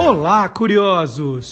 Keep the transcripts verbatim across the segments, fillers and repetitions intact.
Olá, curiosos!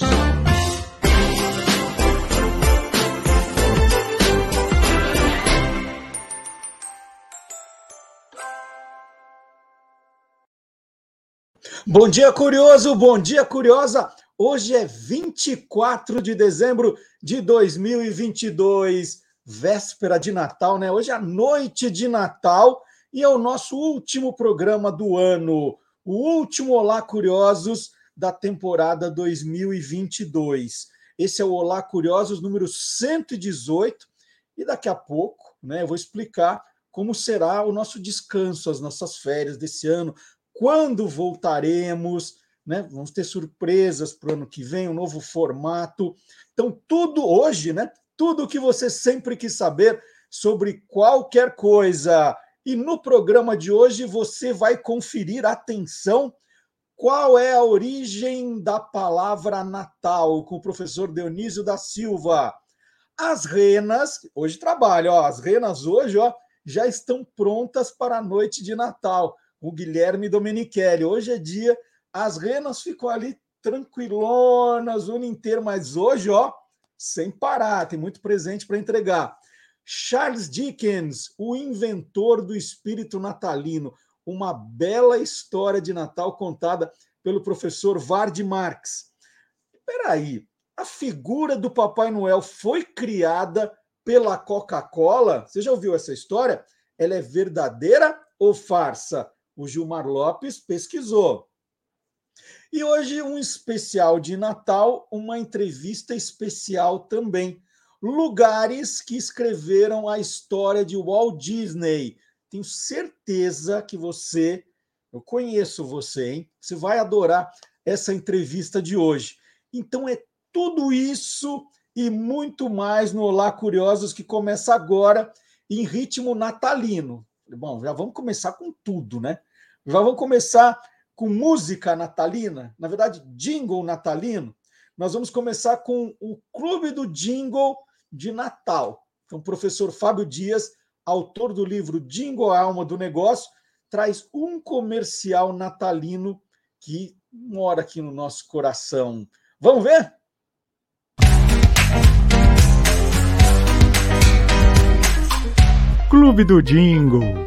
Bom dia, curioso! Bom dia, curiosa! Hoje é vinte e quatro de dezembro de dois mil e vinte e dois, véspera de Natal, né? Hoje é a noite de Natal e é o nosso último programa do ano, o último Olá, Curiosos da temporada dois mil e vinte e dois. Esse é o Olá, Curiosos número cento e dezoito e daqui a pouco, né, eu vou explicar como será o nosso descanso, as nossas férias desse ano, quando voltaremos, né? Vamos ter surpresas para o ano que vem, um novo formato. Então, tudo hoje, né? Tudo o que você sempre quis saber sobre qualquer coisa. E no programa de hoje você vai conferir, atenção, qual é a origem da palavra Natal, com o professor Dionísio da Silva. As renas, hoje trabalho, ó, as renas hoje ó, já estão prontas para a noite de Natal. O Guilherme Domenichelli. Hoje é dia, as renas ficam ali tranquilonas o ano inteiro, mas hoje, ó, sem parar, tem muito presente para entregar. Charles Dickens, o inventor do espírito natalino, uma bela história de Natal contada pelo professor Vard Marx. Peraí, a figura do Papai Noel foi criada pela Coca-Cola? Você já ouviu essa história? Ela é verdadeira ou farsa? O Gilmar Lopes pesquisou. E hoje um especial de Natal, uma entrevista especial também. Lugares que escreveram a história de Walt Disney. Tenho certeza que você, eu conheço você, hein? Você vai adorar essa entrevista de hoje. Então é tudo isso e muito mais no Olá Curiosos, que começa agora em ritmo natalino. Bom, já vamos começar com tudo, né? Já vamos começar com música natalina, na verdade, jingle natalino. Nós vamos começar com o Clube do Jingle de Natal. Então, o professor Fábio Dias, autor do livro Jingle, a Alma do Negócio, traz um comercial natalino que mora aqui no nosso coração. Vamos ver? Clube do Jingle.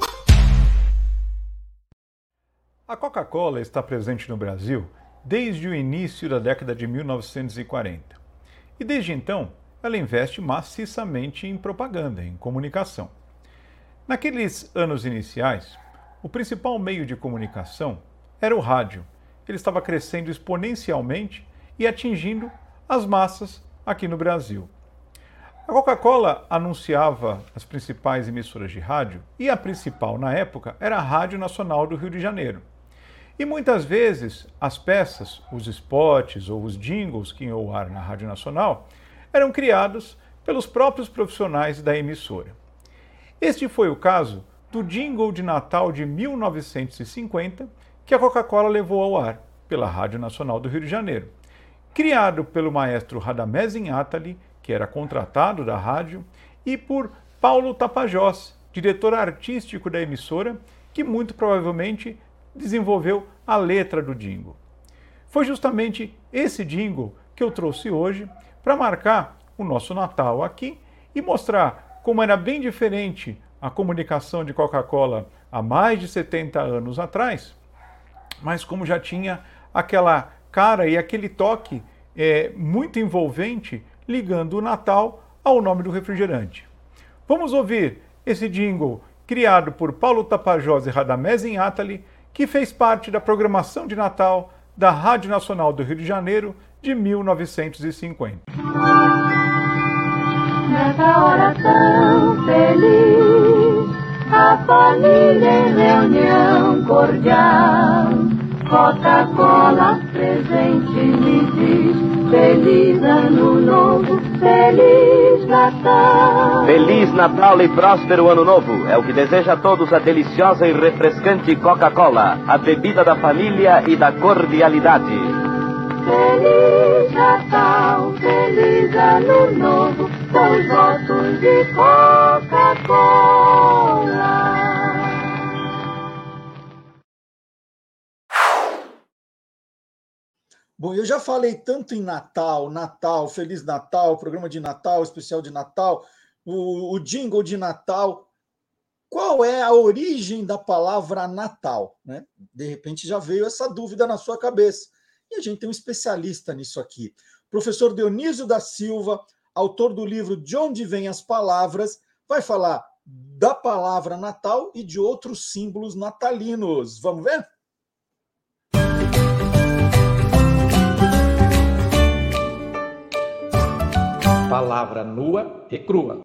A Coca-Cola está presente no Brasil desde o início da década de mil novecentos e quarenta. E desde então, ela investe maciçamente em propaganda, em comunicação. Naqueles anos iniciais, o principal meio de comunicação era o rádio. Ele estava crescendo exponencialmente e atingindo as massas aqui no Brasil. A Coca-Cola anunciava as principais emissoras de rádio e a principal na época era a Rádio Nacional do Rio de Janeiro. E muitas vezes as peças, os spots ou os jingles que iam ao ar na Rádio Nacional eram criados pelos próprios profissionais da emissora. Este foi o caso do jingle de Natal de mil novecentos e cinquenta que a Coca-Cola levou ao ar pela Rádio Nacional do Rio de Janeiro. Criado pelo maestro Radamés Inátali, que era contratado da rádio, e por Paulo Tapajós, diretor artístico da emissora, que muito provavelmente desenvolveu a letra do jingle. Foi justamente esse jingle que eu trouxe hoje para marcar o nosso Natal aqui e mostrar como era bem diferente a comunicação de Coca-Cola há mais de setenta anos atrás, mas como já tinha aquela cara e aquele toque é, muito envolvente ligando o Natal ao nome do refrigerante. Vamos ouvir esse jingle criado por Paulo Tapajós e Radamés Inátali, que fez parte da programação de Natal da Rádio Nacional do Rio de Janeiro de mil novecentos e cinquenta. Nessa hora tão feliz, a família em reunião cordial, Coca-Cola presente me diz: Feliz Ano Novo, Feliz Natal. Feliz Natal e próspero Ano Novo. É o que deseja a todos a deliciosa e refrescante Coca-Cola, a bebida da família e da cordialidade. Feliz Natal, Feliz Ano Novo, com os votos de Coca-Cola. Bom, eu já falei tanto em Natal, Natal, Feliz Natal, programa de Natal, especial de Natal, o, o jingle de Natal. Qual é a origem da palavra Natal? Né? De repente já veio essa dúvida na sua cabeça. E a gente tem um especialista nisso aqui. Professor Dionísio da Silva, autor do livro De Onde Vêm as Palavras, vai falar da palavra Natal e de outros símbolos natalinos. Vamos ver? Palavra nua e crua.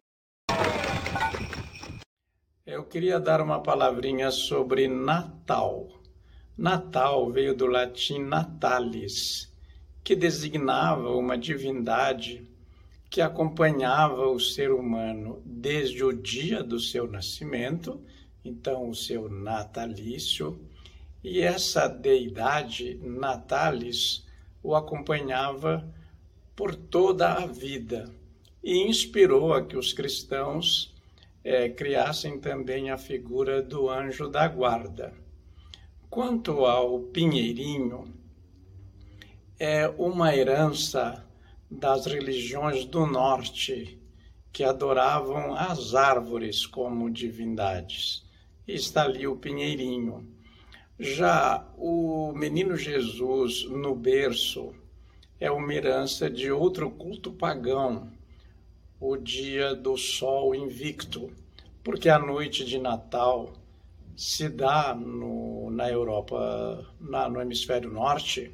Eu queria dar uma palavrinha sobre Natal. Natal veio do latim natalis, que designava uma divindade que acompanhava o ser humano desde o dia do seu nascimento, então o seu natalício, e essa deidade natalis o acompanhava por toda a vida e inspirou a que os cristãos É, criassem também a figura do anjo da guarda. Quanto ao pinheirinho, é uma herança das religiões do norte que adoravam as árvores como divindades. E está ali o pinheirinho. Já o menino Jesus no berço é uma herança de outro culto pagão, o dia do sol invicto, porque a noite de Natal se dá no, na Europa, na, no hemisfério norte,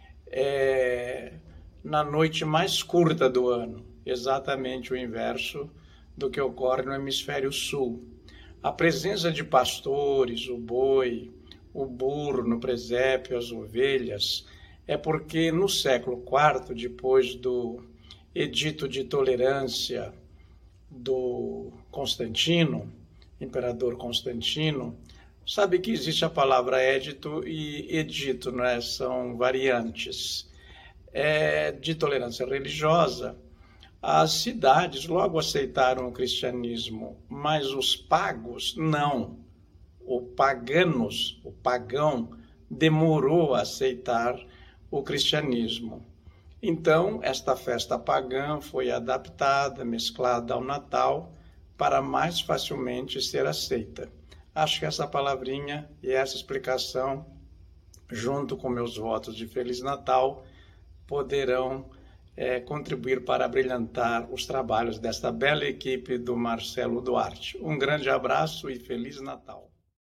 é, na noite mais curta do ano, exatamente o inverso do que ocorre no hemisfério sul. A presença de pastores, o boi, o burro no presépio, as ovelhas, é porque no século quarto, depois do Edito de Tolerância do Constantino, imperador Constantino, sabe que existe a palavra édito e edito, né? São variantes. É, de tolerância religiosa, as cidades logo aceitaram o cristianismo, mas os pagos não. O paganos, o pagão, demorou a aceitar o cristianismo. Então, esta festa pagã foi adaptada, mesclada ao Natal, para mais facilmente ser aceita. Acho que essa palavrinha e essa explicação, junto com meus votos de Feliz Natal, poderão é, contribuir para brilhantar os trabalhos desta bela equipe do Marcelo Duarte. Um grande abraço e Feliz Natal.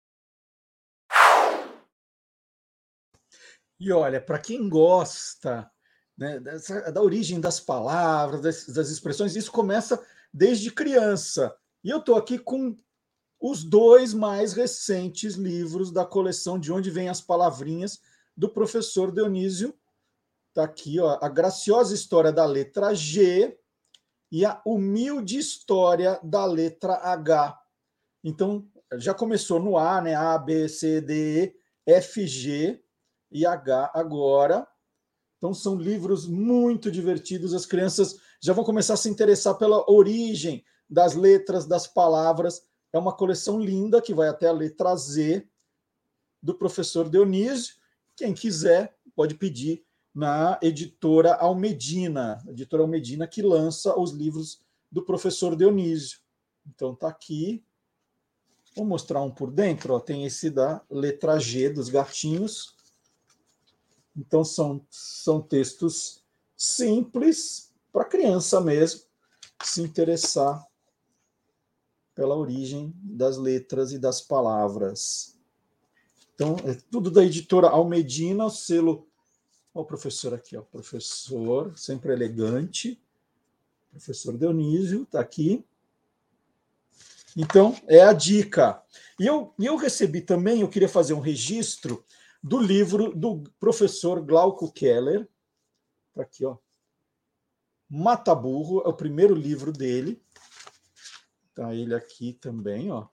E olha, para quem gosta, né, dessa, da origem das palavras, das, das expressões, isso começa desde criança. E eu estou aqui com os dois mais recentes livros da coleção De Onde Vêm as Palavrinhas, do professor Dionísio. Está aqui, ó, A Graciosa História da Letra G e A Humilde História da Letra H. Então, já começou no A, né? A, B, C, D, E, F, G e H agora. Então, são livros muito divertidos. As crianças já vão começar a se interessar pela origem das letras, das palavras. É uma coleção linda que vai até a letra Z, do professor Dionísio. Quem quiser pode pedir na editora Almedina, a editora Almedina que lança os livros do professor Dionísio. Então, está aqui. Vou mostrar um por dentro. Ó. Tem esse da letra G, dos gatinhos. Então, são, são textos simples, para criança mesmo, se interessar pela origem das letras e das palavras. Então, é tudo da editora Almedina, o selo... Olha o professor aqui, ó, professor, sempre elegante. Professor Dionísio, está aqui. Então, é a dica. E eu, eu recebi também, eu queria fazer um registro do livro do professor Glauco Keller. Está aqui, ó. Mata Burro, é o primeiro livro dele. Está ele aqui também, ó.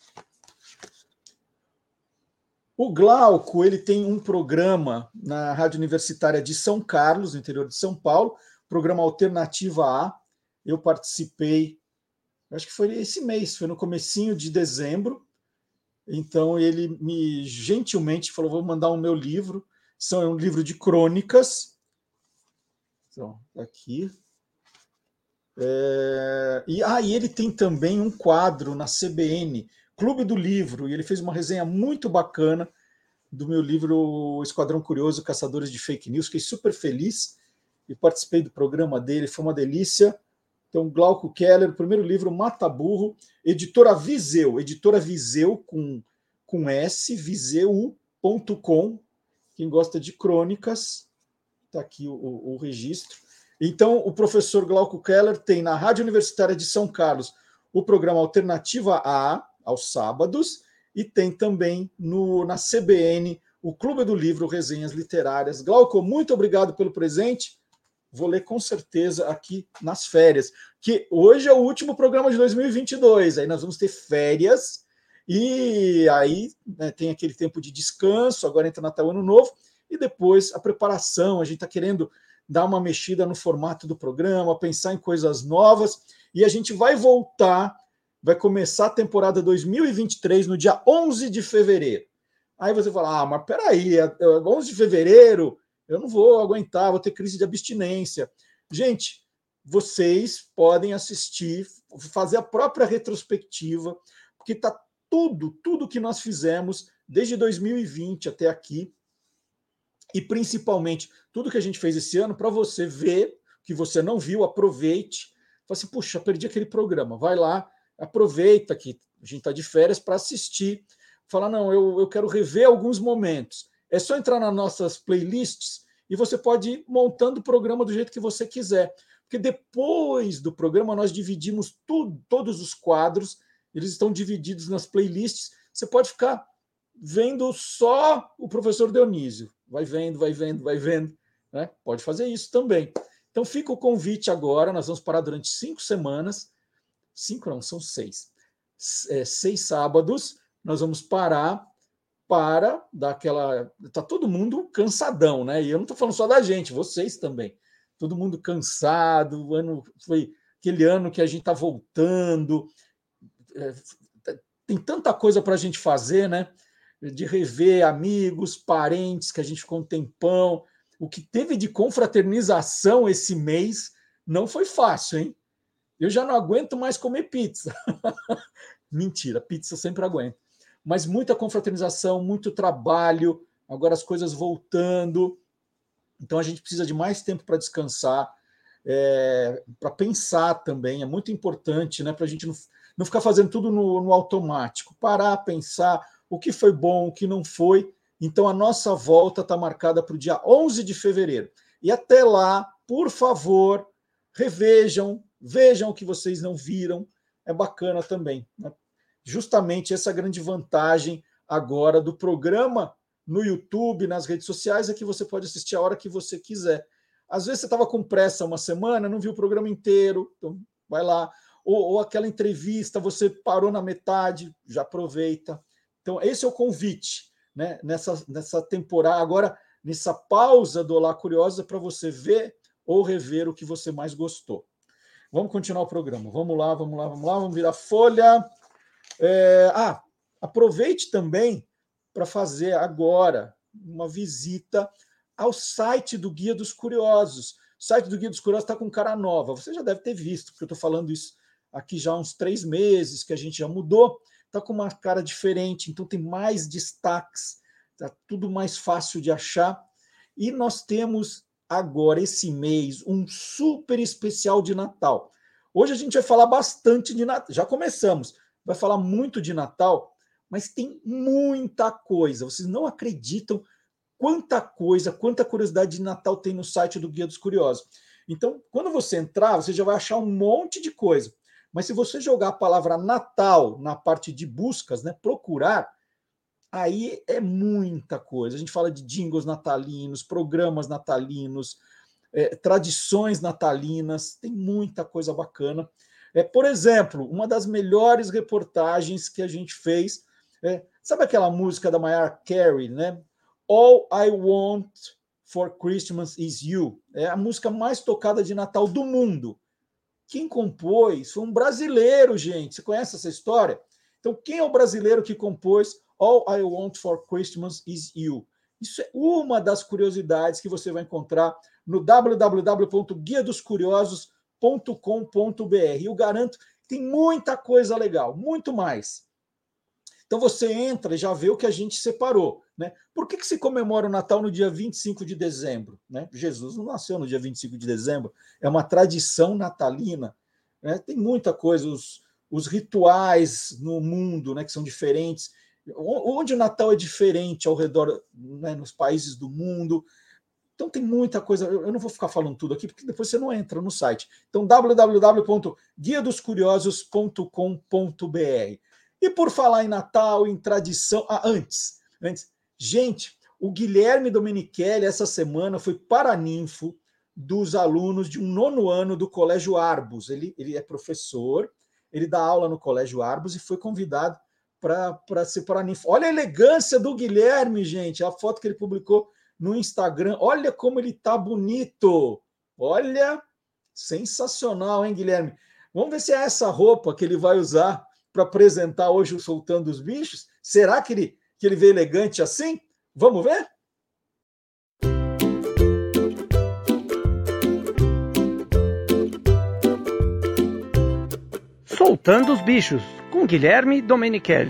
O Glauco, ele tem um programa na Rádio Universitária de São Carlos, no interior de São Paulo, programa Alternativa A. Eu participei, acho que foi esse mês, foi no comecinho de dezembro. Então, ele me gentilmente falou, vou mandar o meu livro. São, é um livro de crônicas, Então, aqui. É, e, ah, e ele tem também um quadro na C B N, Clube do Livro, e ele fez uma resenha muito bacana do meu livro Esquadrão Curioso, Caçadores de Fake News. Fiquei super feliz e participei do programa dele, foi uma delícia. Então, Glauco Keller, o primeiro livro, Mata Burro, editora Viseu, editora Viseu com, com S, viseu ponto com. Quem gosta de crônicas, está aqui o, o, o registro. Então, o professor Glauco Keller tem na Rádio Universitária de São Carlos o programa Alternativa A, aos sábados, e tem também no, na C B N o Clube do Livro, Resenhas Literárias. Glauco, muito obrigado pelo presente. Vou ler com certeza aqui nas férias, que hoje é o último programa de dois mil e vinte e dois, aí nós vamos ter férias, e aí né, tem aquele tempo de descanso, agora entra Natal, Ano Novo, e depois a preparação, a gente está querendo dar uma mexida no formato do programa, pensar em coisas novas, e a gente vai voltar, vai começar a temporada dois mil e vinte e três no dia onze de fevereiro. Aí você fala, ah, mas peraí, onze de fevereiro, eu não vou aguentar, vou ter crise de abstinência. Gente, vocês podem assistir, fazer a própria retrospectiva, porque está tudo, tudo que nós fizemos desde dois mil e vinte até aqui, e principalmente tudo que a gente fez esse ano, para você ver, que você não viu, aproveite. Fala assim, puxa, perdi aquele programa. Vai lá, aproveita que a gente está de férias para assistir. Fala, não, eu, eu quero rever alguns momentos. É só entrar nas nossas playlists e você pode ir montando o programa do jeito que você quiser. Porque depois do programa nós dividimos tudo, todos os quadros, eles estão divididos nas playlists. Você pode ficar vendo só o professor Dionísio. Vai vendo, vai vendo, vai vendo. Né? Pode fazer isso também. Então fica o convite agora, nós vamos parar durante cinco semanas. Cinco não, são seis. É, seis sábados, nós vamos parar para dar aquela... Está todo mundo cansadão, né? E eu não estou falando só da gente, vocês também. Todo mundo cansado, o ano foi aquele ano que a gente está voltando. É, tem tanta coisa para a gente fazer, né? De rever amigos, parentes, que a gente ficou um tempão. O que teve de confraternização esse mês não foi fácil, hein? Eu já não aguento mais comer pizza. Mentira, pizza eu sempre aguento. Mas muita confraternização, muito trabalho, agora as coisas voltando. Então a gente precisa de mais tempo para descansar, é, para pensar também. É muito importante, né, para a gente não, não ficar fazendo tudo no, no automático. Parar, pensar o que foi bom, o que não foi. Então a nossa volta está marcada para o dia onze de fevereiro. E até lá, por favor, revejam, vejam o que vocês não viram. É bacana também, né? Justamente essa grande vantagem agora do programa no YouTube, nas redes sociais, é que você pode assistir a hora que você quiser. Às vezes você estava com pressa uma semana, não viu o programa inteiro, então vai lá. Ou, ou aquela entrevista, você parou na metade, já aproveita. Então esse é o convite, né? Nessa, nessa temporada, agora nessa pausa do Olá Curiosa, para você ver ou rever o que você mais gostou. Vamos continuar o programa. Vamos lá, vamos lá, vamos lá, vamos virar folha. É, ah, aproveite também para fazer agora uma visita ao site do Guia dos Curiosos. O site do Guia dos Curiosos está com cara nova. Você já deve ter visto, porque eu estou falando isso aqui já há uns três meses, que a gente já mudou. Está com uma cara diferente, então tem mais destaques, está tudo mais fácil de achar. E nós temos agora, esse mês, um super especial de Natal. Hoje a gente vai falar bastante de Natal. Já começamos. Vai falar muito de Natal, mas tem muita coisa. Vocês não acreditam quanta coisa, quanta curiosidade de Natal tem no site do Guia dos Curiosos. Então, quando você entrar, você já vai achar um monte de coisa. Mas se você jogar a palavra Natal na parte de buscas, né, procurar, aí é muita coisa. A gente fala de jingles natalinos, programas natalinos, é, tradições natalinas, tem muita coisa bacana. É, por exemplo, uma das melhores reportagens que a gente fez, é, sabe aquela música da Mariah Carey, né? All I Want for Christmas is You. É a música mais tocada de Natal do mundo. Quem compôs foi um brasileiro, gente. Você conhece essa história? Então, quem é o brasileiro que compôs All I Want for Christmas is You? Isso é uma das curiosidades que você vai encontrar no w w w ponto guia dos curiosos ponto com ponto b r. Eu garanto que tem muita coisa legal, muito mais. Então você entra e já vê o que a gente separou. Né? Por que, que se comemora o Natal no dia vinte e cinco de dezembro? Né? Jesus não nasceu no dia vinte e cinco de dezembro, é uma tradição natalina. Né? Tem muita coisa, os, os rituais no mundo, né, que são diferentes. Onde o Natal é diferente ao redor, né, nos países do mundo. Então tem muita coisa, eu não vou ficar falando tudo aqui, porque depois você não entra no site. Então, w w w ponto guia dos curiosos ponto com ponto b r. E por falar em Natal, em tradição... Ah, antes, antes, gente, o Guilherme Domenichelli, essa semana, foi paraninfo dos alunos de um nono ano do Colégio Arbus. Ele, ele é professor, ele dá aula no Colégio Arbus e foi convidado para ser paraninfo. Olha a elegância do Guilherme, gente, a foto que ele publicou no Instagram. Olha como ele tá bonito. Olha, sensacional, hein, Guilherme? Vamos ver se é essa roupa que ele vai usar para apresentar hoje o Soltando os Bichos. Será que ele, que ele veio elegante assim? Vamos ver? Soltando os Bichos, com Guilherme Domenichelli.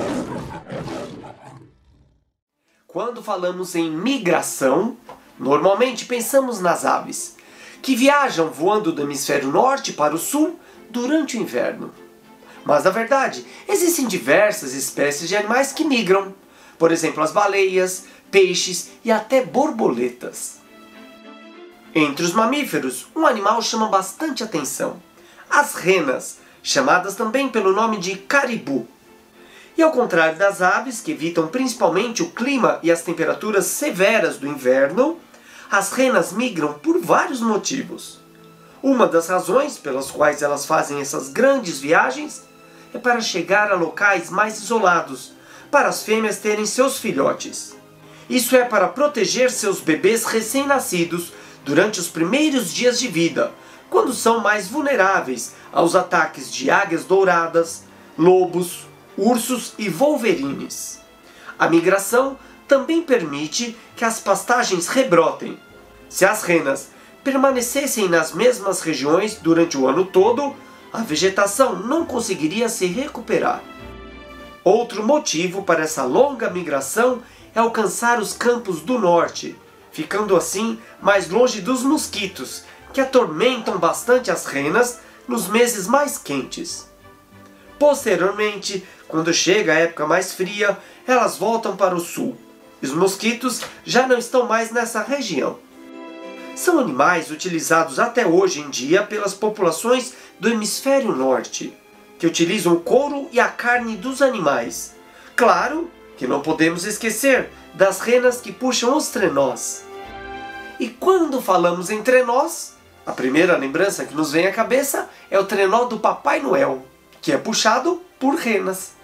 Quando falamos em migração, normalmente pensamos nas aves, que viajam voando do hemisfério norte para o sul durante o inverno. Mas, na verdade, existem diversas espécies de animais que migram. Por exemplo, as baleias, peixes e até borboletas. Entre os mamíferos, um animal chama bastante atenção. As renas, chamadas também pelo nome de caribu. E ao contrário das aves, que evitam principalmente o clima e as temperaturas severas do inverno, as renas migram por vários motivos. Uma das razões pelas quais elas fazem essas grandes viagens é para chegar a locais mais isolados, para as fêmeas terem seus filhotes. Isso é para proteger seus bebês recém-nascidos durante os primeiros dias de vida, quando são mais vulneráveis aos ataques de águias douradas, lobos, ursos e wolverines. A migração também permite que as pastagens rebrotem. Se as renas permanecessem nas mesmas regiões durante o ano todo, a vegetação não conseguiria se recuperar. Outro motivo para essa longa migração é alcançar os campos do norte, ficando assim mais longe dos mosquitos, que atormentam bastante as renas nos meses mais quentes. Posteriormente, quando chega a época mais fria, elas voltam para o sul. E os mosquitos já não estão mais nessa região. São animais utilizados até hoje em dia pelas populações do hemisfério norte, que utilizam o couro e a carne dos animais. Claro que não podemos esquecer das renas que puxam os trenós. E quando falamos em trenós, a primeira lembrança que nos vem à cabeça é o trenó do Papai Noel, que é puxado por renas.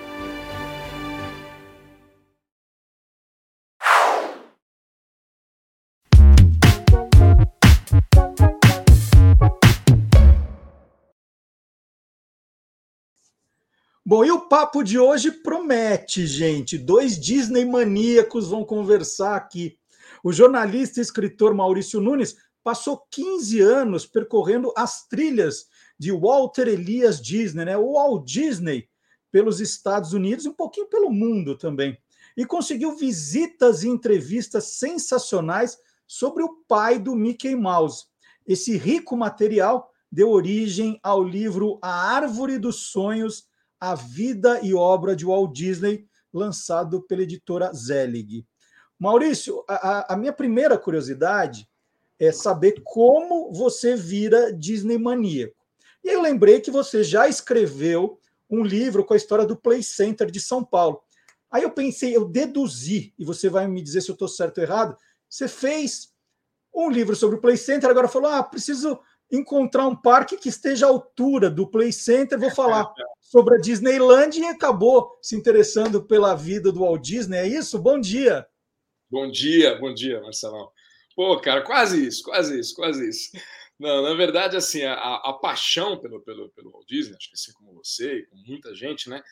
Bom, e o papo de hoje promete, gente. Dois Disney maníacos vão conversar aqui. O jornalista e escritor Maurício Nunes passou quinze anos percorrendo as trilhas de Walter Elias Disney, né? O Walt Disney, pelos Estados Unidos e um pouquinho pelo mundo também. E conseguiu visitas e entrevistas sensacionais sobre o pai do Mickey Mouse. Esse rico material deu origem ao livro A Árvore dos Sonhos, A Vida e Obra de Walt Disney, lançado pela editora Zelig. Maurício, a, a minha primeira curiosidade é saber como você vira Disney maníaco. E eu lembrei que você já escreveu um livro com a história do Play Center de São Paulo. Aí eu pensei, eu deduzi, e você vai me dizer se eu estou certo ou errado, você fez um livro sobre o Play Center, agora falou, ah, preciso encontrar um parque que esteja à altura do Play Center, vou falar sobre a Disneyland, e acabou se interessando pela vida do Walt Disney, é isso? Bom dia! Bom dia, bom dia, Marcelão. Pô, cara, quase isso, quase isso, quase isso. Não, na verdade, assim, a, a paixão pelo, pelo, pelo Walt Disney, acho que assim como você e como muita gente, né,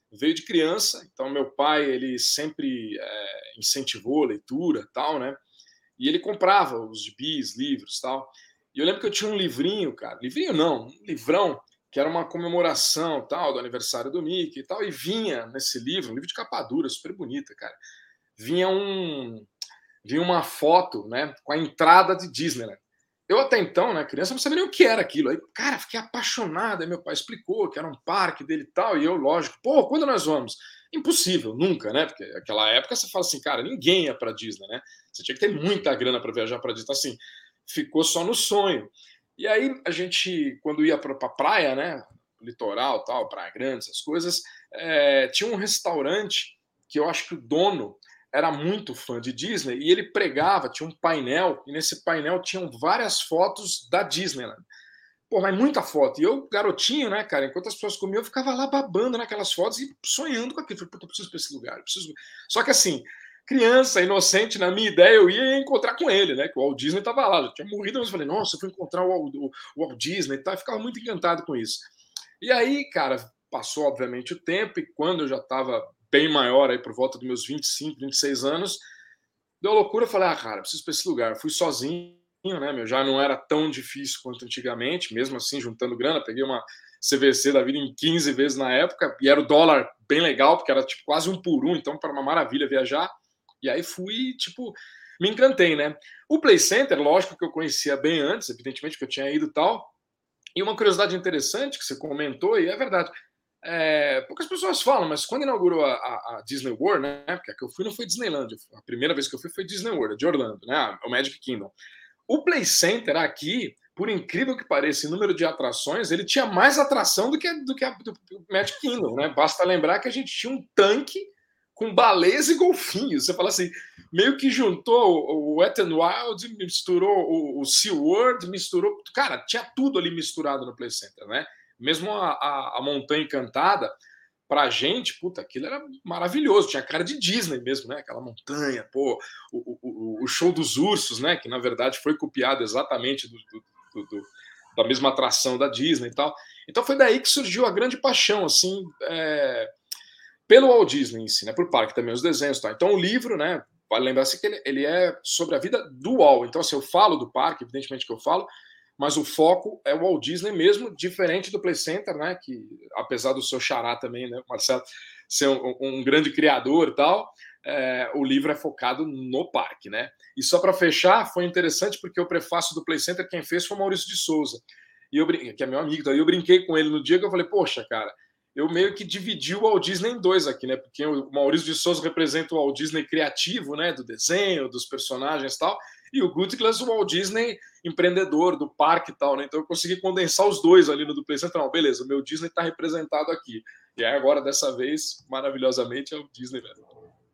veio de criança, então meu pai ele sempre é, incentivou a leitura, tal, né? E ele comprava os gibis, livros, tal. E eu lembro que eu tinha um livrinho, cara, livrinho não, um livrão, que era uma comemoração, tal, do aniversário do Mickey e tal, e vinha nesse livro, um livro de capa dura, super bonita, cara. Vinha um vinha uma foto, né, com a entrada de Disneyland. Eu até então, né, criança, não sabia nem o que era aquilo. Aí, cara, fiquei apaixonado. Aí meu pai explicou que era um parque dele e tal. E eu, lógico, pô, quando nós vamos? Impossível, nunca, né? Porque naquela época você fala assim, cara, ninguém ia para Disney, né? Você tinha que ter muita grana para viajar para Disney. Então, assim, ficou só no sonho. E aí a gente, quando ia para a praia, né, litoral, tal, Praia Grande, essas coisas, é, tinha um restaurante que eu acho que o dono era muito fã de Disney e ele pregava, tinha um painel, e nesse painel tinham várias fotos da Disneyland. Pô, mas muita foto. E eu, garotinho, né, cara, enquanto as pessoas comiam, eu ficava lá babando naquelas fotos e sonhando com aquilo. Falei, puta, eu preciso ir para esse lugar, eu preciso... Só que assim, criança, inocente, na minha ideia, eu ia encontrar com ele, né, que o Walt Disney estava lá, já tinha morrido, mas eu falei, nossa, eu fui encontrar o Walt, o Walt Disney e tal, e ficava muito encantado com isso. E aí, cara, passou, obviamente, o tempo, e quando eu já estava bem maior, aí por volta dos meus vinte e cinco, vinte e seis anos, deu loucura, eu falei, ah, cara, preciso para esse lugar. Eu fui sozinho, né, meu, já não era tão difícil quanto antigamente, mesmo assim, juntando grana, peguei uma C V C da vida em quinze vezes na época, e era o dólar bem legal, porque era tipo quase um por um, então para uma maravilha viajar, e aí fui, tipo, me encantei, né. O Play Center, lógico que eu conhecia bem antes, evidentemente que eu tinha ido e tal, e uma curiosidade interessante que você comentou, e é verdade, É, poucas pessoas falam, mas quando inaugurou a, a, a Disney World, né, porque a que eu fui não foi Disneyland, a primeira vez que eu fui foi Disney World, de Orlando, né, o Magic Kingdom. O Play Center aqui, por incrível que pareça, em número de atrações, ele tinha mais atração do que, do que a do Magic Kingdom, né? Basta lembrar que a gente tinha um tanque com baleias e golfinhos. Você fala assim, meio que juntou o Wet n Wild, misturou o, o SeaWorld, misturou... Cara, tinha tudo ali misturado no Play Center, né? Mesmo a, a, a Montanha Encantada, pra gente, puta, aquilo era maravilhoso, tinha cara de Disney mesmo, né? Aquela montanha, pô, o, o, o show dos ursos, né? Que na verdade foi copiado exatamente do, do, do, da mesma atração da Disney e tal. Então foi daí que surgiu a grande paixão, assim, é, pelo Walt Disney em si, né? Por parque também, os desenhos e tal. Então o livro, né? Vale lembrar assim que ele, ele é sobre a vida do Walt. Então, assim, eu falo do parque, evidentemente que eu falo, mas o foco é o Walt Disney mesmo, diferente do Play Center, né? Que apesar do seu xará também, né, Marcelo, ser um, um grande criador e tal, é, o livro é focado no parque, né? E só para fechar, foi interessante porque o prefácio do Play Center quem fez foi o Maurício de Souza, e eu, que é meu amigo, daí eu brinquei com ele no dia que eu falei, poxa, cara, eu meio que dividi o Walt Disney em dois aqui, né? Porque o Maurício de Souza representa o Walt Disney criativo, né? Do desenho, dos personagens e tal, e o Gutglas, o Walt Disney empreendedor do parque e tal, né? Então eu consegui condensar os dois ali no do Play Center. Não, beleza, o meu Disney está representado aqui. E aí agora, dessa vez, maravilhosamente, é o Disney mesmo.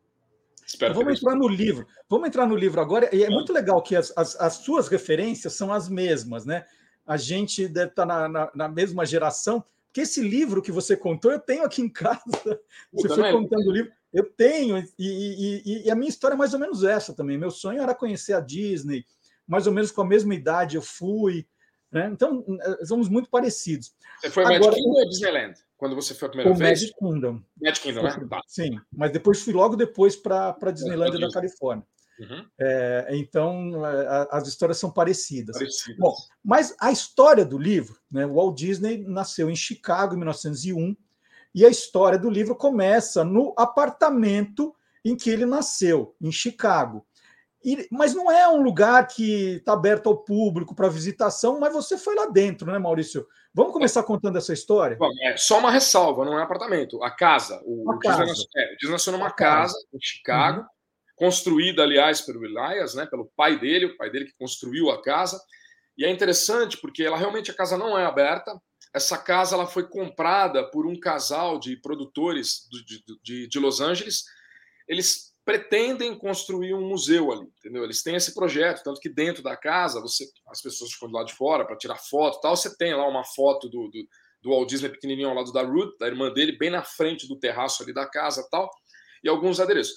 Espero Vamos entrar no livro. Vamos entrar no livro agora. E é muito legal que as, as, as suas referências são as mesmas, né? A gente deve estar na, na, na mesma geração, porque esse livro que você contou, eu tenho aqui em casa. Você foi contando o livro. Eu tenho, e, e, e a minha história é mais ou menos essa também. Meu sonho era conhecer a Disney, mais ou menos com a mesma idade eu fui, né? Então, somos muito parecidos. Você foi Agora, Magic Kingdom ou Disneyland? Quando você foi a primeira o vez? Magic Kingdom. Magic Kingdom, né? Tá. Sim, mas depois fui logo depois para a Disneylandia da Califórnia. Uhum. É, então, a, as histórias são parecidas. parecidas. Bom, mas a história do livro, né, o Walt Disney nasceu em Chicago em mil novecentos e um, e a história do livro começa no apartamento em que ele nasceu, em Chicago. E, mas não é um lugar que está aberto ao público para visitação, mas você foi lá dentro, né, Maurício? Vamos começar contando essa história? Bom, é só uma ressalva, não é apartamento. A casa. O, o Disney, nasceu, é, o Disney nasceu numa casa, casa em Chicago, uhum. construída, aliás, pelo Elias, né, pelo pai dele, o pai dele que construiu a casa. E é interessante porque ela realmente a casa não é aberta. Essa casa ela foi comprada por um casal de produtores de, de, de Los Angeles. Eles pretendem construir um museu ali, entendeu? Eles têm esse projeto, tanto que dentro da casa, você, as pessoas ficam do lado de fora para tirar foto e tal, você tem lá uma foto do, do, do Walt Disney pequenininho ao lado da Ruth, da irmã dele, bem na frente do terraço ali da casa e tal, e alguns adereços.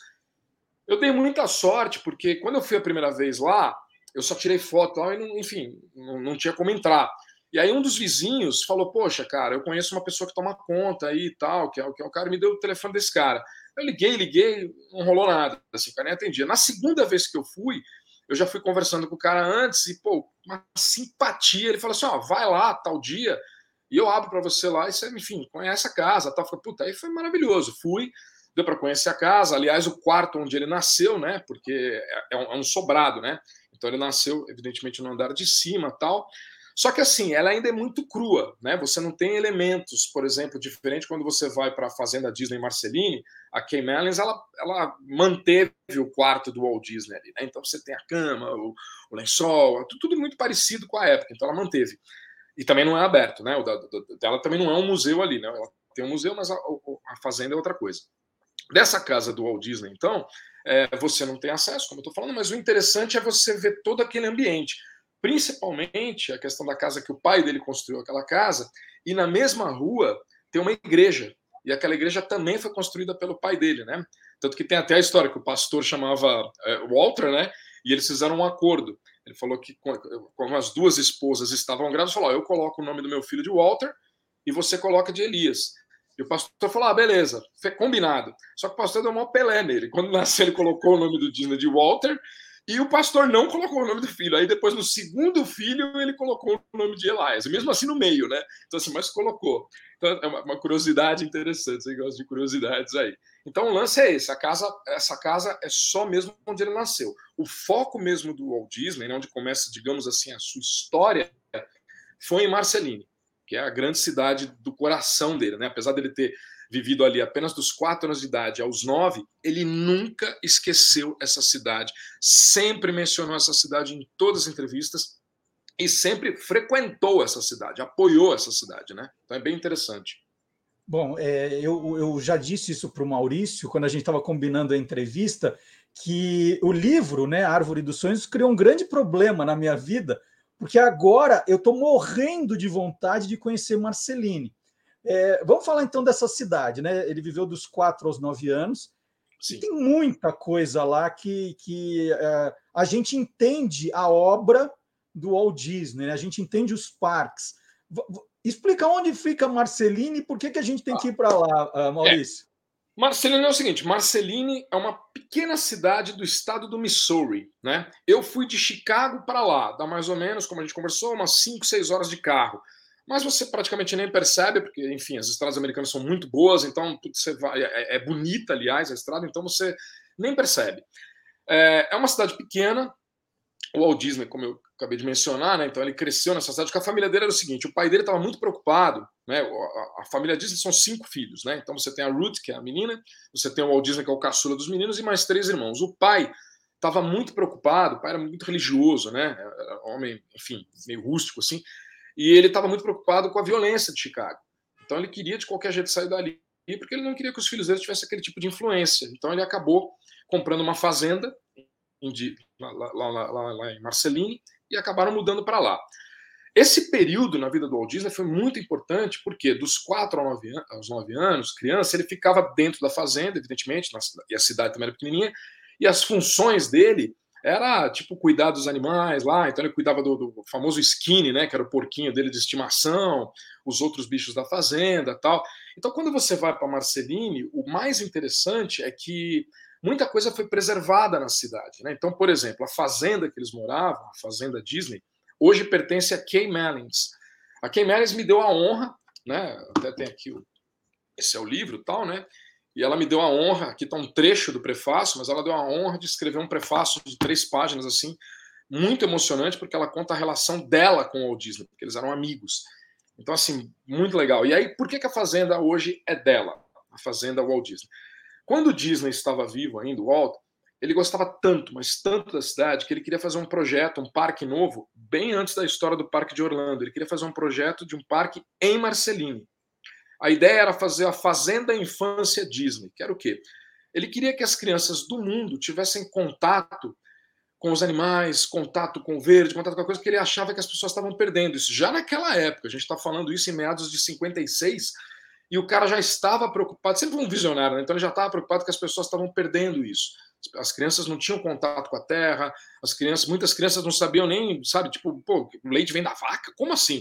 Eu dei muita sorte, porque quando eu fui a primeira vez lá, eu só tirei foto lá e, não, enfim, não, não tinha como entrar. E aí um dos vizinhos falou, poxa, cara, eu conheço uma pessoa que toma conta aí e tal, que é, que é o cara, me deu o telefone desse cara. Eu liguei, liguei, não rolou nada, assim, o cara nem atendia. Na segunda vez que eu fui, eu já fui conversando com o cara antes e, pô, uma simpatia. Ele falou assim, ó, vai lá, tal dia, e eu abro para você lá e você, enfim, conhece a casa, tal. Falei, puta, aí foi maravilhoso. Fui, deu para conhecer a casa, aliás, o quarto onde ele nasceu, né, porque é um, é um sobrado, né, então ele nasceu, evidentemente, no andar de cima, tal. Só que assim, ela ainda é muito crua, né? Você não tem elementos, por exemplo, diferente quando você vai para a Fazenda Disney Marceline, a Kay Mellins, ela, ela manteve o quarto do Walt Disney ali, né? Então você tem a cama, o, o lençol, tudo muito parecido com a época, então ela manteve. E também não é aberto, né? O da, do, dela também não é um museu ali, né? Ela tem um museu, mas a, a Fazenda é outra coisa. Dessa casa do Walt Disney, então, é, você não tem acesso, como eu estou falando, mas o interessante é você ver todo aquele ambiente. Principalmente a questão da casa que o pai dele construiu, aquela casa, e na mesma rua tem uma igreja, e aquela igreja também foi construída pelo pai dele, né? Tanto que tem até a história que o pastor chamava é, Walter, né? E eles fizeram um acordo. Ele falou que como as duas esposas estavam grávidas, falou, ó, eu coloco o nome do meu filho de Walter e você coloca de Elias. E o pastor falou, ah, beleza, foi combinado. Só que o pastor deu uma pelé nele. Quando nasceu, ele colocou o nome do Disney de Walter, e o pastor não colocou o nome do filho. Aí depois, no segundo filho, ele colocou o nome de Elias. Mesmo assim no meio, né? Então assim, mas colocou. Então é uma, uma curiosidade interessante. Você gosta de curiosidades aí. Então o lance é esse. A casa, essa casa é só mesmo onde ele nasceu. O foco mesmo do Walt Disney, né, onde começa, digamos assim, a sua história, foi em Marceline, que é a grande cidade do coração dele, né? Apesar dele ter vivido ali apenas dos quatro anos de idade aos nove, ele nunca esqueceu essa cidade, sempre mencionou essa cidade em todas as entrevistas e sempre frequentou essa cidade, apoiou essa cidade, né? Então é bem interessante. Bom, é, eu, eu já disse isso para o Maurício, quando a gente estava combinando a entrevista, que o livro, né, Árvore dos Sonhos, criou um grande problema na minha vida, porque agora eu estou morrendo de vontade de conhecer Marceline. É, vamos falar então dessa cidade, né? Ele viveu dos quatro aos nove anos. Sim. E tem muita coisa lá que, que é, a gente entende a obra do Walt Disney, né? A gente entende os parques. V explica onde fica Marceline e por que, que a gente tem que ir para lá, Maurício. É. Marceline é o seguinte, Marceline é uma pequena cidade do estado do Missouri, né? Eu fui de Chicago para lá, dá mais ou menos, como a gente conversou, umas cinco, seis horas de carro. Mas você praticamente nem percebe, porque, enfim, as estradas americanas são muito boas, então tudo você vai, é, é bonita, aliás, a estrada, então você nem percebe. É, é uma cidade pequena, o Walt Disney, como eu acabei de mencionar, né, então ele cresceu nessa cidade, porque a família dele era o seguinte, o pai dele estava muito preocupado, né, a, a família Disney são cinco filhos, né, então você tem a Ruth, que é a menina, você tem o Walt Disney, que é o caçula dos meninos, e mais três irmãos. O pai estava muito preocupado, o pai era muito religioso, né, era um homem, enfim, meio rústico, assim, e ele estava muito preocupado com a violência de Chicago. Então ele queria de qualquer jeito sair dali, porque ele não queria que os filhos dele tivessem aquele tipo de influência. Então ele acabou comprando uma fazenda em, lá, lá, lá, lá, lá em Marceline e acabaram mudando para lá. Esse período na vida do Walt Disney foi muito importante, porque dos quatro aos nove anos, criança, ele ficava dentro da fazenda, evidentemente, na, e a cidade também era pequenininha, e as funções dele era, tipo, cuidar dos animais lá, então ele cuidava do, do famoso skinny, né, que era o porquinho dele de estimação, os outros bichos da fazenda, tal. Então, quando você vai para Marceline, o mais interessante é que muita coisa foi preservada na cidade, né? Então, por exemplo, a fazenda que eles moravam, a fazenda Disney, hoje pertence a Kay Mellins. A Kay Mellins me deu a honra, né, até tem aqui, o, esse é o livro, tal, né, e ela me deu a honra, aqui está um trecho do prefácio, mas ela deu a honra de escrever um prefácio de três páginas, assim, muito emocionante, porque ela conta a relação dela com o Walt Disney, porque eles eram amigos. Então, assim, muito legal. E aí, por que, que a fazenda hoje é dela? A fazenda Walt Disney. Quando o Disney estava vivo ainda, o Walt, ele gostava tanto, mas tanto da cidade, que ele queria fazer um projeto, um parque novo, bem antes da história do parque de Orlando. Ele queria fazer um projeto de um parque em Marceline. A ideia era fazer a Fazenda Infância Disney, que era o quê? Ele queria que as crianças do mundo tivessem contato com os animais, contato com o verde, contato com a coisa que ele achava que as pessoas estavam perdendo. Isso já naquela época, a gente está falando isso em meados de cinquenta e seis, e o cara já estava preocupado, sempre um visionário, né? Então ele já estava preocupado que as pessoas estavam perdendo isso. As crianças não tinham contato com a terra, as crianças, muitas crianças não sabiam nem, sabe, tipo, pô, o leite vem da vaca? Como assim?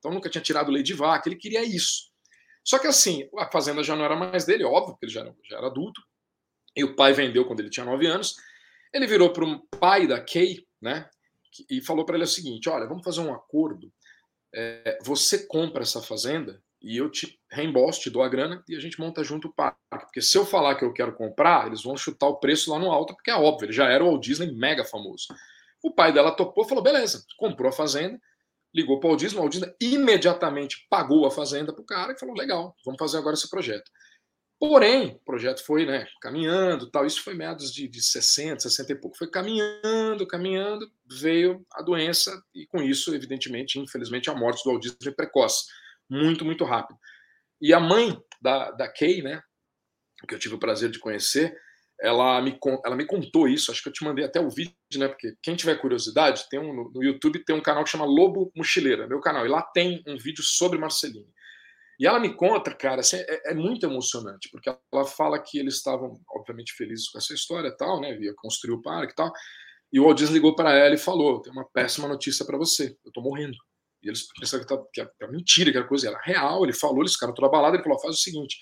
Então nunca tinha tirado leite de vaca, ele queria isso. Só que assim, a fazenda já não era mais dele, óbvio, porque ele já era, já era adulto, e o pai vendeu quando ele tinha nove anos. Ele virou para o pai da Kay, né, e falou para ele o seguinte: olha, vamos fazer um acordo, é, você compra essa fazenda e eu te reembolso, te dou a grana e a gente monta junto o parque. Porque se eu falar que eu quero comprar, eles vão chutar o preço lá no alto, porque é óbvio, ele já era o Walt Disney mega famoso. O pai dela topou, falou, beleza, comprou a fazenda, ligou para o Walt Disney, o Walt Disney imediatamente pagou a fazenda para o cara e falou, legal, vamos fazer agora esse projeto. Porém, o projeto foi, né, caminhando, tal. Isso foi meados de, de sessenta, sessenta e pouco. Foi caminhando, caminhando, veio a doença e com isso, evidentemente, infelizmente, a morte do Walt Disney precoce. Muito, muito rápido. E a mãe da, da Kay, né, que eu tive o prazer de conhecer, ela me, ela me contou isso, acho que eu te mandei até o vídeo, né, porque quem tiver curiosidade, tem um, no YouTube tem um canal que chama Lobo Mochileiro, é meu canal, e lá tem um vídeo sobre Marceline. E ela me conta, cara, assim, é, é muito emocionante, porque ela fala que eles estavam, obviamente, felizes com essa história e tal, né, ia construir o parque e tal, e o Walt Disney ligou para ela e falou, tem uma péssima notícia para você, eu tô morrendo. E eles pensaram que, tá, que era mentira, que era coisa, era real, ele falou, eles ficaram toda abalada, ele falou, faz o seguinte,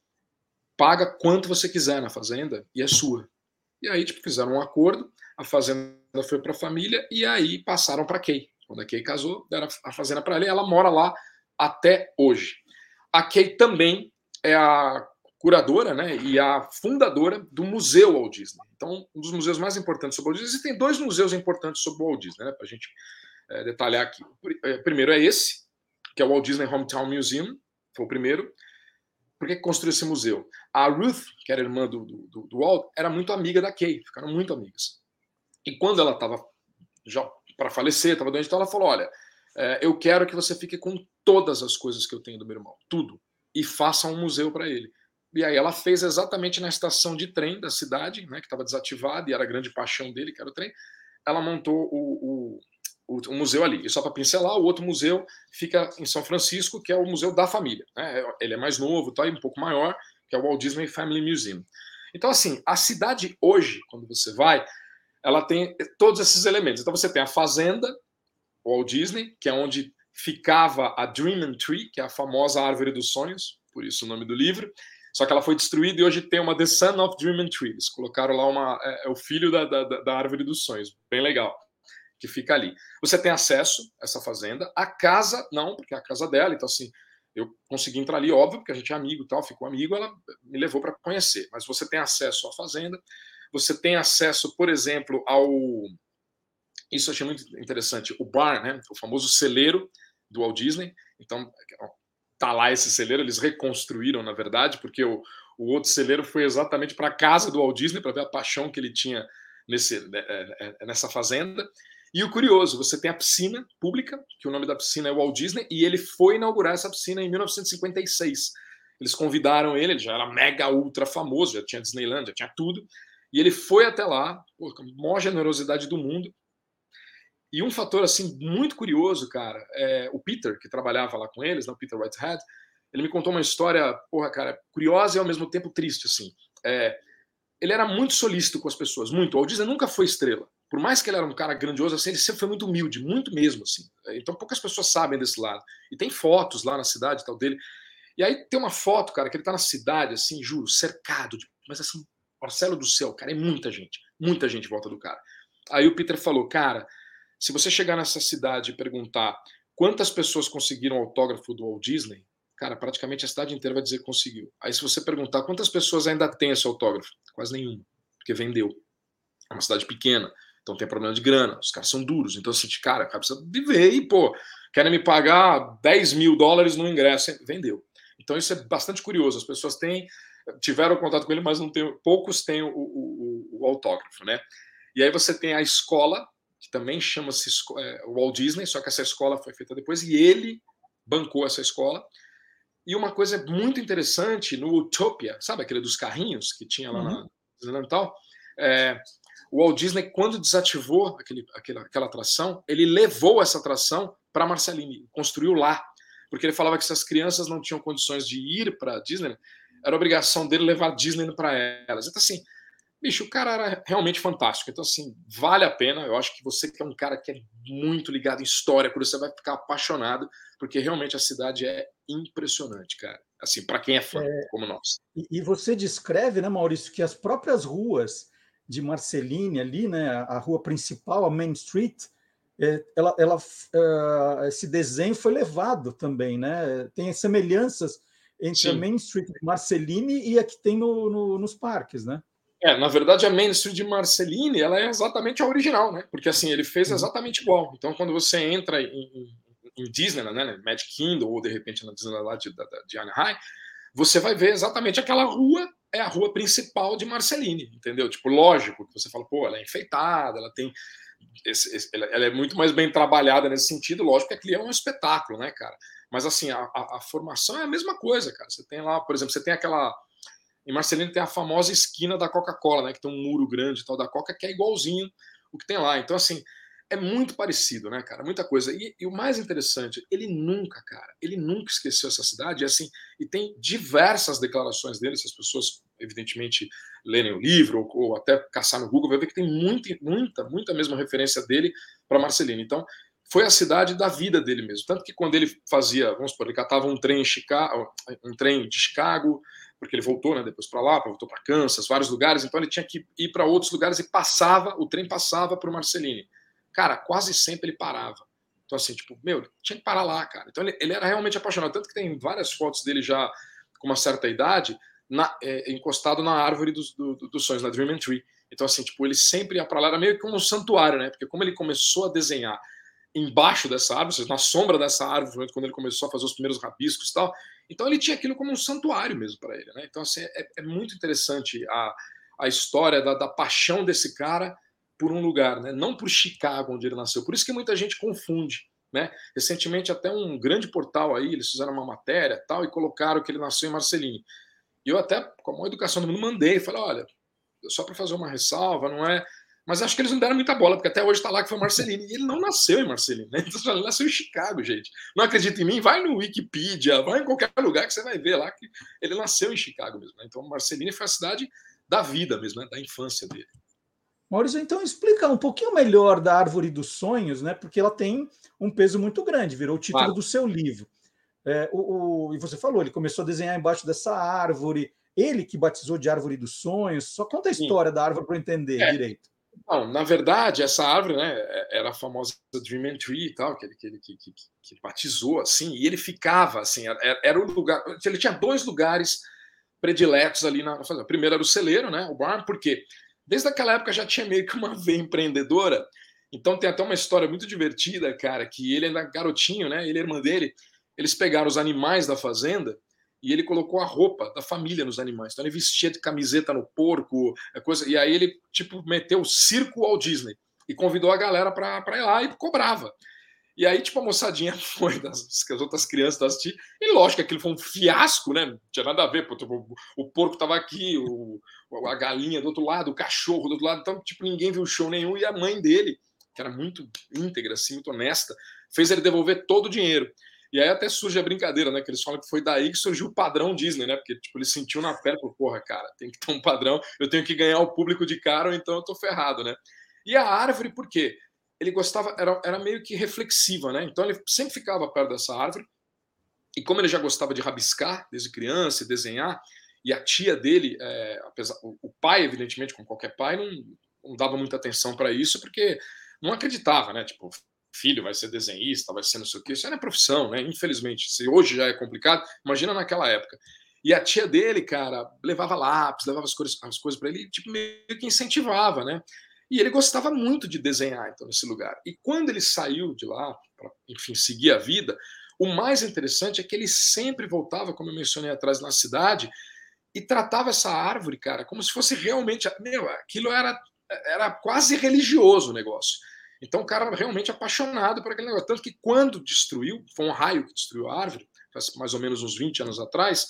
paga quanto você quiser na fazenda e é sua. E aí, tipo, fizeram um acordo, a fazenda foi para a família e aí passaram para Kay. Quando a Kay casou, deram a fazenda para ela e ela mora lá até hoje. A Kay também é a curadora, né, e a fundadora do Museu Walt Disney. Então, um dos museus mais importantes sobre o Walt Disney. Existem dois museus importantes sobre o Walt Disney, né, para a gente é, detalhar aqui. O primeiro é esse, que é o Walt Disney Hometown Museum, foi o primeiro. Por que construiu esse museu? A Ruth, que era irmã do, do, do Walt, era muito amiga da Kay, ficaram muito amigas. E quando ela estava já para falecer, estava doente, então ela falou, olha, é, eu quero que você fique com todas as coisas que eu tenho do meu irmão, tudo, e faça um museu para ele. E aí ela fez exatamente na estação de trem da cidade, né, que estava desativada e era a grande paixão dele, que era o trem, ela montou o, o, o, o museu ali. E só para pincelar, o outro museu fica em São Francisco, que é o Museu da Família. Né? Ele é mais novo, tá, e um pouco maior, que é o Walt Disney Family Museum. Então, assim, a cidade hoje, quando você vai, ela tem todos esses elementos. Então você tem a fazenda, o Walt Disney, que é onde ficava a Dream Tree, que é a famosa Árvore dos Sonhos, por isso o nome do livro, só que ela foi destruída e hoje tem uma The Son of Dream Tree. Eles colocaram lá uma, é, é o filho da, da, da Árvore dos Sonhos, bem legal, que fica ali. Você tem acesso a essa fazenda, a casa não, porque é a casa dela, então assim, eu consegui entrar ali, óbvio, porque a gente é amigo e tal, ficou amigo, ela me levou para conhecer, mas você tem acesso à fazenda, você tem acesso, por exemplo, ao... Isso eu achei muito interessante. O barn, né, o famoso celeiro do Walt Disney. Então, tá lá esse celeiro, eles reconstruíram, na verdade, porque o, o outro celeiro foi exatamente para a casa do Walt Disney, para ver a paixão que ele tinha nesse, nessa fazenda. E o curioso, você tem a piscina pública, que o nome da piscina é Walt Disney, e ele foi inaugurar essa piscina em mil novecentos e cinquenta e seis. Eles convidaram ele, ele já era mega ultra famoso, já tinha Disneyland, já tinha tudo, e ele foi até lá, pô, com a maior generosidade do mundo. E um fator, assim, muito curioso, cara, é o Peter, que trabalhava lá com eles, né, o Peter Whitehead, ele me contou uma história, porra, cara, curiosa e ao mesmo tempo triste, assim. É, ele era muito solícito com as pessoas, muito. O Walt Disney nunca foi estrela. Por mais que ele era um cara grandioso, assim, ele sempre foi muito humilde, muito mesmo, assim. Então poucas pessoas sabem desse lado. E tem fotos lá na cidade e tal dele. E aí tem uma foto, cara, que ele tá na cidade, assim, juro, cercado, de... mas assim, Marcelo do céu, cara, é muita gente. Muita gente em volta do cara. Aí o Peter falou, cara... Se você chegar nessa cidade e perguntar quantas pessoas conseguiram autógrafo do Walt Disney, cara, praticamente a cidade inteira vai dizer que conseguiu. Aí se você perguntar quantas pessoas ainda têm esse autógrafo, quase nenhuma, porque vendeu. É uma cidade pequena, então tem problema de grana, os caras são duros. Então assim, cara, cara precisa viver e, pô, querem me pagar dez mil dólares no ingresso, vendeu. Então isso é bastante curioso, as pessoas têm, tiveram contato com ele, mas não tem, poucos têm o, o, o, o autógrafo, né? E aí você tem a escola, que também chama-se é, Walt Disney, só que essa escola foi feita depois, e ele bancou essa escola. E uma coisa muito interessante, no Utopia, sabe aquele dos carrinhos que tinha lá uhum. na Disneyland e tal, é, o Walt Disney, quando desativou aquele, aquela, aquela atração, ele levou essa atração para Marceline, construiu lá, porque ele falava que se as crianças não tinham condições de ir para Disney, era obrigação dele levar Disney para elas. Então, assim, bicho, o cara era realmente fantástico. Então, assim, vale a pena. Eu acho que você que é um cara que é muito ligado em história, por isso você vai ficar apaixonado, porque realmente a cidade é impressionante, cara. Assim, para quem é fã, É, como nós. e, e você descreve, né, Maurício, que as próprias ruas de Marceline ali, né, a, a rua principal, a Main Street, é, ela, ela, uh, esse desenho foi levado também, né? Tem semelhanças entre Sim. a Main Street de Marceline e a que tem no, no, nos parques, né? É, na verdade, a Main Street de Marceline, ela é exatamente a original, né? Porque assim, ele fez exatamente igual. Então, quando você entra em, em, em Disneyland, né, Magic Kingdom, ou de repente na Disneyland lá de, de Anaheim, você vai ver exatamente aquela rua, é a rua principal de Marceline, entendeu? Tipo, lógico que você fala, pô, ela é enfeitada, ela tem... Esse, esse, ela é muito mais bem trabalhada nesse sentido, lógico que aquilo é um espetáculo, né, cara? Mas assim, a, a, a formação é a mesma coisa, cara. Você tem lá, por exemplo, você tem aquela... Em Marceline tem a famosa esquina da Coca-Cola, né? Que tem um muro grande e tal da Coca, que é igualzinho o que tem lá. Então, assim, é muito parecido, né, cara? Muita coisa. E, e o mais interessante, ele nunca, cara, ele nunca esqueceu essa cidade. E, assim, e tem diversas declarações dele, se as pessoas, evidentemente, lerem o livro ou, ou até caçar no Google, vai ver que tem muita, muita, muita mesma referência dele para Marceline. Então, foi a cidade da vida dele mesmo. Tanto que quando ele fazia, vamos supor, ele catava um trem em Chicago, um trem de Chicago, porque ele voltou, né, depois para lá, voltou para Kansas, vários lugares, então ele tinha que ir para outros lugares e passava, o trem passava por Marceline. Cara, quase sempre ele parava. Então, assim, tipo, meu, tinha que parar lá, cara. Então ele, ele era realmente apaixonado, tanto que tem várias fotos dele já com uma certa idade, na, é, encostado na árvore dos, do, dos sonhos, na Dream Tree. Então, assim, tipo, ele sempre ia para lá, era meio que um santuário, né, porque como ele começou a desenhar embaixo dessa árvore, na sombra dessa árvore, quando ele começou a fazer os primeiros rabiscos e tal, então ele tinha aquilo como um santuário mesmo para ele, né? Então, assim, é, é muito interessante a, a história da, da paixão desse cara por um lugar, né? Não por Chicago, onde ele nasceu. Por isso que muita gente confunde, né? Recentemente, até um grande portal aí, eles fizeram uma matéria tal e colocaram que ele nasceu em Marceline. E eu até, com a maior educação do mundo, mandei, falei, olha, só para fazer uma ressalva, não é... Mas acho que eles não deram muita bola, porque até hoje está lá que foi Marceline. E ele não nasceu em Marceline, né? Então, ele nasceu em Chicago, gente. Não acredita em mim? Vai no Wikipedia, vai em qualquer lugar que você vai ver lá que ele nasceu em Chicago mesmo, né? Então, Marceline foi a cidade da vida mesmo, né? Da infância dele. Maurício, então explica um pouquinho melhor da Árvore dos Sonhos, né? Porque ela tem um peso muito grande, virou o título claro. do seu livro. É, o, o, e você falou, ele começou a desenhar embaixo dessa árvore, ele que batizou de Árvore dos Sonhos. Só conta a história Sim. da árvore para eu entender é. direito. Não, na verdade, essa árvore, né, era a famosa Dream Tree e tal, que ele, que, ele, que, que, que ele batizou, assim, e ele ficava, assim, era, era o lugar... Ele tinha dois lugares prediletos ali na... O primeiro era o celeiro, né, o barn, porque desde aquela época já tinha meio que uma veia empreendedora, então tem até uma história muito divertida, cara, que ele ainda garotinho, né, ele e a irmã dele, eles pegaram os animais da fazenda e ele colocou a roupa da família nos animais. Então ele vestia de camiseta no porco, coisa. E aí ele tipo meteu o circo ao Disney e convidou a galera para ir lá e cobrava. E aí tipo a moçadinha foi das as outras crianças assistir. E lógico que aquilo foi um fiasco, né? Não tinha nada a ver. Pô, o, o porco estava aqui, o, a galinha do outro lado, o cachorro do outro lado. Então tipo ninguém viu show nenhum. E a mãe dele, que era muito íntegra, assim, muito honesta, fez ele devolver todo o dinheiro. E aí até surge a brincadeira, né? Que eles falam que foi daí que surgiu o padrão Disney, né? Porque tipo, ele sentiu na pele, porra, cara, tem que ter um padrão, eu tenho que ganhar o público de cara, ou então eu tô ferrado, né? E a árvore, por quê? Ele gostava, era, era meio que reflexiva, né? Então ele sempre ficava perto dessa árvore, e como ele já gostava de rabiscar desde criança, desenhar, e a tia dele, é, apesar, o pai, evidentemente, como qualquer pai, não, não dava muita atenção para isso, porque não acreditava, né? Tipo, filho vai ser desenhista, vai ser não sei o quê, isso era profissão, né? Infelizmente, se hoje já é complicado, imagina naquela época. E a tia dele, cara, levava lápis, levava as coisas, as coisas para ele, tipo, meio que incentivava, né? E ele gostava muito de desenhar, então, nesse lugar. E quando ele saiu de lá, para, enfim, seguir a vida, o mais interessante é que ele sempre voltava, como eu mencionei atrás, na cidade, e tratava essa árvore, cara, como se fosse realmente... Meu, aquilo era, era quase religioso o negócio. Então o cara era realmente apaixonado por aquele negócio. Tanto que quando destruiu, foi um raio que destruiu a árvore, faz mais ou menos uns vinte anos atrás,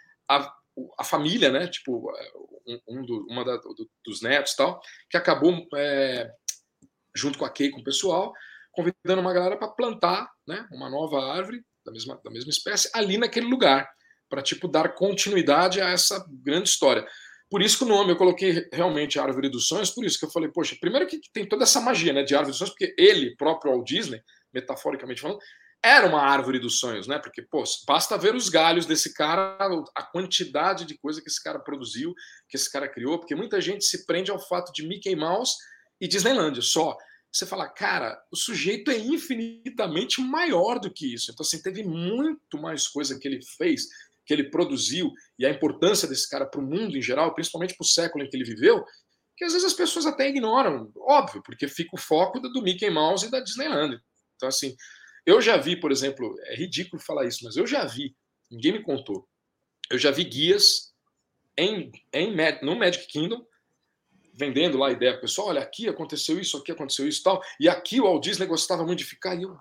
a, a família, né, tipo, um, um do, uma da, do, dos netos e tal, que acabou, é, junto com a Kay, com o pessoal, convidando uma galera para plantar, né, uma nova árvore da mesma, da mesma espécie ali naquele lugar, para tipo, dar continuidade a essa grande história. Por isso que o nome, eu coloquei realmente Árvore dos Sonhos, por isso que eu falei, poxa, primeiro que tem toda essa magia, né, de Árvore dos Sonhos, porque ele, próprio Walt Disney, metaforicamente falando, era uma árvore dos sonhos, né? Porque, pô, basta ver os galhos desse cara, a quantidade de coisa que esse cara produziu, que esse cara criou, porque muita gente se prende ao fato de Mickey Mouse e Disneylandia só. Você fala, cara, o sujeito é infinitamente maior do que isso. Então, assim, teve muito mais coisa que ele fez, que ele produziu, e a importância desse cara para o mundo em geral, principalmente para o século em que ele viveu, que às vezes as pessoas até ignoram, óbvio, porque fica o foco do Mickey Mouse e da Disneylandia. Então, assim, eu já vi, por exemplo, é ridículo falar isso, mas eu já vi, ninguém me contou, eu já vi guias em, em, no Magic Kingdom, vendendo lá a ideia pro pessoal, olha, aqui aconteceu isso, aqui aconteceu isso e tal, e aqui o Walt Disney gostava muito de ficar, e eu,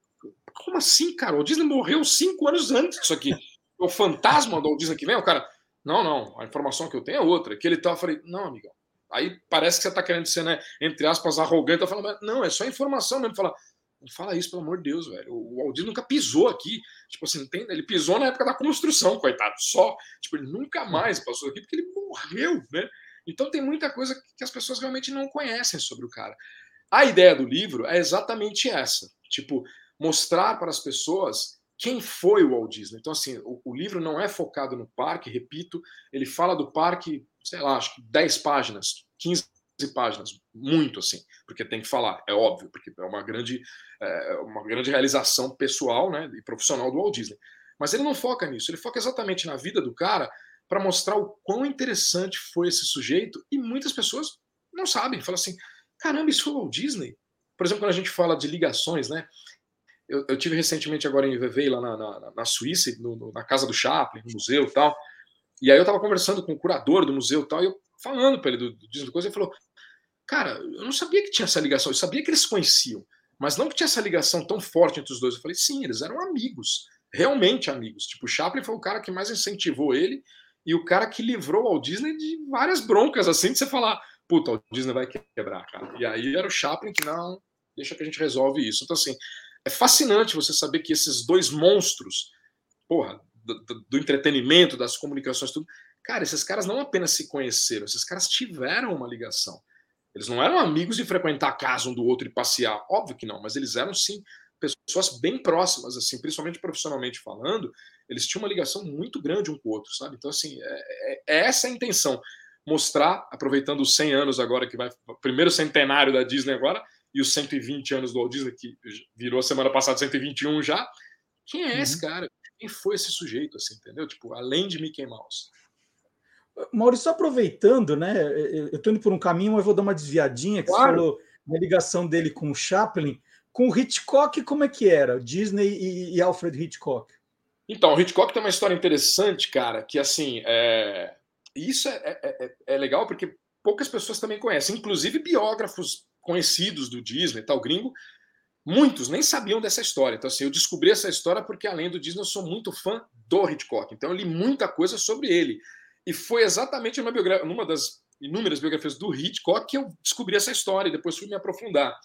como assim, cara? O Walt Disney morreu cinco anos antes disso aqui. O fantasma do Walt Disney que vem, o cara, não, não, a informação que eu tenho é outra, que ele tá, eu falei, não, amigão, aí parece que você tá querendo ser, né, entre aspas, arrogante, tá falando, não, é só informação mesmo, fala, não fala isso, pelo amor de Deus, velho. O Walt Disney nunca pisou aqui. Tipo assim, entende? Ele pisou na época da construção, coitado, só. Tipo, ele nunca mais passou aqui porque ele morreu, né? Então tem muita coisa que as pessoas realmente não conhecem sobre o cara. A ideia do livro é exatamente essa. Tipo, mostrar para as pessoas quem foi o Walt Disney. Então, assim, o, o livro não é focado no parque, repito, ele fala do parque, sei lá, acho que dez páginas, quinze páginas, muito assim, porque tem que falar, é óbvio, porque é uma grande, é, uma grande realização pessoal, né, e profissional do Walt Disney. Mas ele não foca nisso, ele foca exatamente na vida do cara para mostrar o quão interessante foi esse sujeito, e muitas pessoas não sabem, falam assim, caramba, isso foi o Walt Disney? Por exemplo, quando a gente fala de ligações, né, eu, eu tive recentemente agora em Vevey, lá na, na, na Suíça, no, no, na casa do Chaplin, no museu e tal, e aí eu tava conversando com o curador do museu e tal, e eu falando para ele do, do Disney, coisa, ele falou, cara, eu não sabia que tinha essa ligação, eu sabia que eles se conheciam, mas não que tinha essa ligação tão forte entre os dois. Eu falei, sim, eles eram amigos, realmente amigos. Tipo, o Chaplin foi o cara que mais incentivou ele e o cara que livrou o Walt Disney de várias broncas, assim, de você falar, puta, o Walt Disney vai quebrar, cara. E aí era o Chaplin que, não, deixa que a gente resolve isso. Então, assim, é fascinante você saber que esses dois monstros, porra, do, do, do entretenimento, das comunicações, tudo, cara, esses caras não apenas se conheceram, esses caras tiveram uma ligação. Eles não eram amigos de frequentar a casa um do outro e passear, óbvio que não, mas eles eram, sim, pessoas bem próximas, assim, principalmente profissionalmente falando, eles tinham uma ligação muito grande um com o outro, sabe? Então, assim, é, é, é essa a intenção, mostrar, aproveitando os cem anos agora, que vai, o primeiro centenário da Disney agora, e os cento e vinte anos do Walt Disney, que virou semana passada cento e vinte e um já, quem é uhum. esse cara? Quem foi esse sujeito, assim, entendeu? Tipo, além de Mickey Mouse. Maurício, aproveitando, né? Eu estou indo por um caminho, mas vou dar uma desviadinha, que claro. Você falou da ligação dele com o Chaplin. Com o Hitchcock, como é que era? Disney e, e Alfred Hitchcock. Então, o Hitchcock tem uma história interessante, cara, que assim, é... isso é, é, é, é legal porque poucas pessoas também conhecem, inclusive biógrafos conhecidos do Disney, tal, gringo, muitos nem sabiam dessa história. Então, assim, eu descobri essa história porque, além do Disney, eu sou muito fã do Hitchcock. Então, eu li muita coisa sobre ele. E foi exatamente numa, biogra... numa das inúmeras biografias do Hitchcock que eu descobri essa história e depois fui me aprofundar.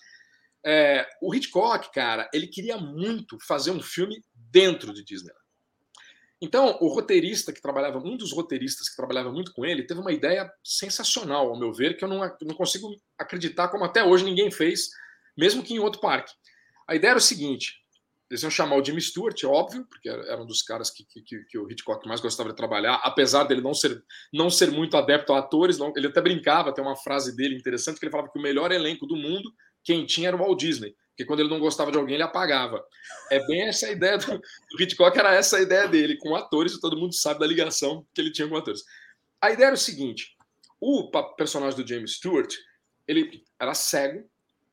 É, o Hitchcock, cara, ele queria muito fazer um filme dentro de Disney. Então, o roteirista que trabalhava, um dos roteiristas que trabalhava muito com ele, teve uma ideia sensacional, ao meu ver, que eu não, não consigo acreditar como até hoje ninguém fez, mesmo que em outro parque. A ideia era o seguinte: eles iam chamar o Jimmy Stewart, óbvio, porque era um dos caras que, que, que o Hitchcock mais gostava de trabalhar, apesar dele não ser, não ser muito adepto a atores. Não, ele até brincava, tem uma frase dele interessante, que ele falava que o melhor elenco do mundo, quem tinha era o Walt Disney, porque quando ele não gostava de alguém, ele apagava. É bem essa a ideia do, do Hitchcock, era essa a ideia dele, com atores, e todo mundo sabe da ligação que ele tinha com atores. A ideia era o seguinte: o personagem do James Stewart, ele era cego,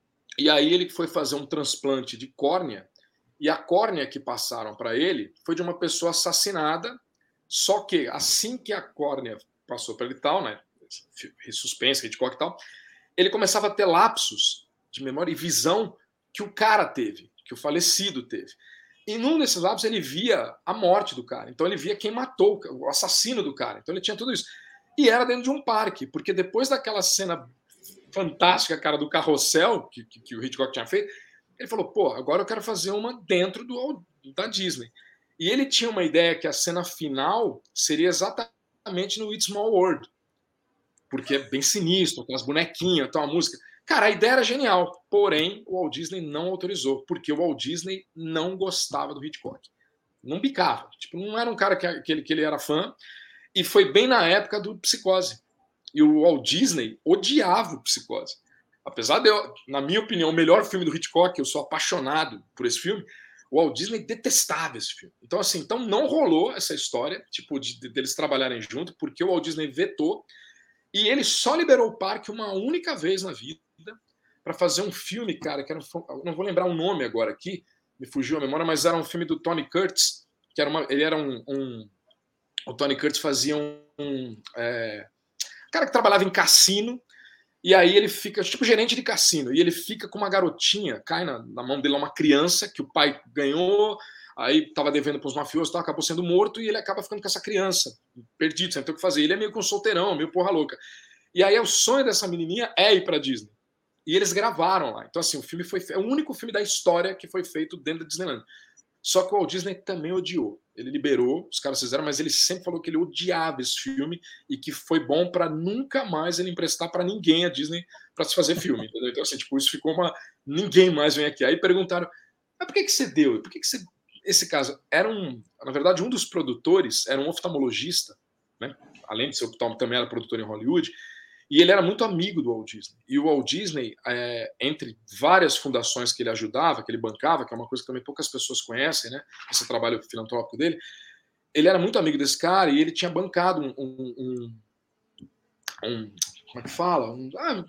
e aí ele foi fazer um transplante de córnea, e a córnea que passaram para ele foi de uma pessoa assassinada, só que assim que a córnea passou para ele e tal, né, suspense, Hitchcock e tal, ele começava a ter lapsos de memória e visão que o cara teve, que o falecido teve. E num desses lapsos ele via a morte do cara, então ele via quem matou, o assassino do cara, então ele tinha tudo isso. E era dentro de um parque, porque depois daquela cena fantástica, cara, do carrossel que, que, que o Hitchcock tinha feito, ele falou, pô, agora eu quero fazer uma dentro do, da Disney. E ele tinha uma ideia que a cena final seria exatamente no It's Small World. porque é bem sinistro, tem as bonequinhas, tem uma música. Cara, a ideia era genial, porém o Walt Disney não autorizou, porque o Walt Disney não gostava do Hitchcock. Não bicava. Tipo, não era um cara que, que, ele, que ele era fã, e foi bem na época do Psicose. E o Walt Disney odiava o Psicose. Apesar de, eu, na minha opinião, o melhor filme do Hitchcock, eu sou apaixonado por esse filme, o Walt Disney detestava esse filme. Então, assim, então não rolou essa história, tipo, de, de, deles trabalharem junto, porque o Walt Disney vetou, e ele só liberou o parque uma única vez na vida para fazer um filme, cara, que era um, não vou lembrar o nome agora aqui, me fugiu a memória, mas era um filme do Tony Curtis, que era uma, ele era um, um o Tony Curtis fazia um, um é, cara que trabalhava em cassino, e aí ele fica, tipo, gerente de cassino, e ele fica com uma garotinha, cai na, na mão dele uma criança, que o pai ganhou, aí estava devendo para os mafiosos, tá, acabou sendo morto, e ele acaba ficando com essa criança, perdido, sem ter o que fazer. Ele é meio que um solteirão, meio porra louca. E aí o sonho dessa menininha é ir para Disney. E eles gravaram lá. Então, assim, o filme foi é o único filme da história que foi feito dentro da Disneyland. Só que o Walt Disney também odiou. Ele liberou, os caras fizeram, mas ele sempre falou que ele odiava esse filme e que foi bom para nunca mais ele emprestar para ninguém a Disney para se fazer filme. Entendeu? Então, assim, tipo, isso ficou uma. Ninguém mais vem aqui. Aí perguntaram, mas por que, que você deu? Por que, que você. Esse caso era um. Na verdade, um dos produtores era um oftalmologista, né? Além de ser também era produtor em Hollywood. E ele era muito amigo do Walt Disney. E o Walt Disney, é, entre várias fundações que ele ajudava, que ele bancava, que é uma coisa que também poucas pessoas conhecem, né? Esse trabalho filantrópico dele, ele era muito amigo desse cara e ele tinha bancado um... um, um, um como é que fala? Um, ah,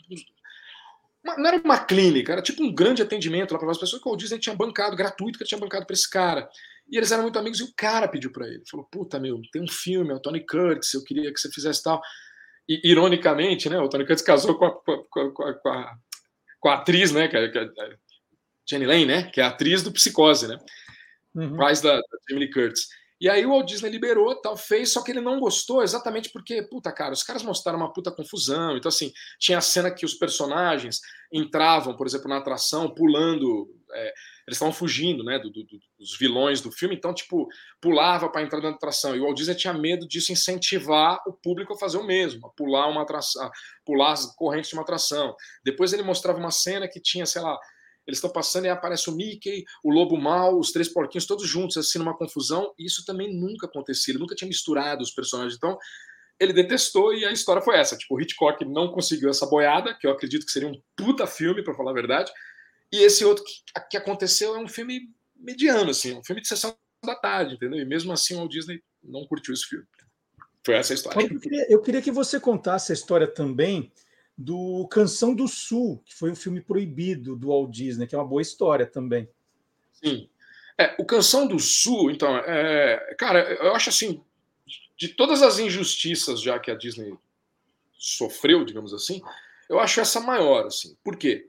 uma, não era uma clínica, era tipo um grande atendimento lá para as pessoas que o Walt Disney tinha bancado, gratuito, que ele tinha bancado para esse cara. E eles eram muito amigos e o cara pediu para ele. Falou, puta, meu, tem um filme, é o Tony Curtis, eu queria que você fizesse tal... E, ironicamente, né, o Tony Curtis casou com a, com a, com a, com a, com a atriz, né, que é, que é Jenny Lane, né, que é a atriz do Psicose, né, uhum. Pais da, da Jamie Lee Curtis. E aí o Walt Disney liberou, tal, fez, só que ele não gostou exatamente porque, puta, cara, os caras mostraram uma puta confusão. Então, assim, tinha a cena que os personagens entravam, por exemplo, na atração, pulando... É, eles estavam fugindo, né, do, do, dos vilões do filme, então, tipo, pulava para entrar na atração. E o Walt Disney tinha medo disso incentivar o público a fazer o mesmo, a pular uma atração, a pular as correntes de uma atração. Depois ele mostrava uma cena que tinha, sei lá, eles estão passando e aparece o Mickey, o Lobo Mau, os três porquinhos, todos juntos, assim, numa confusão. E isso também nunca acontecia, ele nunca tinha misturado os personagens. Então, ele detestou e a história foi essa. Tipo, o Hitchcock não conseguiu essa boiada, que eu acredito que seria um puta filme, para falar a verdade. E esse outro que, que aconteceu é um filme mediano, assim, um filme de sessão da tarde, entendeu? E mesmo assim o Walt Disney não curtiu esse filme. Foi essa a história. Eu queria, eu queria que você contasse a história também do Canção do Sul, que foi um filme proibido do Walt Disney, que é uma boa história também. Sim. É, o Canção do Sul, então, é, cara, eu acho assim, de todas as injustiças já que a Disney sofreu, digamos assim, eu acho essa maior, assim. Por quê?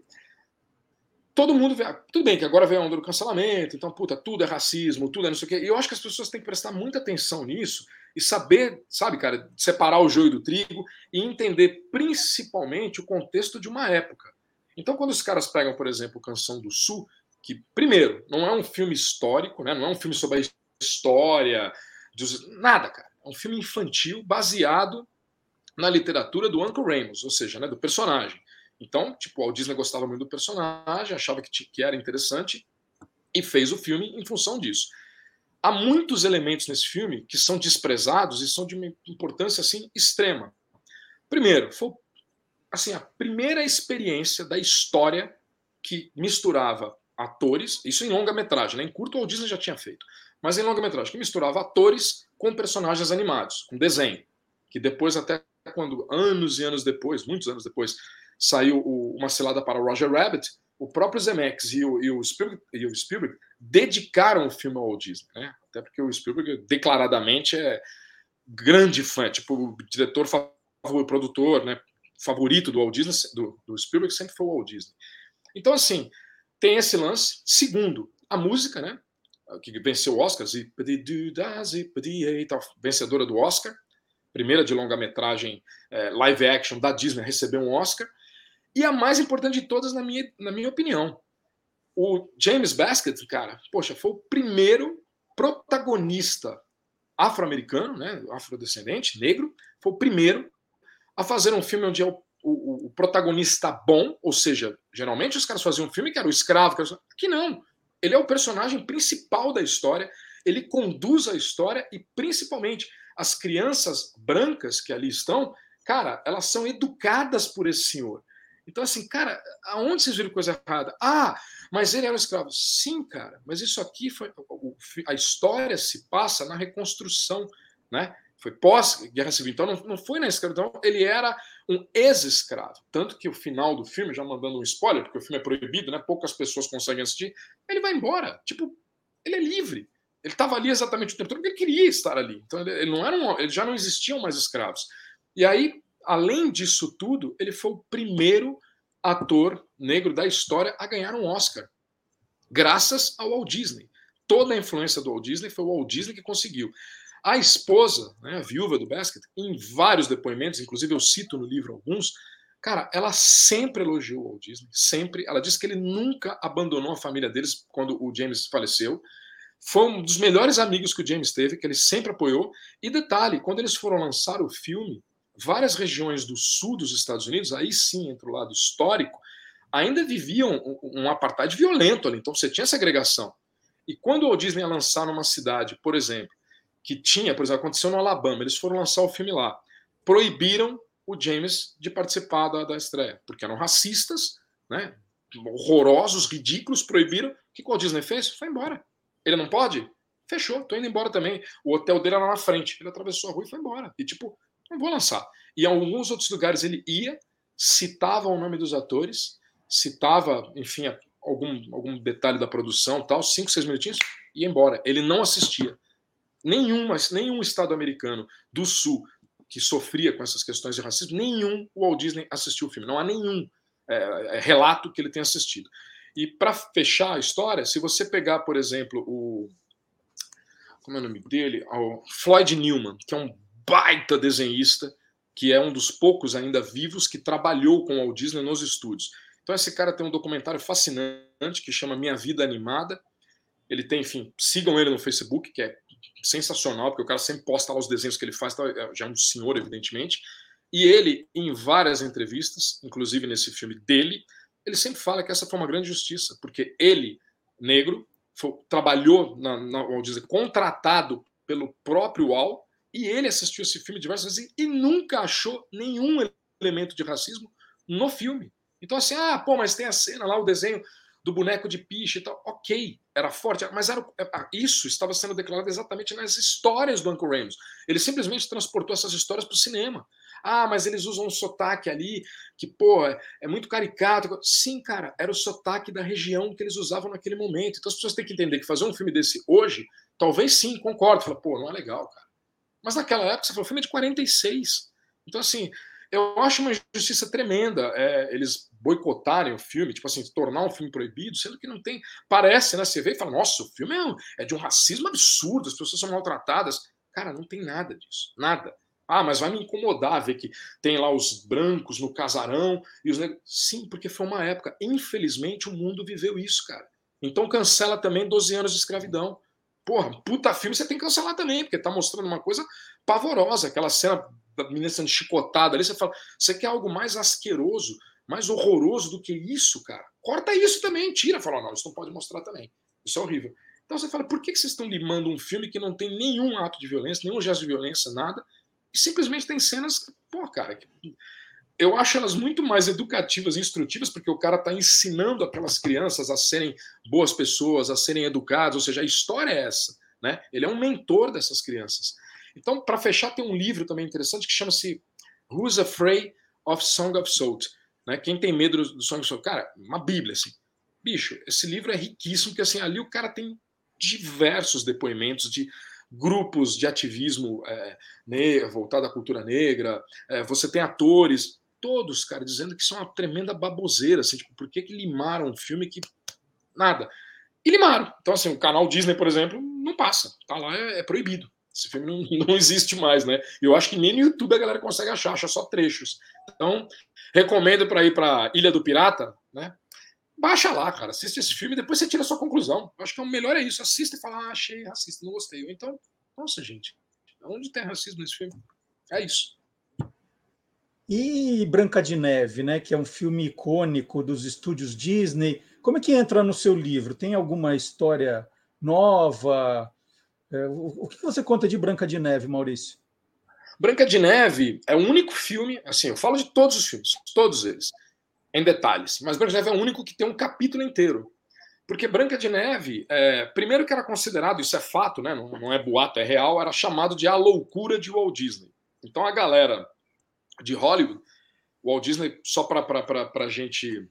Todo mundo vê, tudo bem que agora vem a onda do cancelamento, então, puta, tudo é racismo, tudo é não sei o quê. E eu acho que as pessoas têm que prestar muita atenção nisso e saber, sabe, cara, separar o joio do trigo e entender principalmente o contexto de uma época. Então, quando os caras pegam, por exemplo, Canção do Sul, que, primeiro, não é um filme histórico, né? Não é um filme sobre a história, dos... nada, cara. É um filme infantil baseado na literatura do Uncle Remus, ou seja, né, do personagem. Então, tipo, o Walt Disney gostava muito do personagem, achava que, que era interessante e fez o filme em função disso. Há muitos elementos nesse filme que são desprezados e são de uma importância assim extrema. Primeiro, foi assim, a primeira experiência da história que misturava atores, isso em longa-metragem, né? Em curto o Walt Disney já tinha feito, mas em longa-metragem, que misturava atores com personagens animados, com desenho, que depois até quando, anos e anos depois, muitos anos depois, saiu o, uma cilada para Roger Rabbit, o próprio Zemeckis e o, e, o Spielberg, e o Spielberg dedicaram o filme ao Walt Disney, né? Até porque o Spielberg declaradamente é grande fã, tipo o diretor favorito, produtor, né, favorito do Walt Disney, do, do Spielberg sempre foi o Walt Disney. Então, assim, tem esse lance. Segundo, a música, né, que venceu o Oscar, vencedora do Oscar, primeira de longa-metragem é, live action da Disney recebeu um Oscar. E a mais importante de todas, na minha, na minha opinião, o James Baskett, cara, poxa, foi o primeiro protagonista afro-americano, né, afrodescendente, negro, foi o primeiro a fazer um filme onde é o, o, o protagonista bom, ou seja, geralmente os caras faziam um filme que era o escravo, que era... aqui não. Ele é o personagem principal da história, ele conduz a história e, principalmente, as crianças brancas que ali estão, cara, elas são educadas por esse senhor. Então, assim, cara, aonde vocês viram coisa errada? Ah, mas ele era um escravo. Sim, cara, mas isso aqui foi... A história se passa na reconstrução, né? Foi pós-Guerra Civil. Então, não, não foi na escravidão, ele era um ex-escravo. Tanto que o final do filme, já mandando um spoiler, porque o filme é proibido, né? Poucas pessoas conseguem assistir, ele vai embora. Tipo, ele é livre. Ele estava ali exatamente o tempo todo porque ele queria estar ali. Então, ele, ele, não era um, ele já não existiam mais escravos. E aí, além disso tudo, ele foi o primeiro ator negro da história a ganhar um Oscar, graças ao Walt Disney. Toda a influência do Walt Disney foi o Walt Disney que conseguiu. A esposa, né, a viúva do Beckett, em vários depoimentos, inclusive eu cito no livro alguns, cara, ela sempre elogiou o Walt Disney, sempre. Ela disse que ele nunca abandonou a família deles quando o James faleceu. Foi um dos melhores amigos que o James teve, que ele sempre apoiou. E detalhe, quando eles foram lançar o filme, várias regiões do sul dos Estados Unidos, aí sim, entre o lado histórico, ainda viviam um, um apartheid violento ali. Então você tinha segregação. E quando o Walt Disney ia lançar numa cidade, por exemplo, que tinha, por exemplo, aconteceu no Alabama, eles foram lançar o filme lá, proibiram o James de participar da, da estreia, porque eram racistas, né, horrorosos, ridículos, proibiram. O que o Walt Disney fez? Foi embora. Ele não pode? Fechou, tô indo embora também. O hotel dele era lá na frente. Ele atravessou a rua e foi embora. E tipo, não vou lançar. E em alguns outros lugares ele ia, citava o nome dos atores, citava, enfim, algum, algum detalhe da produção, tal, cinco, seis minutinhos, e ia embora. Ele não assistia. Nenhum, mas nenhum estado americano do sul que sofria com essas questões de racismo, nenhum o Walt Disney assistiu o filme. Não há nenhum é, é, relato que ele tenha assistido. E para fechar a história, se você pegar, por exemplo, o... Como é o nome dele? O Floyd Newman, que é um baita desenhista, que é um dos poucos ainda vivos que trabalhou com o Walt Disney nos estúdios. Então esse cara tem um documentário fascinante que chama Minha Vida Animada. Ele tem, enfim, sigam ele no Facebook, que é sensacional, porque o cara sempre posta lá os desenhos que ele faz, já é um senhor, evidentemente. E ele, em várias entrevistas, inclusive nesse filme dele, ele sempre fala que essa foi uma grande justiça, porque ele, negro, foi, trabalhou na, na Walt Disney, contratado pelo próprio Walt, e ele assistiu esse filme diversas vezes e nunca achou nenhum elemento de racismo no filme. Então assim, ah, pô, mas tem a cena lá, o desenho do boneco de piche e tal. Ok, era forte, mas era, isso estava sendo declarado exatamente nas histórias do Uncle Remus. Ele simplesmente transportou essas histórias para o cinema. Ah, mas eles usam um sotaque ali que, pô, é, é muito caricato. Sim, cara, era o sotaque da região que eles usavam naquele momento. Então as pessoas têm que entender que fazer um filme desse hoje, talvez sim, concordo. Fala, pô, não é legal, cara. Mas naquela época, você falou, o filme é de quarenta e seis. Então, assim, eu acho uma injustiça tremenda é, eles boicotarem o filme, tipo assim, tornar um filme proibido, sendo que não tem... Parece, né? Você vê e fala, nossa, o filme é, é de um racismo absurdo, as pessoas são maltratadas. Cara, não tem nada disso, nada. Ah, mas vai me incomodar ver que tem lá os brancos no casarão e os negros. Sim, porque foi uma época. Infelizmente, o mundo viveu isso, cara. Então cancela também doze anos de escravidão. Porra, puta filme você tem que cancelar também, porque tá mostrando uma coisa pavorosa. Aquela cena da menina sendo chicotada ali, você fala, você quer algo mais asqueroso, mais horroroso do que isso, cara? Corta isso também, tira. Fala, não, isso não pode mostrar também. Isso é horrível. Então você fala, por que vocês estão limando um filme que não tem nenhum ato de violência, nenhum gesto de violência, nada, e simplesmente tem cenas que, pô, cara, eu acho elas muito mais educativas e instrutivas, porque o cara está ensinando aquelas crianças a serem boas pessoas, a serem educadas, ou seja, a história é essa, né? Ele é um mentor dessas crianças. Então, para fechar, tem um livro também interessante que chama-se Who's Afraid of Song of Salt? Né? Quem tem medo do Song of Salt? Cara, uma bíblia, assim. Bicho, esse livro é riquíssimo, porque assim, ali o cara tem diversos depoimentos de grupos de ativismo é, ne- voltado à cultura negra, é, você tem atores, todos, cara, dizendo que isso é uma tremenda baboseira, assim, tipo, por que que limaram um filme que... Nada. E limaram. Então, assim, o canal Disney, por exemplo, não passa. Tá lá, é, é proibido. Esse filme não, não existe mais, né? Eu acho que nem no YouTube a galera consegue achar, acha só trechos. Então, recomendo para ir para Ilha do Pirata, né? Baixa lá, cara, assiste esse filme e depois você tira a sua conclusão. Eu acho que o melhor é isso, assista e fala, ah, achei racista, não gostei. Ou então, nossa, gente, onde tem racismo nesse filme? É isso. E Branca de Neve, né, que é um filme icônico dos estúdios Disney, como é que entra no seu livro? Tem alguma história nova? É, o, o que você conta de Branca de Neve, Maurício? Branca de Neve é o único filme, assim, eu falo de todos os filmes, todos eles, em detalhes, mas Branca de Neve é o único que tem um capítulo inteiro. Porque Branca de Neve, é, primeiro que era considerado, isso é fato, né, não, não é boato, é real, era chamado de a loucura de Walt Disney. Então a galera de Hollywood, o Walt Disney, só para a gente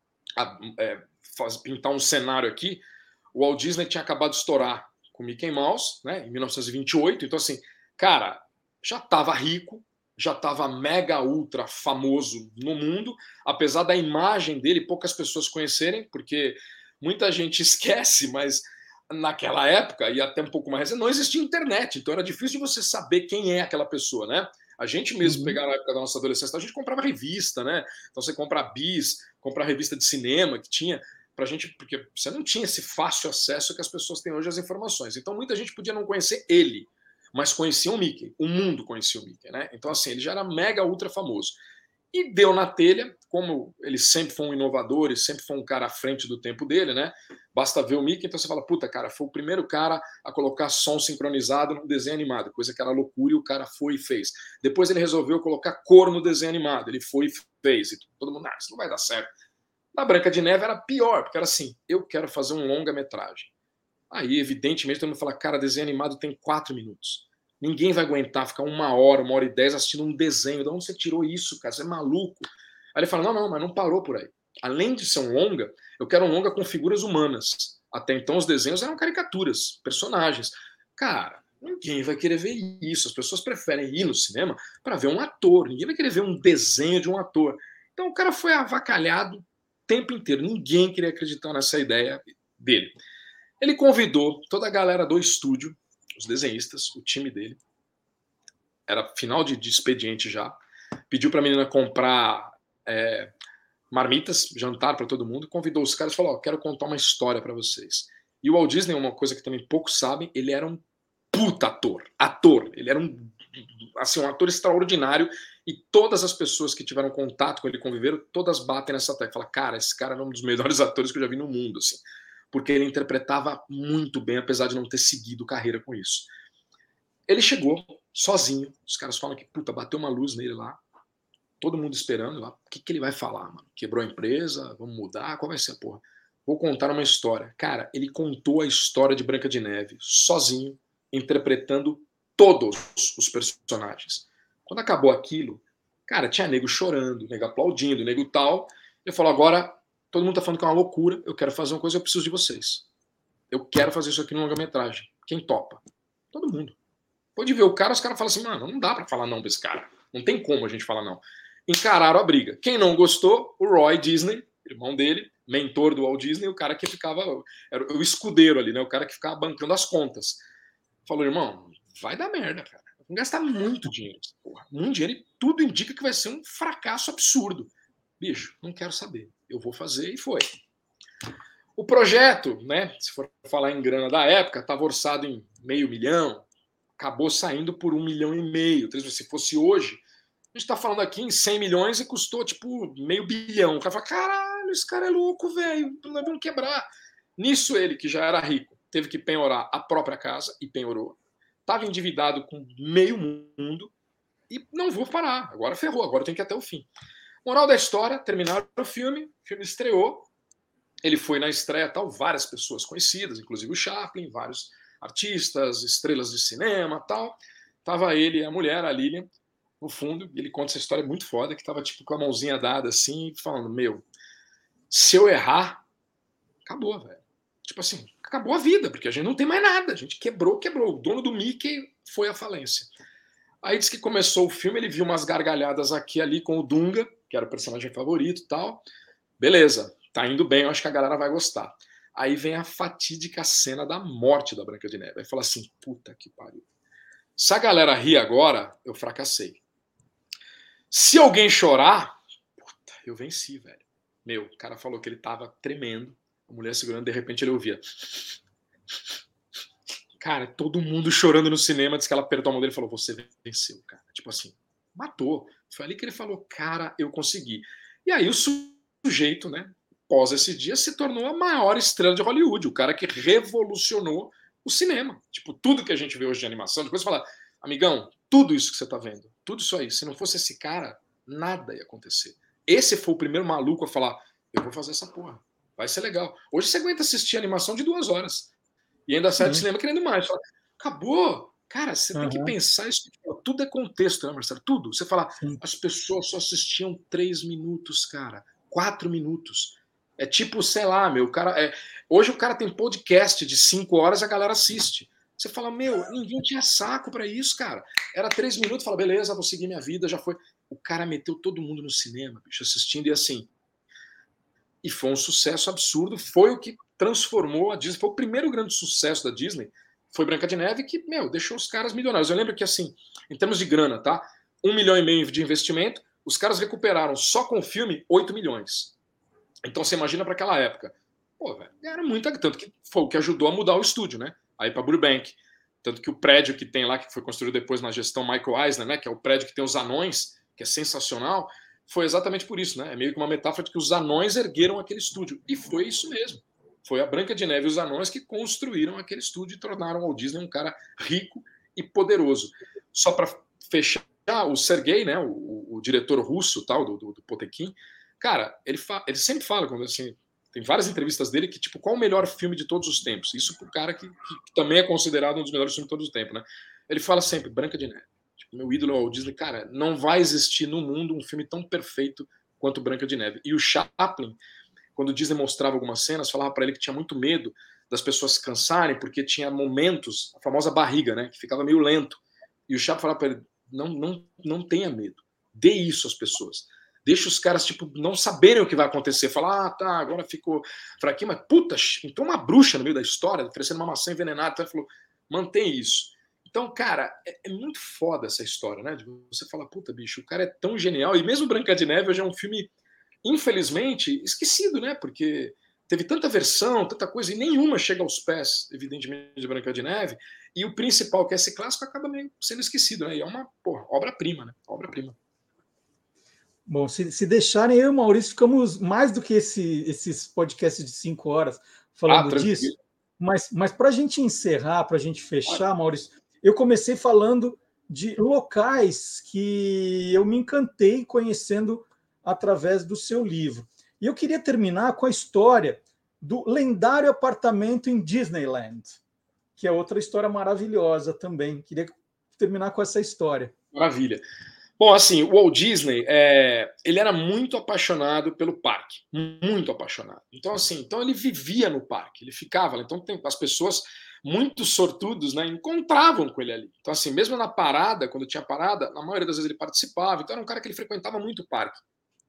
é, faz, pintar um cenário aqui, o Walt Disney tinha acabado de estourar com Mickey Mouse, né, em mil novecentos e vinte e oito, então assim, cara, já estava rico, já estava mega ultra famoso no mundo, apesar da imagem dele poucas pessoas conhecerem, porque muita gente esquece, mas naquela época, e até um pouco mais recente, não existia internet, então era difícil de você saber quem é aquela pessoa, né? A gente mesmo, uhum. pegar na época da nossa adolescência, a gente comprava revista, né? Então você compra bis, compra revista de cinema que tinha, pra gente, porque você não tinha esse fácil acesso que as pessoas têm hoje às informações. Então muita gente podia não conhecer ele, mas conhecia o Mickey, o mundo conhecia o Mickey, né? Então assim, ele já era mega ultra famoso. E deu na telha, como ele sempre foi um inovador e sempre foi um cara à frente do tempo dele, né? Basta ver o Mickey, então você fala, puta, cara, foi o primeiro cara a colocar som sincronizado no desenho animado, coisa que era loucura e o cara foi e fez. Depois ele resolveu colocar cor no desenho animado, ele foi e fez. E todo mundo, ah, isso não vai dar certo. Na Branca de Neve era pior, porque era assim, eu quero fazer um longa-metragem. Aí, evidentemente, todo mundo fala, cara, desenho animado tem quatro minutos. Ninguém vai aguentar ficar uma hora, uma hora e dez assistindo um desenho. De onde você tirou isso, cara? Você é maluco. Aí ele fala, não, não, mas não parou por aí. Além de ser um longa, eu quero um longa com figuras humanas. Até então os desenhos eram caricaturas, personagens. Cara, ninguém vai querer ver isso. As pessoas preferem ir no cinema para ver um ator. Ninguém vai querer ver um desenho de um ator. Então o cara foi avacalhado o tempo inteiro. Ninguém queria acreditar nessa ideia dele. Ele convidou toda a galera do estúdio, os desenhistas, o time dele, era final de, de expediente já, pediu para a menina comprar é, marmitas, jantar para todo mundo, convidou os caras e falou, ó, quero contar uma história para vocês. E o Walt Disney, uma coisa que também poucos sabem, ele era um puta ator, ator, ele era um, assim, um ator extraordinário e todas as pessoas que tiveram contato com ele, conviveram, todas batem nessa tecla, falam, cara, esse cara é um dos melhores atores que eu já vi no mundo, assim. Porque ele interpretava muito bem, apesar de não ter seguido carreira com isso. Ele chegou sozinho, os caras falam que, puta, bateu uma luz nele lá, todo mundo esperando lá, o que, que ele vai falar, mano? Quebrou a empresa, vamos mudar, qual vai ser a porra? Vou contar uma história. Cara, ele contou a história de Branca de Neve, sozinho, interpretando todos os personagens. Quando acabou aquilo, cara, tinha nego chorando, nego aplaudindo, nego tal, ele falou, agora... Todo mundo tá falando que é uma loucura, eu quero fazer uma coisa, eu preciso de vocês. Eu quero fazer isso aqui no longa-metragem. Quem topa? Todo mundo. Pode ver o cara, os caras falam assim, mano, não dá pra falar não pra esse cara. Não tem como a gente falar não. Encararam a briga. Quem não gostou, o Roy Disney, irmão dele, mentor do Walt Disney, o cara que ficava, era o escudeiro ali, né? O cara que ficava bancando as contas. Falou, irmão, vai dar merda, cara. Vamos gastar muito dinheiro. Porra. Muito dinheiro e tudo indica que vai ser um fracasso absurdo. Bicho, não quero saber. Eu vou fazer e foi. O projeto, né, se for falar em grana da época, estava orçado em meio milhão, acabou saindo por um milhão e meio. Se fosse hoje, a gente está falando aqui em cem milhões e custou tipo meio bilhão. O cara fala, caralho, esse cara é louco, velho, não vamos quebrar. Nisso ele, que já era rico, teve que penhorar a própria casa e penhorou. Estava endividado com meio mundo e não vou parar. Agora ferrou, agora tem que ir até o fim. Moral da história, terminaram o filme, o filme estreou, ele foi na estreia, tal, várias pessoas conhecidas, inclusive o Chaplin, vários artistas, estrelas de cinema, tal. Tava ele e a mulher, a Lilian, no fundo, e ele conta essa história muito foda, que tava tipo com a mãozinha dada assim, falando, meu, se eu errar, acabou, velho. Tipo assim, acabou a vida, porque a gente não tem mais nada, a gente quebrou, quebrou. O dono do Mickey foi à falência. Aí diz que começou o filme, ele viu umas gargalhadas aqui e ali com o Dunga, que era o personagem favorito e tal. Beleza, tá indo bem, eu acho que a galera vai gostar. Aí vem a fatídica cena da morte da Branca de Neve. Aí fala assim, puta que pariu. Se a galera rir agora, eu fracassei. Se alguém chorar, puta, eu venci, velho. Meu, o cara falou que ele tava tremendo, a mulher segurando, de repente ele ouvia. Cara, todo mundo chorando no cinema, disse que ela apertou a mão dele e falou, você venceu, cara. Tipo assim, matou. Foi ali que ele falou, cara, eu consegui. E aí o sujeito, né, após esse dia, se tornou a maior estrela de Hollywood, o cara que revolucionou o cinema. Tipo, tudo que a gente vê hoje de animação, depois você fala, amigão, tudo isso que você tá vendo, tudo isso aí, se não fosse esse cara, nada ia acontecer. Esse foi o primeiro maluco a falar, eu vou fazer essa porra, vai ser legal. Hoje você aguenta assistir animação de duas horas e ainda sai do cinema querendo mais. Fala, acabou. Cara, você uhum. tem que pensar isso. Tudo é contexto, né, Marcelo? Tudo. Você fala, Sim. as pessoas só assistiam três minutos, cara. Quatro minutos. É tipo, sei lá, meu, o cara. É... Hoje o cara tem podcast de cinco horas e a galera assiste. Você fala, meu, ninguém tinha saco pra isso, cara. Era três minutos, fala, beleza, vou seguir minha vida, já foi. O cara meteu todo mundo no cinema, bicho, assistindo, e assim. E foi um sucesso absurdo. Foi o que transformou a Disney. Foi o primeiro grande sucesso da Disney. Foi Branca de Neve que, meu, deixou os caras milionários. Eu lembro que, assim, em termos de grana, tá? Um milhão e meio de investimento, os caras recuperaram só com o filme oito milhões. Então você imagina para aquela época. Pô, velho, era muito. Tanto que foi o que ajudou a mudar o estúdio, né? Aí para Burbank. Tanto que o prédio que tem lá, que foi construído depois na gestão Michael Eisner, né? Que é o prédio que tem os anões, que é sensacional, foi exatamente por isso, né? É meio que uma metáfora de que os anões ergueram aquele estúdio. E foi isso mesmo. Foi a Branca de Neve e os anões que construíram aquele estúdio e tornaram o Walt Disney um cara rico e poderoso. Só para fechar, o Sergei, né, o, o diretor russo tal do, do, do Potemkin, cara, ele, fa ele sempre fala, quando, assim, tem várias entrevistas dele que, tipo, qual o melhor filme de todos os tempos? Isso pro cara que, que, que também é considerado um dos melhores filmes de todos os tempos, né? Ele fala sempre, Branca de Neve. Tipo, meu ídolo é o Walt Disney. Cara, não vai existir no mundo um filme tão perfeito quanto Branca de Neve. E o Chaplin, quando o Disney mostrava algumas cenas, falava para ele que tinha muito medo das pessoas se cansarem, porque tinha momentos, a famosa barriga, né, que ficava meio lento. E o Chaplin falava para ele, não, não, não tenha medo, dê isso às pessoas. Deixa os caras, tipo, não saberem o que vai acontecer. Falar, ah, tá, agora ficou fraquinho, mas puta, então uma bruxa no meio da história, oferecendo uma maçã envenenada. Então ele falou, mantém isso. Então, cara, é, é muito foda essa história, né? De você falar, puta, bicho, o cara é tão genial. E mesmo Branca de Neve hoje é um filme, infelizmente, esquecido, né? Porque teve tanta versão, tanta coisa, e nenhuma chega aos pés, evidentemente, de Branca de Neve. E o principal, que é esse clássico, acaba meio sendo esquecido, né? E é uma, porra, obra-prima, né? Obra-prima. Bom, se, se deixarem, eu e o Maurício ficamos mais do que esse, esses podcasts de cinco horas falando ah, disso. Mas, mas para a gente encerrar, para a gente fechar, Maurício, eu comecei falando de locais que eu me encantei conhecendo através do seu livro. E eu queria terminar com a história do lendário apartamento em Disneyland, que é outra história maravilhosa também. Queria terminar com essa história. Maravilha. Bom, assim, o Walt Disney, é, ele era muito apaixonado pelo parque, muito apaixonado. Então, assim, então ele vivia no parque, ele ficava lá. Então, tem, as pessoas muito sortudos, né, encontravam com ele ali. Então, assim, mesmo na parada, quando tinha parada, na maioria das vezes ele participava. Então, era um cara que ele frequentava muito o parque.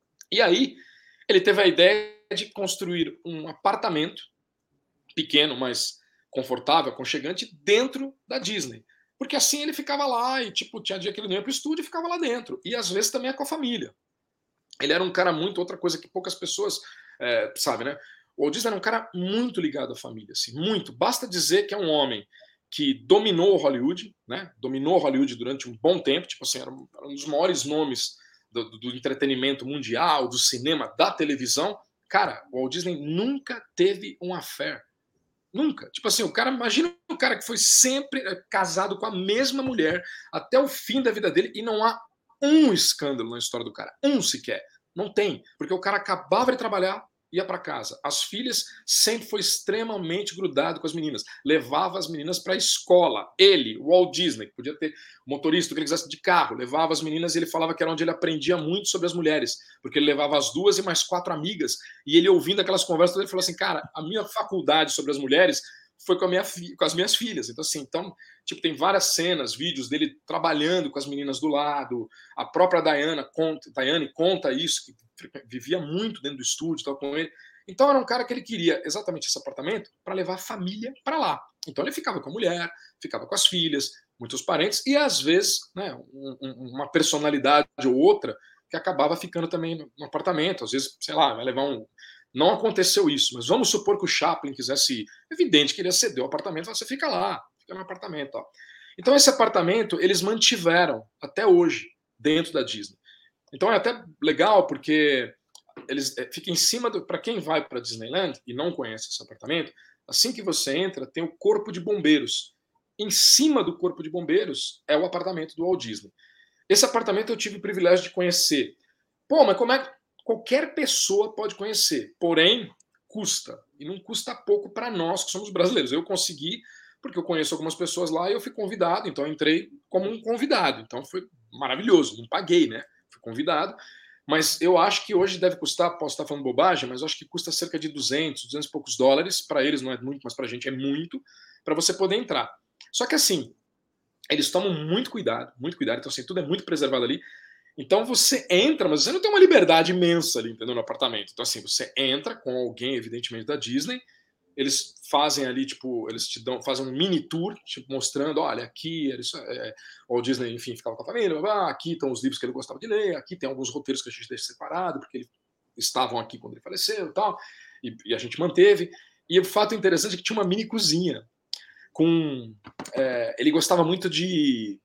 E aí, ele teve a ideia de construir um apartamento pequeno, mas confortável, aconchegante, dentro da Disney. Porque assim ele ficava lá e, tipo, tinha dia que ele não ia pro estúdio e ficava lá dentro. E às vezes também é com a família. Ele era um cara muito, outra coisa que poucas pessoas é, sabem, né? O Walt Disney era um cara muito ligado à família, assim, muito. Basta dizer que é um homem que dominou Hollywood, né? Dominou Hollywood durante um bom tempo, tipo assim, era um, era um dos maiores nomes do, do, do entretenimento mundial, do cinema, da televisão. Cara, o Walt Disney nunca teve um affair. Nunca. Tipo assim, o cara, imagina um cara que foi sempre casado com a mesma mulher até o fim da vida dele e não há um escândalo na história do cara. Um sequer. Não tem. Porque o cara acabava de trabalhar, ia para casa. As filhas sempre foi extremamente grudado com as meninas. Levava as meninas para a escola. Ele, o Walt Disney, podia ter motorista, o que ele quisesse de carro, levava as meninas e ele falava que era onde ele aprendia muito sobre as mulheres, porque ele levava as duas e mais quatro amigas, e ele ouvindo aquelas conversas, ele falou assim, cara, a minha faculdade sobre as mulheres foi com, a minha com as minhas filhas. Então, assim, então, tipo, tem várias cenas, vídeos dele trabalhando com as meninas do lado. A própria Diana conta, Diane conta isso, que vivia muito dentro do estúdio, tal, com ele. Então, era um cara que ele queria exatamente esse apartamento para levar a família para lá. Então, ele ficava com a mulher, ficava com as filhas, muitos parentes, e às vezes, né, um, um, uma personalidade ou outra que acabava ficando também no, no apartamento. Às vezes, sei lá, vai levar um. Não aconteceu isso, mas vamos supor que o Chaplin quisesse ir. Evidente que ele ia ceder o apartamento, você fica lá, fica no apartamento. Ó. Então, esse apartamento eles mantiveram até hoje dentro da Disney. Então é até legal, porque eles é, fica em cima do... Para quem vai para Disneyland e não conhece esse apartamento, assim que você entra, tem o corpo de bombeiros. Em cima do corpo de bombeiros é o apartamento do Walt Disney. Esse apartamento eu tive o privilégio de conhecer. Pô, mas como é que qualquer pessoa pode conhecer? Porém, custa. E não custa pouco para nós que somos brasileiros. Eu consegui, porque eu conheço algumas pessoas lá e eu fui convidado, então eu entrei como um convidado. Então foi maravilhoso, não paguei, né? Fui convidado. Mas eu acho que hoje deve custar, posso estar falando bobagem, mas eu acho que custa cerca de duzentos, duzentos e poucos dólares. Para eles não é muito, mas para a gente é muito, para você poder entrar. Só que assim, eles tomam muito cuidado, muito cuidado, então assim, tudo é muito preservado ali. Então você entra, mas você não tem uma liberdade imensa ali, entendeu, no apartamento. Então assim, você entra com alguém, evidentemente, da Disney, eles fazem ali, tipo, eles te dão, fazem um mini tour, tipo, mostrando, olha, aqui, eles, é, o Disney, enfim, ficava com a família, ah, aqui estão os livros que ele gostava de ler, aqui tem alguns roteiros que a gente deixa separado, porque eles estavam aqui quando ele faleceu e tal, e, e a gente manteve. E o fato interessante é que tinha uma mini cozinha, com... É, ele gostava muito de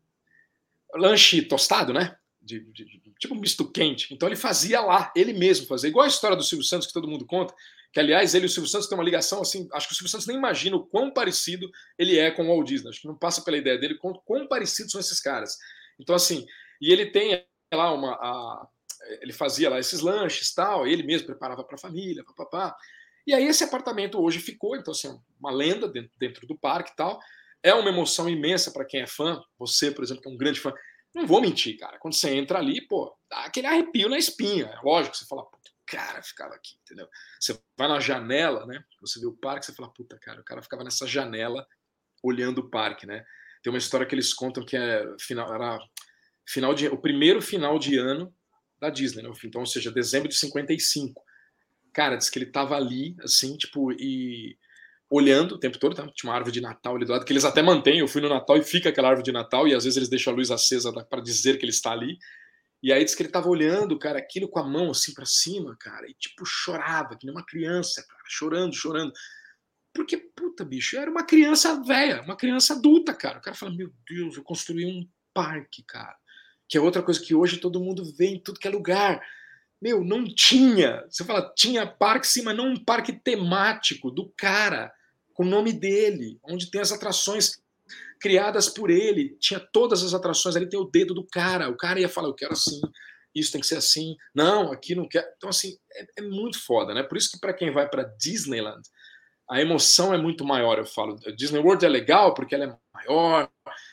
lanche tostado, né? De, de, de, tipo um misto quente. Então ele fazia lá, ele mesmo fazia. Igual a história do Silvio Santos, que todo mundo conta, que aliás ele e o Silvio Santos têm uma ligação assim, acho que o Silvio Santos nem imagina o quão parecido ele é com o Walt Disney. Acho que não passa pela ideia dele quão, quão parecidos são esses caras. Então assim, e ele tem lá uma... A, ele fazia lá esses lanches e tal, ele mesmo preparava para a família, papapá. E aí esse apartamento hoje ficou, então assim, uma lenda dentro, dentro do parque e tal. É uma emoção imensa para quem é fã. Você, por exemplo, que é um grande fã. Não vou mentir, cara. Quando você entra ali, pô, dá aquele arrepio na espinha. É lógico, você fala, puta, o cara ficava aqui, entendeu? Você vai na janela, né? Você vê o parque, você fala, puta, cara, o cara ficava nessa janela olhando o parque, né? Tem uma história que eles contam que é final, era final de, o primeiro final de ano da Disney, né? Então, ou seja, dezembro de cinquenta e cinco. Cara, diz que ele tava ali, assim, tipo, e olhando o tempo todo, tá? Tinha uma árvore de Natal ali do lado, que eles até mantêm. Eu fui no Natal e fica aquela árvore de Natal, e às vezes eles deixam a luz acesa para dizer que ele está ali. E aí diz que ele tava olhando, cara, aquilo com a mão assim para cima, cara, e tipo chorava, que nem uma criança, cara, chorando, chorando. Porque, puta, bicho, eu era uma criança velha, uma criança adulta, cara. O cara fala, meu Deus, eu construí um parque, cara. Que é outra coisa que hoje todo mundo vê em tudo que é lugar. Meu, não tinha. Você fala, tinha parque sim, mas não um parque temático do cara, com o nome dele, onde tem as atrações criadas por ele. Tinha todas as atrações, ali tem o dedo do cara. O cara ia falar, eu quero assim, isso tem que ser assim. Não, aqui não quero. Então, assim, é, é muito foda, né? Por isso que para quem vai para Disneyland, a emoção é muito maior, eu falo. A Disney World é legal porque ela é maior,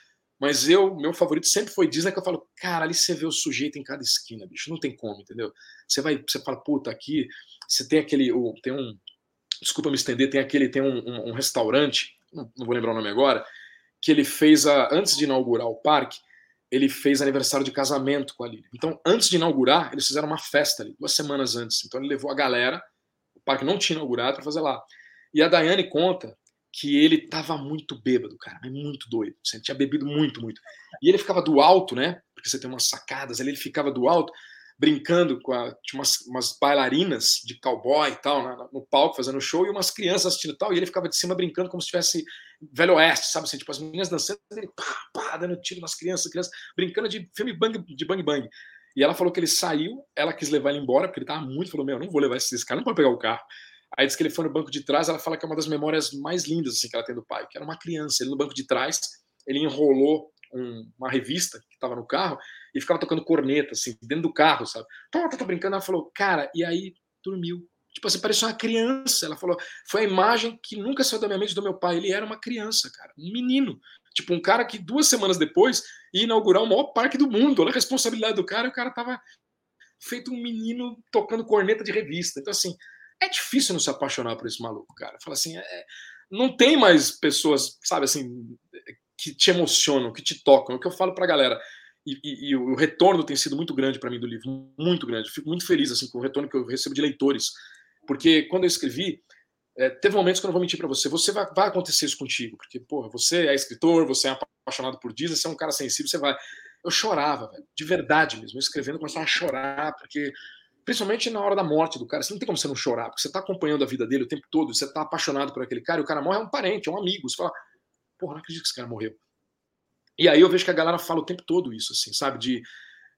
mas eu, meu favorito sempre foi Disney, que eu falo, cara, ali você vê o sujeito em cada esquina, bicho, não tem como, entendeu? Você vai, você fala, puta, aqui, você tem aquele, o, tem um, desculpa me estender, tem aquele, tem um, um, um restaurante, não, não vou lembrar o nome agora, que ele fez, a, antes de inaugurar o parque, ele fez aniversário de casamento com a Lily. Então, antes de inaugurar, eles fizeram uma festa ali, duas semanas antes. Então, ele levou a galera, o parque não tinha inaugurado, para fazer lá. E a Daiane conta que ele tava muito bêbado, cara, mas muito doido. Você tinha bebido muito, muito. E ele ficava do alto, né? Porque você tem umas sacadas ali, ele ficava do alto, brincando com a, tinha umas, umas bailarinas de cowboy e tal, na, no palco, fazendo show, e umas crianças assistindo e tal, e ele ficava de cima brincando como se tivesse Velho Oeste, sabe assim? Tipo, as meninas dançando, ele pá, pá, dando tiro nas crianças, crianças brincando de filme bang, de bang bang. E ela falou que ele saiu, ela quis levar ele embora, porque ele tava muito, falou, meu, não vou levar esse cara, não pode pegar o carro. Aí diz que ele foi no banco de trás, ela fala que é uma das memórias mais lindas assim, que ela tem do pai, que era uma criança, ele no banco de trás, ele enrolou um, uma revista que estava no carro e ficava tocando corneta, assim, dentro do carro, sabe? Tô, tô, tô brincando, ela falou, cara, e aí dormiu. Tipo assim, parecia uma criança. Ela falou, foi a imagem que nunca saiu da minha mente do meu pai. Ele era uma criança, cara, um menino. Tipo, um cara que duas semanas depois ia inaugurar o maior parque do mundo. Olha a responsabilidade do cara, e o cara tava feito um menino tocando corneta de revista. Então, assim, é difícil não se apaixonar por esse maluco, cara. Fala assim, é, não tem mais pessoas, sabe, assim, que te emocionam, que te tocam. É o que eu falo pra galera. E, e, e o retorno tem sido muito grande para mim do livro, muito grande. Eu fico muito feliz assim com o retorno que eu recebo de leitores, porque quando eu escrevi, é, teve momentos que eu não vou mentir para você, você vai, vai acontecer isso contigo, porque porra, você é escritor, você é apaixonado por Disney, você é um cara sensível, você vai. Eu chorava, velho, de verdade mesmo, eu escrevendo, eu começava a chorar, porque principalmente na hora da morte do cara, você não tem como você não chorar, porque você está acompanhando a vida dele o tempo todo, você está apaixonado por aquele cara, e o cara morre, é um parente, é um amigo, você fala, porra, não acredito que esse cara morreu. E aí eu vejo que a galera fala o tempo todo isso, assim, sabe? De,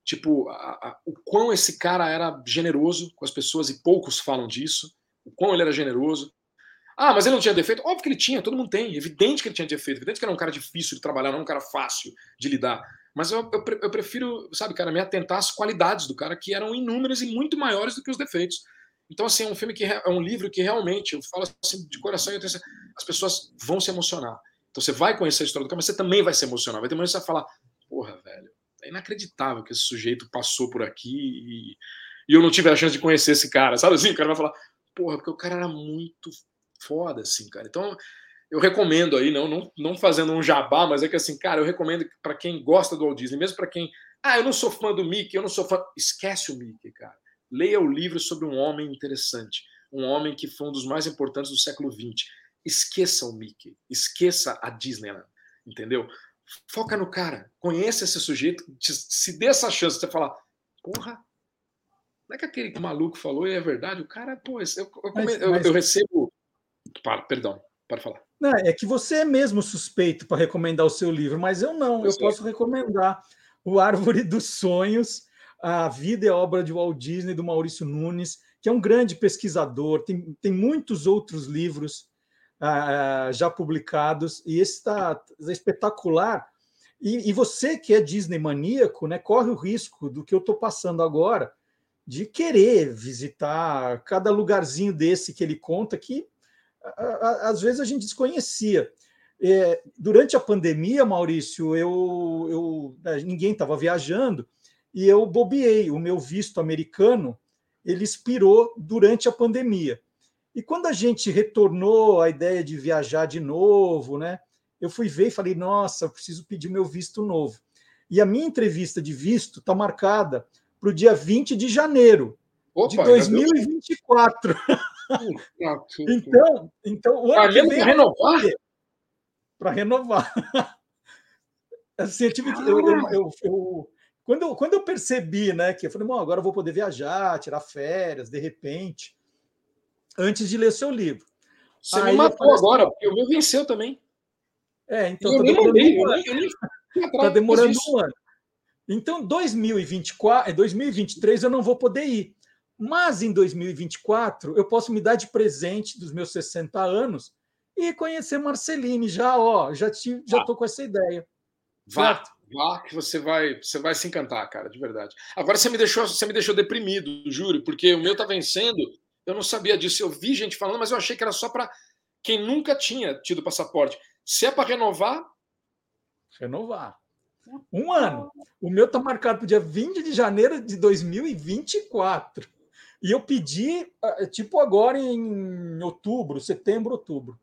tipo, a, a, o quão esse cara era generoso com as pessoas, e poucos falam disso, o quão ele era generoso. Ah, mas ele não tinha defeito? Óbvio que ele tinha, todo mundo tem. Evidente que ele tinha defeito, evidente que ele era um cara difícil de trabalhar, não um cara fácil de lidar. Mas eu, eu, eu prefiro, sabe, cara, me atentar às qualidades do cara, que eram inúmeras e muito maiores do que os defeitos. Então, assim, é um filme que é um livro que realmente, eu falo assim de coração, eu tenho, as pessoas vão se emocionar. Então você vai conhecer a história do cara, mas você também vai se emocionar. Vai ter momento que você vai falar, porra, velho, é inacreditável que esse sujeito passou por aqui e, e eu não tive a chance de conhecer esse cara, sabe assim? O cara vai falar, porra, porque o cara era muito foda, assim, cara. Então, eu recomendo aí, não, não, não fazendo um jabá, mas é que assim, cara, eu recomendo para quem gosta do Walt Disney, mesmo para quem, ah, eu não sou fã do Mickey, eu não sou fã, esquece o Mickey, cara. Leia o livro sobre um homem interessante, um homem que foi um dos mais importantes do século vinte. Esqueça o Mickey, esqueça a Disneyland, entendeu? Foca no cara, conheça esse sujeito, se dê essa chance de você falar, porra, não é que aquele maluco falou e é verdade, o cara, pô, eu, eu, mas, eu, mas... eu recebo... Para, perdão, para falar. Não, é que você é mesmo suspeito para recomendar o seu livro, mas eu não, eu posso recomendar o Árvore dos Sonhos, a vida e a obra de Walt Disney, do Maurício Nunes, que é um grande pesquisador, tem, tem muitos outros livros uh, já publicados, e esse está espetacular. E, e você que é Disney maníaco, né, corre o risco do que eu estou passando agora, de querer visitar cada lugarzinho desse que ele conta, que às vezes a gente desconhecia. É, durante a pandemia, Maurício, eu, eu, ninguém estava viajando e eu bobeei. O meu visto americano ele expirou durante a pandemia. E quando a gente retornou à ideia de viajar de novo, né, eu fui ver e falei, nossa, eu preciso pedir meu visto novo. E a minha entrevista de visto está marcada para o dia vinte de janeiro Opa, de dois mil e vinte e quatro. Então, então, o ano que vem... Para renovar? Para renovar. Assim, eu tive que... Eu, eu, eu, eu, quando, eu, quando eu percebi, né, que eu falei, bom, agora eu vou poder viajar, tirar férias, de repente, antes de ler seu livro. Você Aí me matou assim, agora, porque o meu venceu também. É, então está demorando um ano. Está demorando um ano. Então, dois mil e vinte e quatro, dois mil e vinte e três eu não vou poder ir. Mas em dois mil e vinte e quatro eu posso me dar de presente dos meus sessenta anos e conhecer Marceline. Já, ó, já tive, já tô com essa ideia. Vá, certo? Vá que você vai, você vai se encantar, cara, de verdade. Agora você me deixou, você me deixou deprimido, juro, porque o meu tá vencendo. Eu não sabia disso. Eu vi gente falando, mas eu achei que era só para quem nunca tinha tido passaporte. Se é para renovar, renovar. Um ano. O meu tá marcado para o dia vinte de janeiro de dois mil e vinte e quatro. E eu pedi, tipo, agora em outubro, setembro, outubro.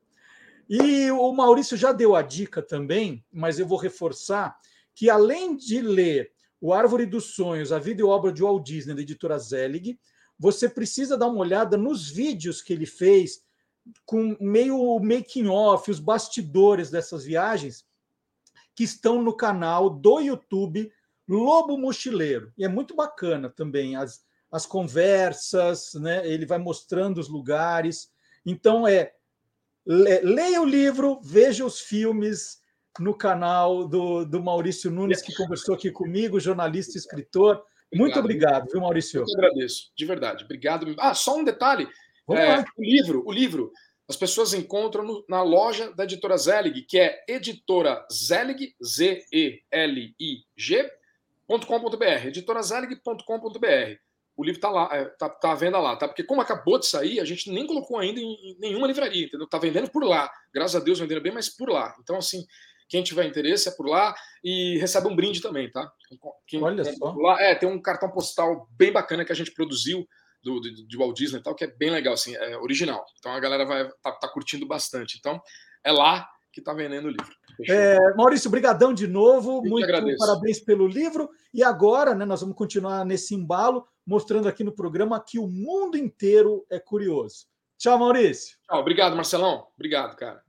E o Maurício já deu a dica também, mas eu vou reforçar, que além de ler O Árvore dos Sonhos, a vida e obra de Walt Disney, da editora Zelig, você precisa dar uma olhada nos vídeos que ele fez, com meio making-off, os bastidores dessas viagens, que estão no canal do YouTube Lobo Mochileiro. E é muito bacana também as as conversas, né? Ele vai mostrando os lugares. Então, é leia o livro, veja os filmes no canal do, do Maurício Nunes, que conversou aqui comigo, jornalista e escritor. Obrigado. Muito obrigado, viu, Maurício? Eu que agradeço, de verdade. Obrigado. Ah, só um detalhe. É, o livro, o livro, as pessoas encontram no, na loja da editora Zelig, que é editora Zelig, Z E L I G, ponto com ponto br, editora zelig ponto com ponto br. O livro está lá, está tá à venda lá, tá? Porque como acabou de sair, a gente nem colocou ainda em, em nenhuma livraria, entendeu? Está vendendo por lá. Graças a Deus vendendo bem, mas por lá. Então, assim, quem tiver interesse é por lá e recebe um brinde também, tá? Quem, Olha só. Por lá, é, tem um cartão postal bem bacana que a gente produziu do, do, de Walt Disney e tal, que é bem legal, assim, é original. Então a galera vai tá, tá curtindo bastante. Então, é lá que está vendendo o livro. É, Maurício, brigadão de novo, muito parabéns pelo livro. E agora, né, nós vamos continuar nesse embalo, mostrando aqui no programa que o mundo inteiro é curioso. Tchau, Maurício. Tchau, obrigado, Marcelão. Obrigado, cara.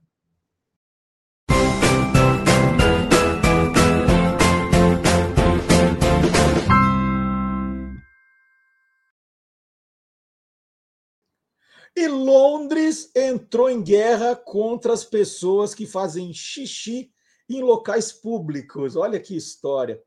E Londres entrou em guerra contra as pessoas que fazem xixi em locais públicos. Olha que história.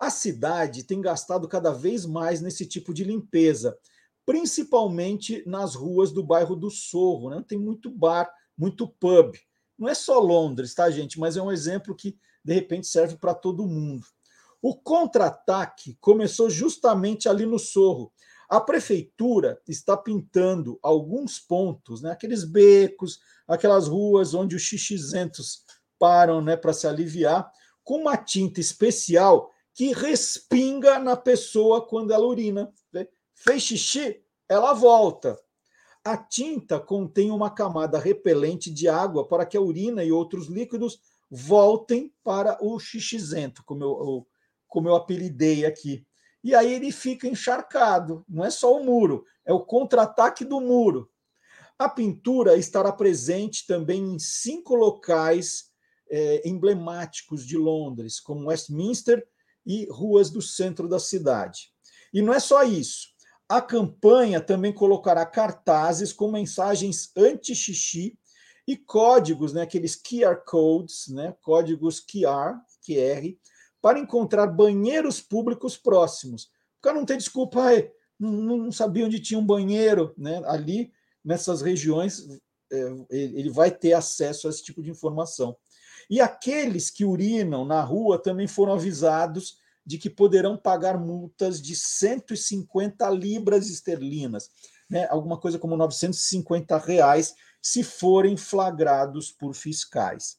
A cidade tem gastado cada vez mais nesse tipo de limpeza, principalmente nas ruas do bairro do Sorro, né? Tem muito bar, muito pub. Não é só Londres, tá, gente? Mas é um exemplo que, de repente, serve para todo mundo. O contra-ataque começou justamente ali no Sorro. A prefeitura está pintando alguns pontos, né? Aqueles becos, aquelas ruas onde os xixizentos param, né, para se aliviar, com uma tinta especial que respinga na pessoa quando ela urina. Fez xixi, ela volta. A tinta contém uma camada repelente de água para que a urina e outros líquidos voltem para o xixizento, como eu, como eu apelidei aqui. E aí ele fica encharcado. Não é só o muro, é o contra-ataque do muro. A pintura estará presente também em cinco locais é, emblemáticos de Londres, como Westminster e ruas do centro da cidade. E não é só isso. A campanha também colocará cartazes com mensagens anti-xixi e códigos, né, aqueles Q R codes, né, códigos Q R, Q R, para encontrar banheiros públicos próximos. O cara não tem desculpa, ah, não, não sabia onde tinha um banheiro, né, ali nessas regiões, é, ele vai ter acesso a esse tipo de informação. E aqueles que urinam na rua também foram avisados de que poderão pagar multas de cento e cinquenta libras esterlinas, né? Alguma coisa como novecentos e cinquenta reais, se forem flagrados por fiscais.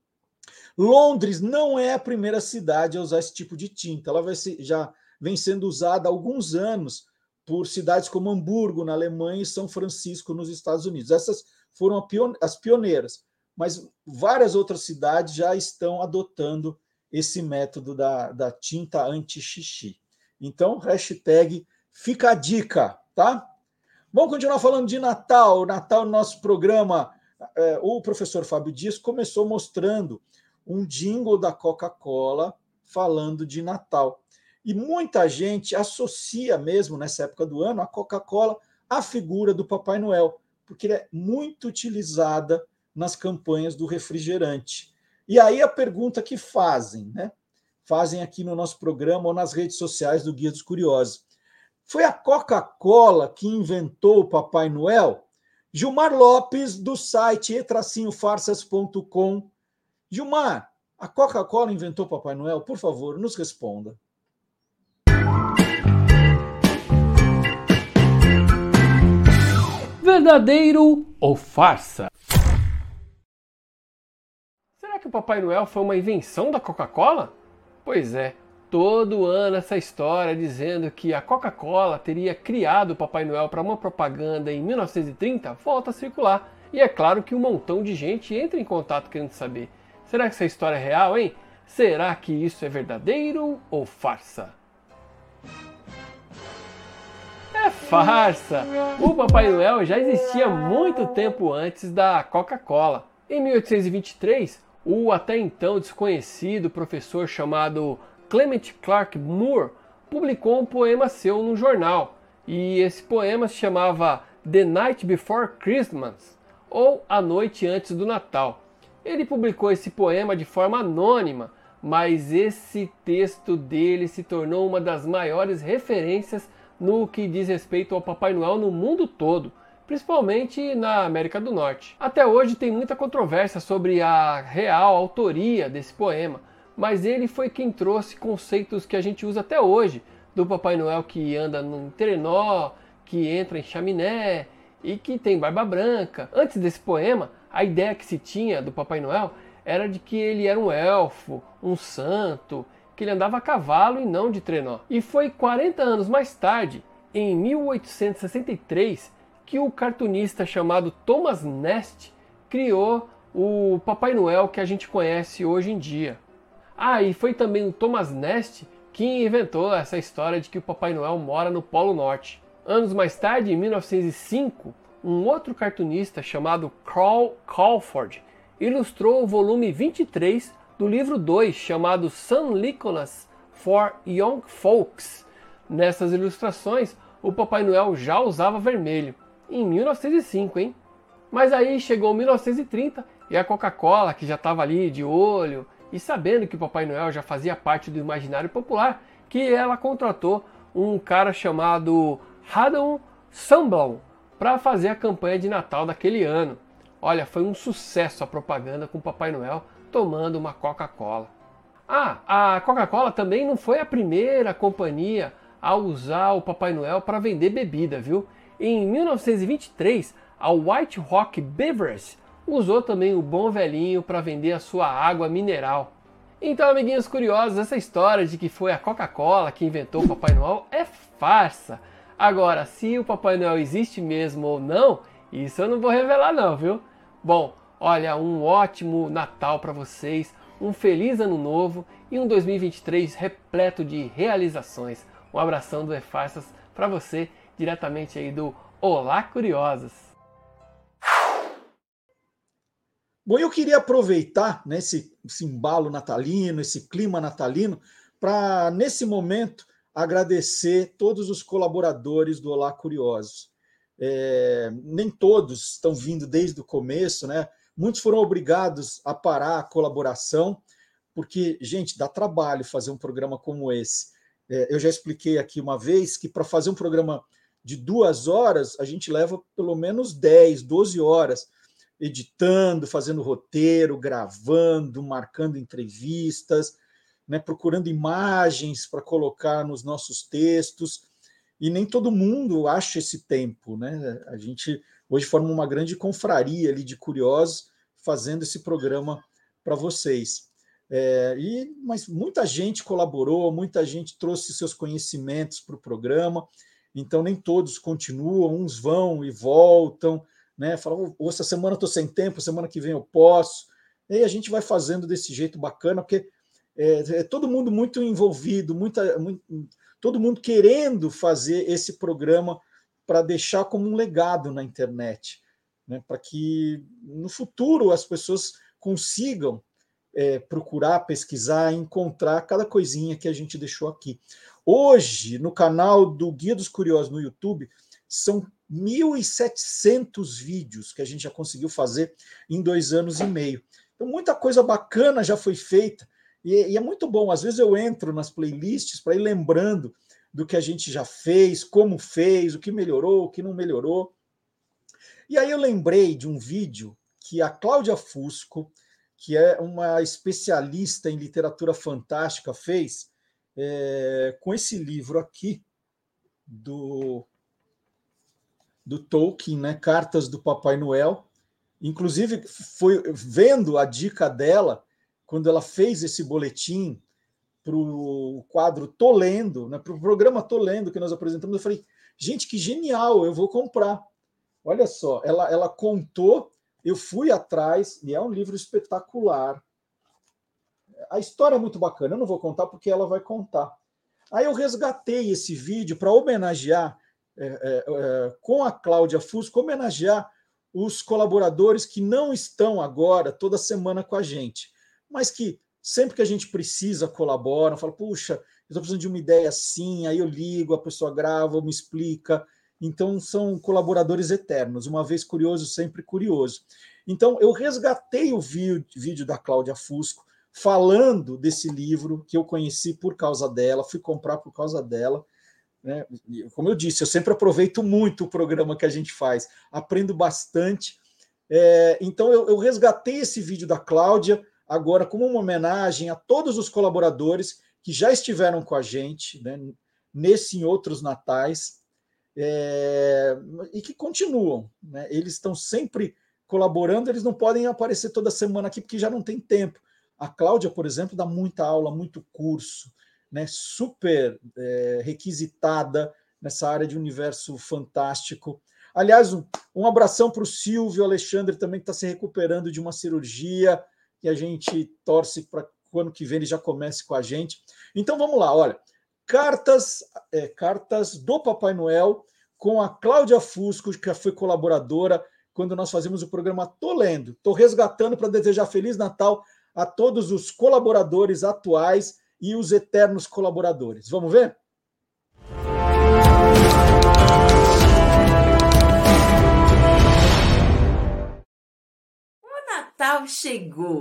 Londres não é a primeira cidade a usar esse tipo de tinta. Ela vai ser, já vem sendo usada há alguns anos por cidades como Hamburgo, na Alemanha, e São Francisco, nos Estados Unidos. Essas foram as pioneiras, mas várias outras cidades já estão adotando esse método da, da tinta anti-xixi. Então, hashtag fica a dica, tá? Vamos continuar falando de Natal. Natal, no nosso programa, é, o professor Fábio Dias começou mostrando um jingle da Coca-Cola falando de Natal. E muita gente associa mesmo, nessa época do ano, a Coca-Cola à figura do Papai Noel, porque ela é muito utilizada nas campanhas do refrigerante. E aí a pergunta que fazem, né? Fazem aqui no nosso programa ou nas redes sociais do Guia dos Curiosos. Foi a Coca-Cola que inventou o Papai Noel? Gilmar Lopes, do site e tracinho farsas ponto com. Gilmar, a Coca-Cola inventou o Papai Noel? Por favor, nos responda. Verdadeiro ou farsa? Será que o Papai Noel foi uma invenção da Coca-Cola? Pois é, todo ano essa história dizendo que a Coca-Cola teria criado o Papai Noel para uma propaganda em mil novecentos e trinta volta a circular. E é claro que um montão de gente entra em contato querendo saber: será que essa história é real, hein? Será que isso é verdadeiro ou farsa? É farsa! O Papai Noel já existia muito tempo antes da Coca-Cola. Em mil oitocentos e vinte e três, o até então desconhecido professor chamado Clement Clarke Moore publicou um poema seu num jornal. E esse poema se chamava The Night Before Christmas, ou A Noite Antes do Natal. Ele publicou esse poema de forma anônima, mas esse texto dele se tornou uma das maiores referências no que diz respeito ao Papai Noel no mundo todo, principalmente na América do Norte. Até hoje tem muita controvérsia sobre a real autoria desse poema, mas ele foi quem trouxe conceitos que a gente usa até hoje, do Papai Noel que anda num trenó, que entra em chaminé e que tem barba branca. Antes desse poema, a ideia que se tinha do Papai Noel era de que ele era um elfo, um santo, que ele andava a cavalo e não de trenó. E foi quarenta anos mais tarde, em mil oitocentos e sessenta e três, que o cartunista chamado Thomas Nast criou o Papai Noel que a gente conhece hoje em dia. Ah, e foi também o Thomas Nast que inventou essa história de que o Papai Noel mora no Polo Norte. Anos mais tarde, em mil novecentos e cinco, um outro cartunista chamado Carl Crawford ilustrou o volume vinte e três do livro dois, chamado Saint Nicholas for Young Folks. Nessas ilustrações, o Papai Noel já usava vermelho. Em mil novecentos e cinco, hein? Mas aí chegou mil novecentos e trinta e a Coca-Cola, que já estava ali de olho e sabendo que o Papai Noel já fazia parte do imaginário popular, que ela contratou um cara chamado Haddon Sundblom para fazer a campanha de Natal daquele ano. Olha, foi um sucesso a propaganda com o Papai Noel tomando uma Coca-Cola. Ah, a Coca-Cola também não foi a primeira companhia a usar o Papai Noel para vender bebida, viu? Em mil novecentos e vinte e três, a White Rock Beverage usou também o bom velhinho para vender a sua água mineral. Então, amiguinhos curiosos, essa história de que foi a Coca-Cola que inventou o Papai Noel é farsa. Agora, se o Papai Noel existe mesmo ou não, isso eu não vou revelar não, viu? Bom, olha, um ótimo Natal para vocês, um feliz ano novo e um dois mil e vinte e três repleto de realizações. Um abração do E-Farsas para você, diretamente aí do Olá Curiosos. Bom, eu queria aproveitar, né, esse, esse embalo natalino, esse clima natalino, para, nesse momento, agradecer todos os colaboradores do Olá Curiosos. É, nem todos estão vindo desde o começo, né? Muitos foram obrigados a parar a colaboração, porque, gente, dá trabalho fazer um programa como esse. É, eu já expliquei aqui uma vez que para fazer um programa de duas horas, a gente leva pelo menos dez, doze horas, editando, fazendo roteiro, gravando, marcando entrevistas, né, procurando imagens para colocar nos nossos textos, e nem todo mundo acha esse tempo, né? A gente hoje forma uma grande confraria ali de curiosos fazendo esse programa para vocês. É, e, mas muita gente colaborou, muita gente trouxe seus conhecimentos para o programa, então nem todos continuam, uns vão e voltam, né? Falam, oh, essa semana eu estou sem tempo, semana que vem eu posso. E aí a gente vai fazendo desse jeito bacana, porque é, é todo mundo muito envolvido, muita, muito, todo mundo querendo fazer esse programa para deixar como um legado na internet, né? Para que no futuro as pessoas consigam é, procurar, pesquisar, encontrar cada coisinha que a gente deixou aqui. Hoje, no canal do Guia dos Curiosos no YouTube, são mil e setecentos vídeos que a gente já conseguiu fazer em dois anos e meio. Então, muita coisa bacana já foi feita, e, e é muito bom. Às vezes eu entro nas playlists para ir lembrando do que a gente já fez, como fez, o que melhorou, o que não melhorou. E aí eu lembrei de um vídeo que a Cláudia Fusco, que é uma especialista em literatura fantástica, fez é, com esse livro aqui, do... do Tolkien, né? Cartas do Papai Noel. Inclusive, foi vendo a dica dela, quando ela fez esse boletim para o quadro Tô Lendo, né? Para o programa Tô Lendo que nós apresentamos, eu falei, gente, que genial, eu vou comprar. Olha só, ela, ela contou, eu fui atrás, e é um livro espetacular. A história é muito bacana, eu não vou contar porque ela vai contar. Aí eu resgatei esse vídeo para homenagear É, é, é, com a Cláudia Fusco, homenagear os colaboradores que não estão agora toda semana com a gente, mas que sempre que a gente precisa colaboram, falam, puxa, eu estou precisando de uma ideia assim, aí eu ligo, a pessoa grava, me explica. Então são colaboradores eternos, uma vez curioso, sempre curioso. Então eu resgatei o vídeo da Cláudia Fusco falando desse livro que eu conheci por causa dela, fui comprar por causa dela. Né? Como eu disse, eu sempre aproveito muito o programa que a gente faz, aprendo bastante. É, então, eu, eu resgatei esse vídeo da Cláudia agora como uma homenagem a todos os colaboradores que já estiveram com a gente, né, nesse e em outros natais, é, e que continuam. Né? Eles estão sempre colaborando, eles não podem aparecer toda semana aqui porque já não tem tempo. A Cláudia, por exemplo, dá muita aula, muito curso, né, super é, requisitada nessa área de universo fantástico. Aliás, um, um abração para o Silvio Alexandre também, que está se recuperando de uma cirurgia, e a gente torce para o ano que vem ele já comece com a gente. Então vamos lá, olha, cartas, é, cartas do Papai Noel com a Cláudia Fusco, que foi colaboradora quando nós fazemos o programa Tô Lendo. Estou resgatando para desejar Feliz Natal a todos os colaboradores atuais e os eternos colaboradores. Vamos ver? O Natal chegou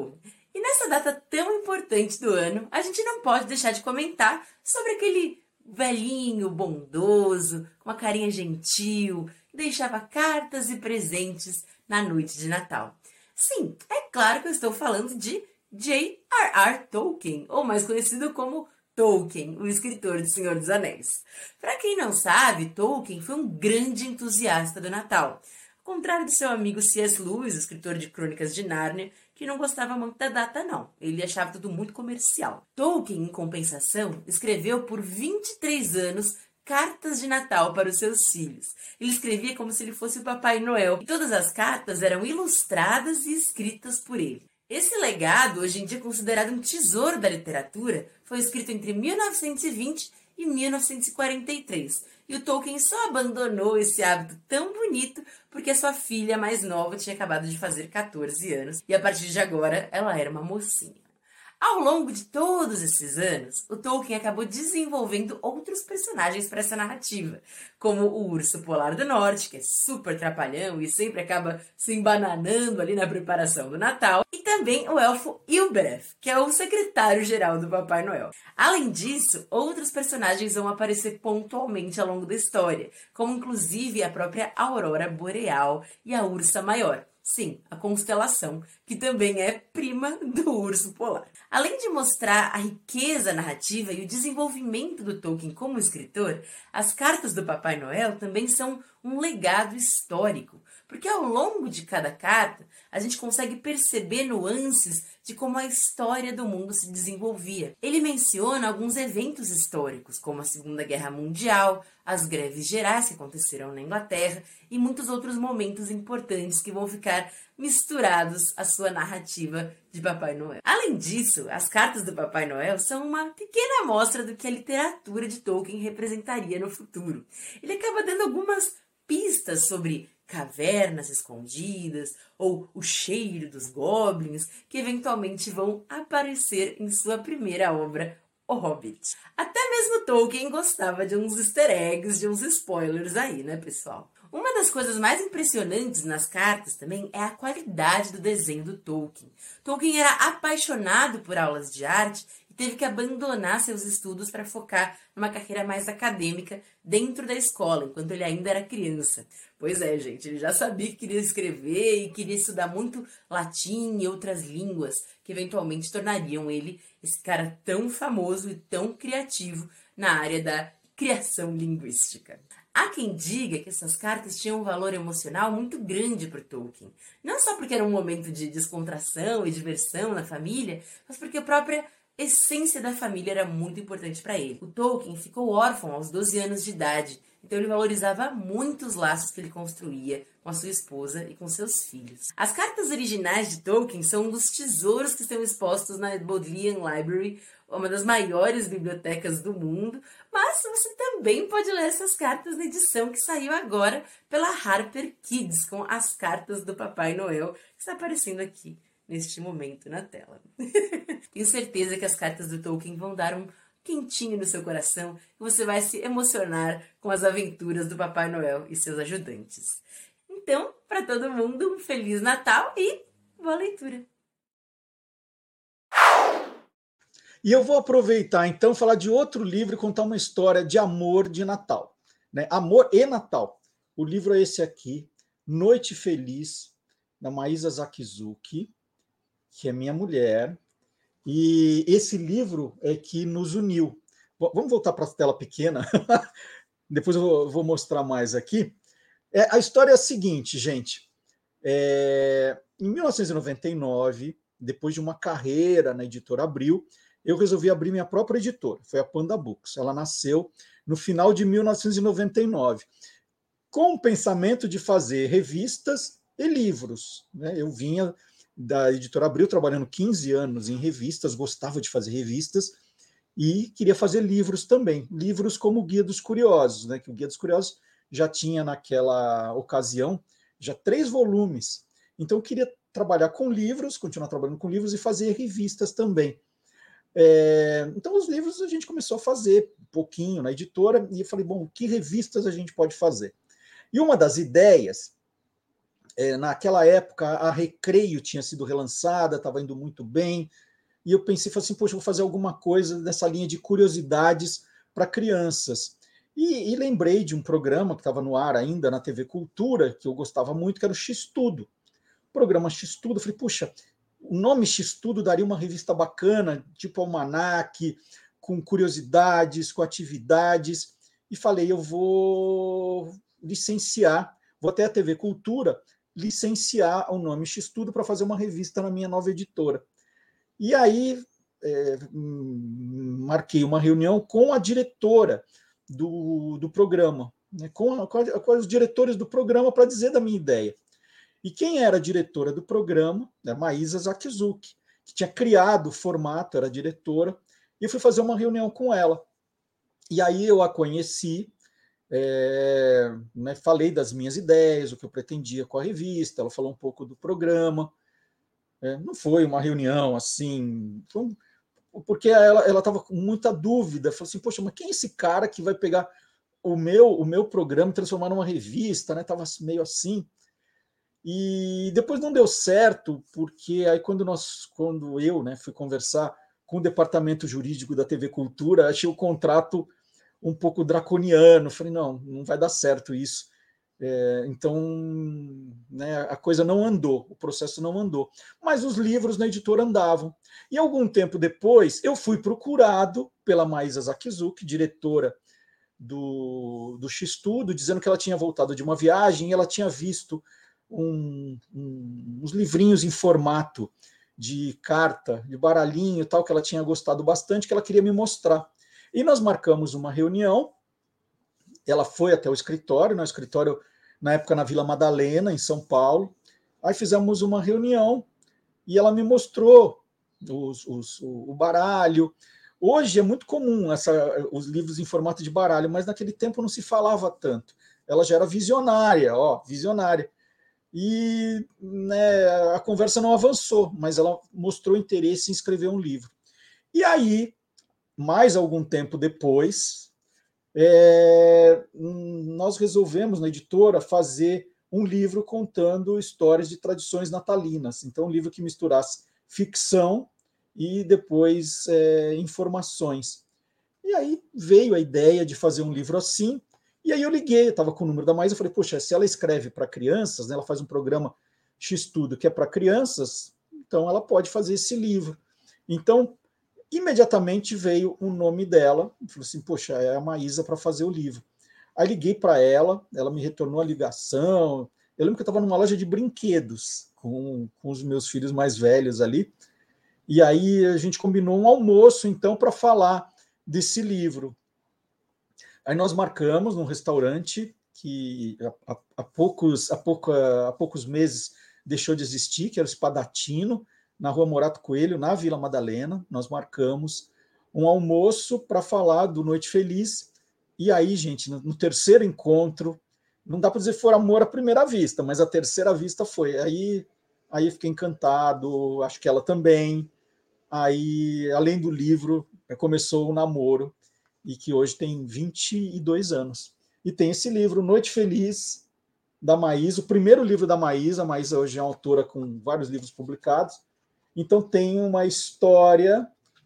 E nessa data tão importante do ano, a gente não pode deixar de comentar sobre aquele velhinho bondoso, com uma carinha gentil, que deixava cartas e presentes na noite de Natal. Sim, é claro que eu estou falando de J R R Tolkien, ou mais conhecido como Tolkien, o escritor de Senhor dos Anéis. Para quem não sabe, Tolkien foi um grande entusiasta do Natal. Ao contrário do seu amigo C S Lewis, o escritor de Crônicas de Nárnia, que não gostava muito da data, não. Ele achava tudo muito comercial. Tolkien, em compensação, escreveu por vinte e três anos cartas de Natal para os seus filhos. Ele escrevia como se ele fosse o Papai Noel, e todas as cartas eram ilustradas e escritas por ele. Esse legado, hoje em dia considerado um tesouro da literatura, foi escrito entre mil novecentos e vinte e mil novecentos e quarenta e três. E o Tolkien só abandonou esse hábito tão bonito porque a sua filha mais nova tinha acabado de fazer catorze anos e a partir de agora ela era uma mocinha. Ao longo de todos esses anos, o Tolkien acabou desenvolvendo outros personagens para essa narrativa, como o Urso Polar do Norte, que é super trapalhão e sempre acaba se embananando ali na preparação do Natal, e também o elfo Ilbereth, que é o secretário-geral do Papai Noel. Além disso, outros personagens vão aparecer pontualmente ao longo da história, como inclusive a própria Aurora Boreal e a Ursa Maior. Sim, a constelação, que também é prima do urso polar. Além de mostrar a riqueza narrativa e o desenvolvimento do Tolkien como escritor, as cartas do Papai Noel também são um legado histórico, porque ao longo de cada carta a gente consegue perceber nuances de como a história do mundo se desenvolvia. Ele menciona alguns eventos históricos, como a Segunda Guerra Mundial, as greves gerais que aconteceram na Inglaterra e muitos outros momentos importantes que vão ficar misturados à sua narrativa de Papai Noel. Além disso, as cartas do Papai Noel são uma pequena amostra do que a literatura de Tolkien representaria no futuro. Ele acaba dando algumas pistas sobre cavernas escondidas ou o cheiro dos goblins que eventualmente vão aparecer em sua primeira obra, O Hobbit. Até mesmo Tolkien gostava de uns easter eggs, de uns spoilers aí, né, pessoal? Uma das coisas mais impressionantes nas cartas também é a qualidade do desenho do Tolkien. Tolkien era apaixonado por aulas de arte e teve que abandonar seus estudos para focar numa carreira mais acadêmica dentro da escola, enquanto ele ainda era criança. Pois é, gente, ele já sabia que queria escrever e queria estudar muito latim e outras línguas, que eventualmente tornariam ele esse cara tão famoso e tão criativo na área da criação linguística. Há quem diga que essas cartas tinham um valor emocional muito grande para Tolkien. Não só porque era um momento de descontração e diversão na família, mas porque a própria essência da família era muito importante para ele. O Tolkien ficou órfão aos doze anos de idade, então ele valorizava muito os laços que ele construía com a sua esposa e com seus filhos. As cartas originais de Tolkien são um dos tesouros que estão expostos na Bodleian Library, uma das maiores bibliotecas do mundo, mas você também pode ler essas cartas na edição que saiu agora pela Harper Kids, com as cartas do Papai Noel, que está aparecendo aqui neste momento na tela. Tenho certeza que as cartas do Tolkien vão dar um quentinho no seu coração e você vai se emocionar com as aventuras do Papai Noel e seus ajudantes. Então, para todo mundo, um Feliz Natal e boa leitura! E eu vou aproveitar, então, falar de outro livro e contar uma história de amor de Natal. Né? Amor e Natal. O livro é esse aqui, Noite Feliz, da Maísa Zakizuki, que é minha mulher. E esse livro é que nos uniu. Vamos voltar para a tela pequena. Depois eu vou mostrar mais aqui. É, a história é a seguinte, gente. É, em mil novecentos e noventa e nove, depois de uma carreira na editora Abril, eu resolvi abrir minha própria editora. Foi a Panda Books. Ela nasceu no final de mil novecentos e noventa e nove, com o pensamento de fazer revistas e livros. Né? Eu vinha da editora Abril trabalhando quinze anos em revistas, gostava de fazer revistas e queria fazer livros também. Livros como o Guia dos Curiosos, né? Que o Guia dos Curiosos já tinha naquela ocasião já três volumes. Então eu queria trabalhar com livros, continuar trabalhando com livros e fazer revistas também. É, então os livros a gente começou a fazer um pouquinho na editora e eu falei, bom, que revistas a gente pode fazer? E uma das ideias É, naquela época, a Recreio tinha sido relançada, estava indo muito bem, e eu pensei, falei assim, poxa, vou fazer alguma coisa nessa linha de curiosidades para crianças. E, e lembrei de um programa que estava no ar ainda na T V Cultura, que eu gostava muito, que era o X-Tudo. O programa X-Tudo, eu falei, puxa, o nome X-Tudo daria uma revista bacana, tipo almanaque, com curiosidades, com atividades, e falei, eu vou licenciar, vou até a T V Cultura, licenciar o nome X-Tudo para fazer uma revista na minha nova editora. E aí é, marquei uma reunião com a diretora do, do programa, né, com, a, com, a, com os diretores do programa para dizer da minha ideia. E quem era a diretora do programa? A Maísa Zakizuki, que tinha criado o formato, era diretora, e eu fui fazer uma reunião com ela. E aí eu a conheci, é, né, falei das minhas ideias, o que eu pretendia com a revista, ela falou um pouco do programa. É, não foi uma reunião assim, foi, porque ela estava com muita dúvida, falou assim, poxa, mas quem é esse cara que vai pegar o meu, o meu programa e transformar numa revista, né? Estava meio assim. E depois não deu certo, porque aí quando nós, quando eu, né, fui conversar com o departamento jurídico da T V Cultura, achei o contrato um pouco draconiano. Falei, não, não vai dar certo isso. É, então, né, a coisa não andou, o processo não andou. Mas os livros na editora andavam. E algum tempo depois, eu fui procurado pela Maísa Zakizuki, diretora do, do X-Tudo, dizendo que ela tinha voltado de uma viagem e ela tinha visto um, um, uns livrinhos em formato de carta, de baralhinho, tal, que ela tinha gostado bastante, que ela queria me mostrar. E nós marcamos uma reunião. Ela foi até o escritório, no escritório, na época, na Vila Madalena, em São Paulo. Aí fizemos uma reunião e ela me mostrou os, os, o baralho. Hoje é muito comum essa, os livros em formato de baralho, mas naquele tempo não se falava tanto. Ela já era visionária, ó, visionária. E né, a conversa não avançou, mas ela mostrou interesse em escrever um livro. E aí, mais algum tempo depois, é, nós resolvemos, na editora, fazer um livro contando histórias de tradições natalinas. Então, um livro que misturasse ficção e depois é, informações. E aí veio a ideia de fazer um livro assim. E aí eu liguei, eu estava com o número da Maísa, eu falei, poxa, se ela escreve para crianças, né, ela faz um programa X-Tudo que é para crianças, então ela pode fazer esse livro. Então, imediatamente veio o nome dela, eu falei assim, poxa, é a Maísa para fazer o livro. Aí liguei para ela, ela me retornou a ligação. Eu lembro que eu estava numa loja de brinquedos com, com os meus filhos mais velhos ali, e aí a gente combinou um almoço, então, para falar desse livro. Aí nós marcamos num restaurante que há, há, poucos, há, pouco, há poucos meses deixou de existir, que era o Espadatino, na Rua Morato Coelho, na Vila Madalena. Nós marcamos um almoço para falar do Noite Feliz. E aí, gente, no, no terceiro encontro, não dá para dizer que foi amor à primeira vista, mas a terceira vista foi. Aí, aí eu fiquei encantado, acho que ela também. Aí, além do livro, começou o namoro, e que hoje tem vinte e dois anos. E tem esse livro, Noite Feliz, da Maísa, o primeiro livro da Maísa. A Maísa hoje é uma autora com vários livros publicados. Então tem uma história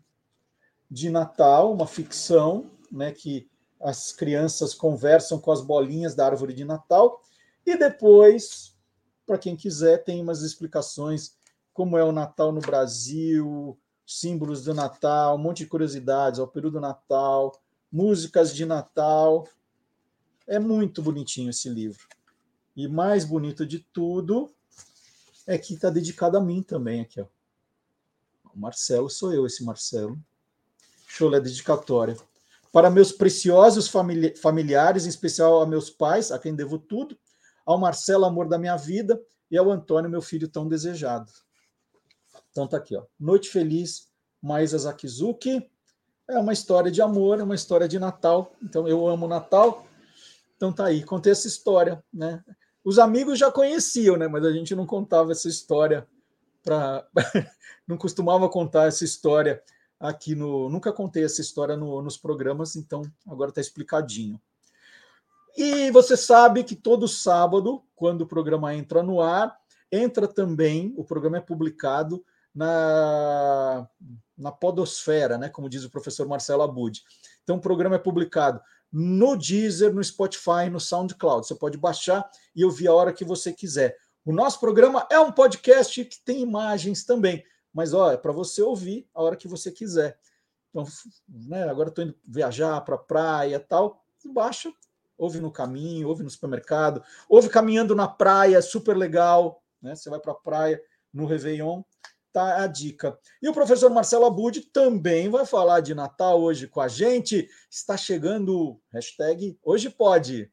de Natal, uma ficção, né, que as crianças conversam com as bolinhas da árvore de Natal, e depois, para quem quiser, tem umas explicações como é o Natal no Brasil, símbolos do Natal, um monte de curiosidades, o período do Natal, músicas de Natal. É muito bonitinho esse livro. E mais bonito de tudo é que está dedicado a mim também aqui, ó. O Marcelo sou eu, esse Marcelo. Deixa eu ler a dedicatória. Para meus preciosos famili- familiares, em especial a meus pais, a quem devo tudo, ao Marcelo, amor da minha vida, e ao Antônio, meu filho tão desejado. Então tá aqui, ó. Noite Feliz, Maísa Zakizuki. É uma história de amor, é uma história de Natal. Então eu amo Natal. Então tá aí, contei essa história, né? Os amigos já conheciam, né? Mas a gente não contava essa história para não costumava contar essa história aqui no, nunca contei essa história no, nos programas, então agora está explicadinho. E você sabe que todo sábado, quando o programa entra no ar, entra também, o programa é publicado na, na podosfera, né, como diz o professor Marcelo Abud. Então, o programa é publicado no Deezer, no Spotify, no SoundCloud. Você pode baixar e ouvir a hora que você quiser. O nosso programa é um podcast que tem imagens também, mas ó, é para você ouvir a hora que você quiser. Então, né, agora estou indo viajar para a praia e tal, baixa, ouve no caminho, ouve no supermercado, ouve caminhando na praia, super legal, né? Você vai para a praia no Réveillon, tá a dica. E o professor Marcelo Abud também vai falar de Natal hoje com a gente. Está chegando, hashtag Hoje Pode.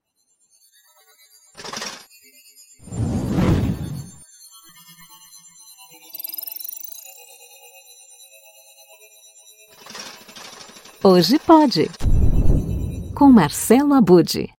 Hoje Pode, com Marcelo Abud.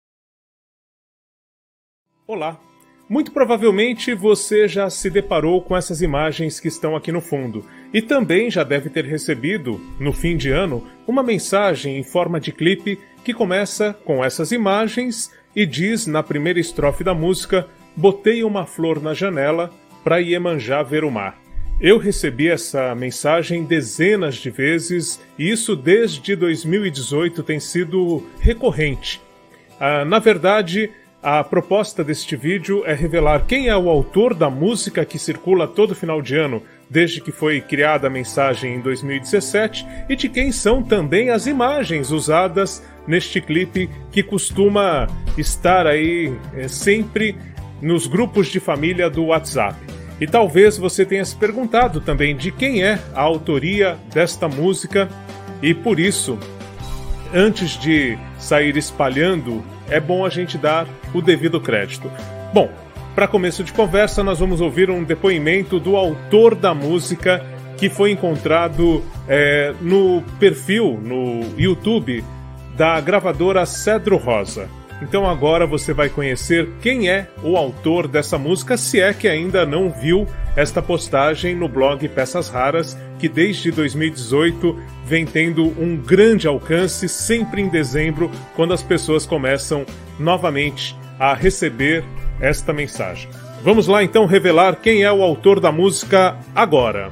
Olá. Muito provavelmente você já se deparou com essas imagens que estão aqui no fundo e também já deve ter recebido, no fim de ano, uma mensagem em forma de clipe que começa com essas imagens e diz na primeira estrofe da música: "Botei uma flor na janela pra Iemanjá ver o mar". Eu recebi essa mensagem dezenas de vezes e isso desde dois mil e dezoito tem sido recorrente. Ah, na verdade, a proposta deste vídeo é revelar quem é o autor da música que circula todo final de ano, desde que foi criada a mensagem em dois mil e dezessete, e de quem são também as imagens usadas neste clipe que costuma estar aí é, sempre nos grupos de família do WhatsApp. E talvez você tenha se perguntado também de quem é a autoria desta música, e por isso, antes de sair espalhando, é bom a gente dar o devido crédito. Bom, para começo de conversa, nós vamos ouvir um depoimento do autor da música que foi encontrado é, no perfil, no YouTube, da gravadora Cedro Rosa. Então agora você vai conhecer quem é o autor dessa música, se é que ainda não viu esta postagem no blog Peças Raras, que desde dois mil e dezoito vem tendo um grande alcance, sempre em dezembro, quando as pessoas começam novamente a receber esta mensagem. Vamos lá então revelar quem é o autor da música agora.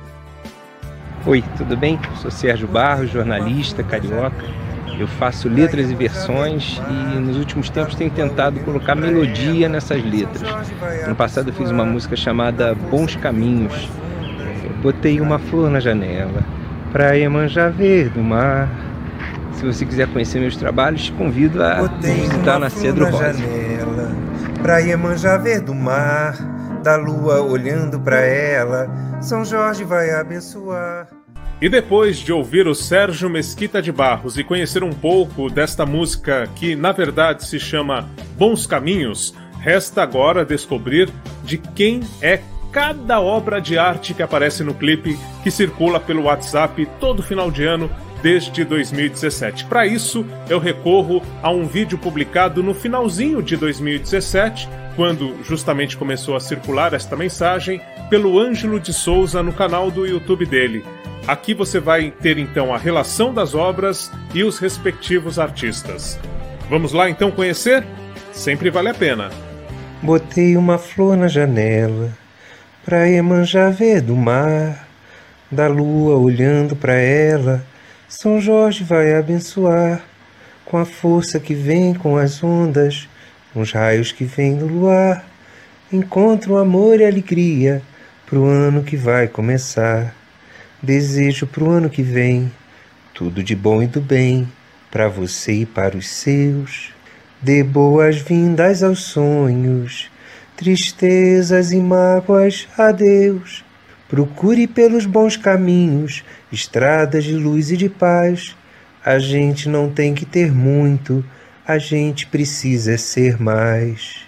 Oi, tudo bem? Sou Sérgio Barros, jornalista carioca. Eu faço letras e versões e nos últimos tempos tenho tentado colocar melodia nessas letras. No passado eu fiz uma música chamada Bons Caminhos. Eu botei uma flor na janela pra Iemanjá ver do mar. Se você quiser conhecer meus trabalhos, te convido a botei visitar na Cedro Rosa. Janela pra Iemanjá ver do mar, da lua olhando pra ela, São Jorge vai abençoar. E depois de ouvir o Sérgio Mesquita de Barros e conhecer um pouco desta música que na verdade se chama Bons Caminhos, resta agora descobrir de quem é cada obra de arte que aparece no clipe que circula pelo WhatsApp todo final de ano desde dois mil e dezessete. Para isso, eu recorro a um vídeo publicado no finalzinho de dois mil e dezessete, quando justamente começou a circular esta mensagem, pelo Ângelo de Souza no canal do YouTube dele. Aqui você vai ter então a relação das obras e os respectivos artistas. Vamos lá então conhecer? Sempre vale a pena. Botei uma flor na janela pra Iemanjá ver do mar, da lua olhando pra ela, São Jorge vai abençoar, com a força que vem com as ondas, os raios que vêm do luar, encontro amor e alegria pro ano que vai começar. Desejo pro ano que vem tudo de bom e do bem pra você e para os seus. Dê boas-vindas aos sonhos, tristezas e mágoas, adeus. Procure pelos bons caminhos, estradas de luz e de paz. A gente não tem que ter muito, a gente precisa ser mais.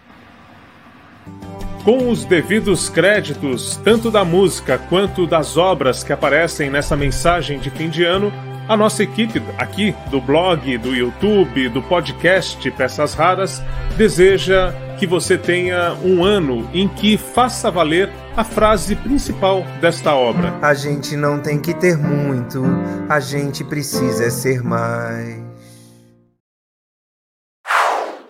Com os devidos créditos, tanto da música quanto das obras que aparecem nessa mensagem de fim de ano, a nossa equipe aqui do blog, do YouTube, do podcast Peças Raras, deseja que você tenha um ano em que faça valer a frase principal desta obra. A gente não tem que ter muito, a gente precisa ser mais.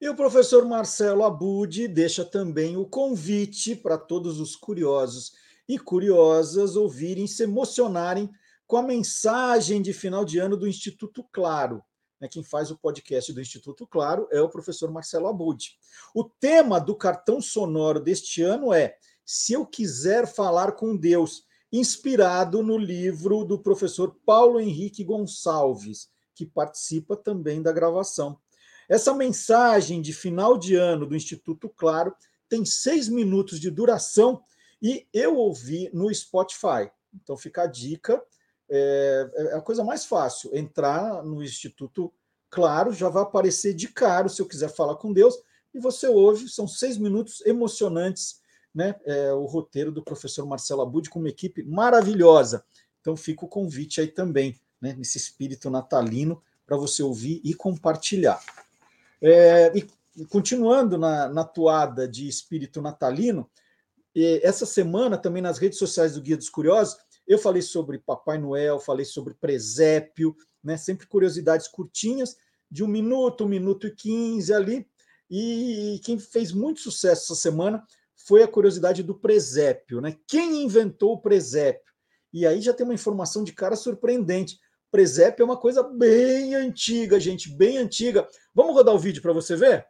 o professor Marcelo Abud deixa também o convite para todos os curiosos e curiosas ouvirem, se emocionarem com a mensagem de final de ano do Instituto Claro. Quem faz o podcast do Instituto Claro é o professor Marcelo Abud. O tema do cartão sonoro deste ano é Se Eu Quiser Falar com Deus, inspirado no livro do professor Paulo Henrique Gonçalves, que participa também da gravação. Essa mensagem de final de ano do Instituto Claro tem seis minutos de duração e eu ouvi no Spotify. Então fica a dica, é, é a coisa mais fácil, entrar no Instituto Claro, já vai aparecer de cara, se eu quiser falar com Deus, e você ouve, são seis minutos emocionantes, né? É, o roteiro do professor Marcelo Abud com uma equipe maravilhosa. Então fica o convite aí também, né, nesse espírito natalino, para você ouvir e compartilhar. É, e continuando na, na toada de espírito natalino, essa semana também nas redes sociais do Guia dos Curiosos, eu falei sobre Papai Noel, falei sobre presépio, né, sempre curiosidades curtinhas, de um minuto, um minuto e quinze ali, e quem fez muito sucesso essa semana foi a curiosidade do presépio, né? Quem inventou o presépio? E aí já tem uma informação de cara surpreendente. Presépio é uma coisa bem antiga, gente, bem antiga. Vamos rodar o vídeo para você ver?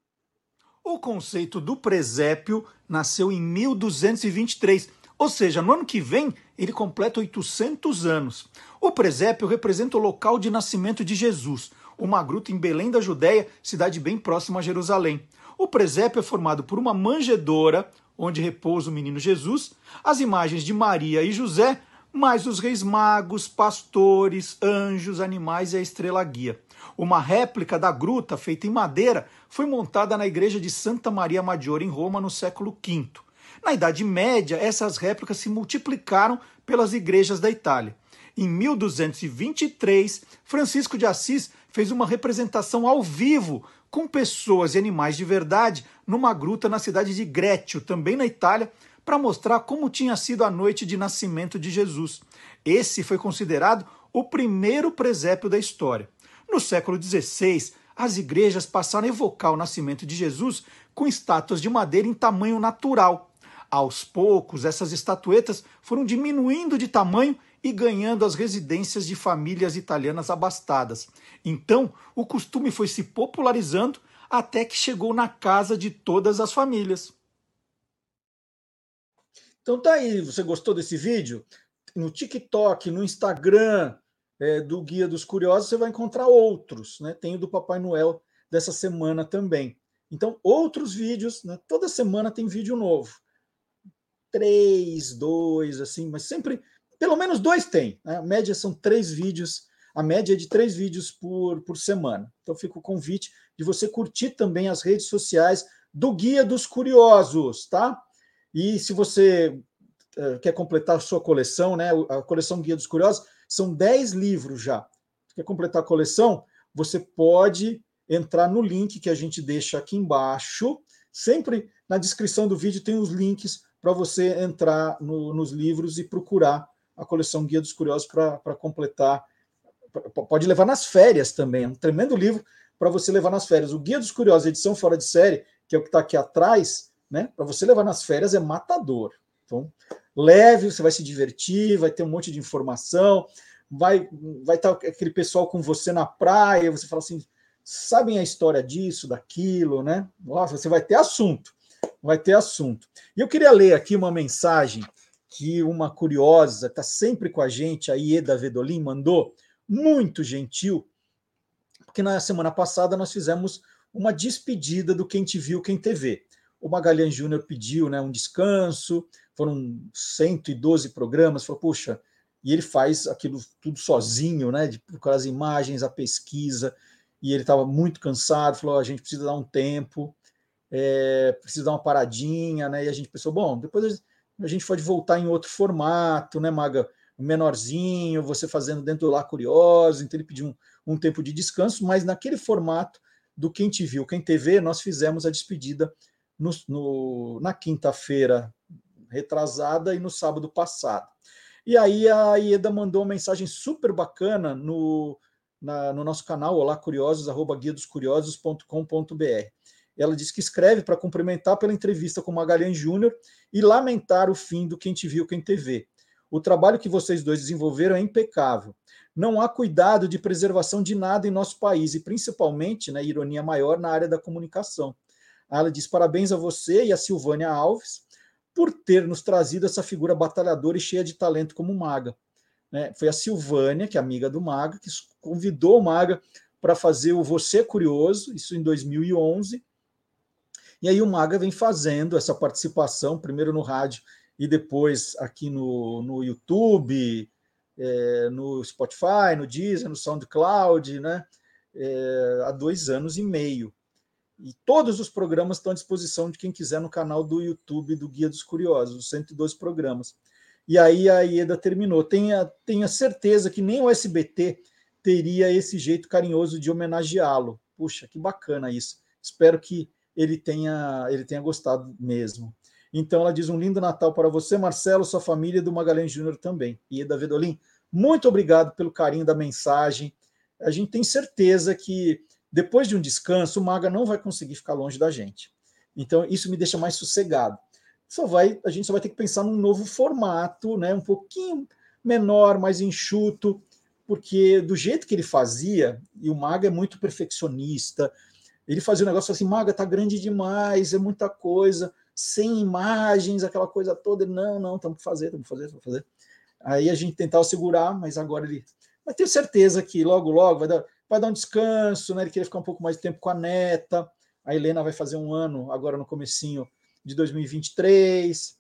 O conceito do presépio nasceu em mil duzentos e vinte e três, ou seja, no ano que vem ele completa oitocentos anos. O presépio representa o local de nascimento de Jesus, uma gruta em Belém da Judéia, cidade bem próxima a Jerusalém. O presépio é formado por uma manjedoura, onde repousa o menino Jesus, as imagens de Maria e José, mais os reis magos, pastores, anjos, animais e a estrela guia. Uma réplica da gruta, feita em madeira, foi montada na igreja de Santa Maria Maggiore, em Roma, no século quinto. Na Idade Média, essas réplicas se multiplicaram pelas igrejas da Itália. Em mil duzentos e vinte e três, Francisco de Assis fez uma representação ao vivo com pessoas e animais de verdade numa gruta na cidade de Grécio, também na Itália, para mostrar como tinha sido a noite de nascimento de Jesus. Esse foi considerado o primeiro presépio da história. No século dezesseis, as igrejas passaram a evocar o nascimento de Jesus com estátuas de madeira em tamanho natural. Aos poucos, essas estatuetas foram diminuindo de tamanho e ganhando as residências de famílias italianas abastadas. Então, o costume foi se popularizando até que chegou na casa de todas as famílias. Então tá aí, você gostou desse vídeo? No TikTok, no Instagram é, do Guia dos Curiosos, você vai encontrar outros, né? Tem o do Papai Noel dessa semana também. Então, outros vídeos, né? Toda semana tem vídeo novo. Três, dois, assim, mas sempre, pelo menos dois tem, né? A média são três vídeos, a média é de três vídeos por, por semana. Então fica o convite de você curtir também as redes sociais do Guia dos Curiosos, tá? E se você uh, quer completar a sua coleção, né, a coleção Guia dos Curiosos, são dez livros já. Se quer completar a coleção, você pode entrar no link que a gente deixa aqui embaixo. Sempre na descrição do vídeo tem os links para você entrar no, nos livros e procurar a coleção Guia dos Curiosos para completar. Pode levar nas férias também, é um tremendo livro para você levar nas férias. O Guia dos Curiosos, edição fora de série, que é o que está aqui atrás, né? Para você levar nas férias é matador. Então, leve, você vai se divertir, vai ter um monte de informação, vai vai estar aquele pessoal com você na praia, você fala assim, sabem a história disso, daquilo, né? Nossa, você vai ter assunto, vai ter assunto. E eu queria ler aqui uma mensagem que uma curiosa, está sempre com a gente, a Ieda Vedolin, mandou, muito gentil, porque na semana passada nós fizemos uma despedida do Quem Te Viu, Quem Te Vê. O Magalhães Júnior pediu, né, um descanso, foram cento e doze programas, falou, puxa, e ele faz aquilo tudo sozinho, né, de procurar as imagens, a pesquisa, e ele estava muito cansado, falou, a gente precisa dar um tempo, é, precisa dar uma paradinha, né, e a gente pensou, bom, depois a gente pode voltar em outro formato, né, Maga, menorzinho, você fazendo dentro do Lá Curioso, então ele pediu um, um tempo de descanso, mas naquele formato do Quem Te Viu, Quem Te Vê, nós fizemos a despedida No, no, na quinta-feira retrasada e no sábado passado. E aí a Ieda mandou uma mensagem super bacana no, na, no nosso canal, olá curiosos, arroba guia dos curiosos ponto com ponto br. Ela diz que escreve para cumprimentar pela entrevista com Magalhães Júnior e lamentar o fim do Quem Te Viu, Quem Te Vê. O trabalho que vocês dois desenvolveram é impecável. Não há cuidado de preservação de nada em nosso país, e principalmente, né, ironia maior, na área da comunicação. Ela diz parabéns a você e a Silvânia Alves por ter nos trazido essa figura batalhadora e cheia de talento como o Maga. Né? Foi a Silvânia, que é amiga do Maga, que convidou o Maga para fazer o Você Curioso, isso em dois mil e onze. E aí o Maga vem fazendo essa participação, primeiro no rádio e depois aqui no, no YouTube, é, no Spotify, no Deezer, no SoundCloud, né? É, há dois anos e meio. E todos os programas estão à disposição de quem quiser no canal do YouTube do Guia dos Curiosos, os cento e doze programas. E aí a Ieda terminou. Tenha, tenha certeza que nem o S B T teria esse jeito carinhoso de homenageá-lo. Puxa, que bacana isso. Espero que ele tenha, ele tenha gostado mesmo. Então ela diz um lindo Natal para você, Marcelo, sua família e do Magalhães Júnior também. Ieda Vedolin, muito obrigado pelo carinho da mensagem. A gente tem certeza que depois de um descanso, o Maga não vai conseguir ficar longe da gente. Então, isso me deixa mais sossegado. Só vai, a gente só vai ter que pensar num novo formato, né, um pouquinho menor, mais enxuto, porque do jeito que ele fazia, e o Maga é muito perfeccionista, ele fazia um negócio assim, Maga, tá grande demais, é muita coisa, sem imagens, aquela coisa toda. Ele, não, não, temos que fazer, temos que fazer, temos que fazer. Aí a gente tentava segurar, mas agora ele... Mas tenho certeza que logo, logo vai dar... vai dar um descanso, né? Ele queria ficar um pouco mais de tempo com a neta. A Helena vai fazer um ano agora no comecinho de dois mil e vinte e três,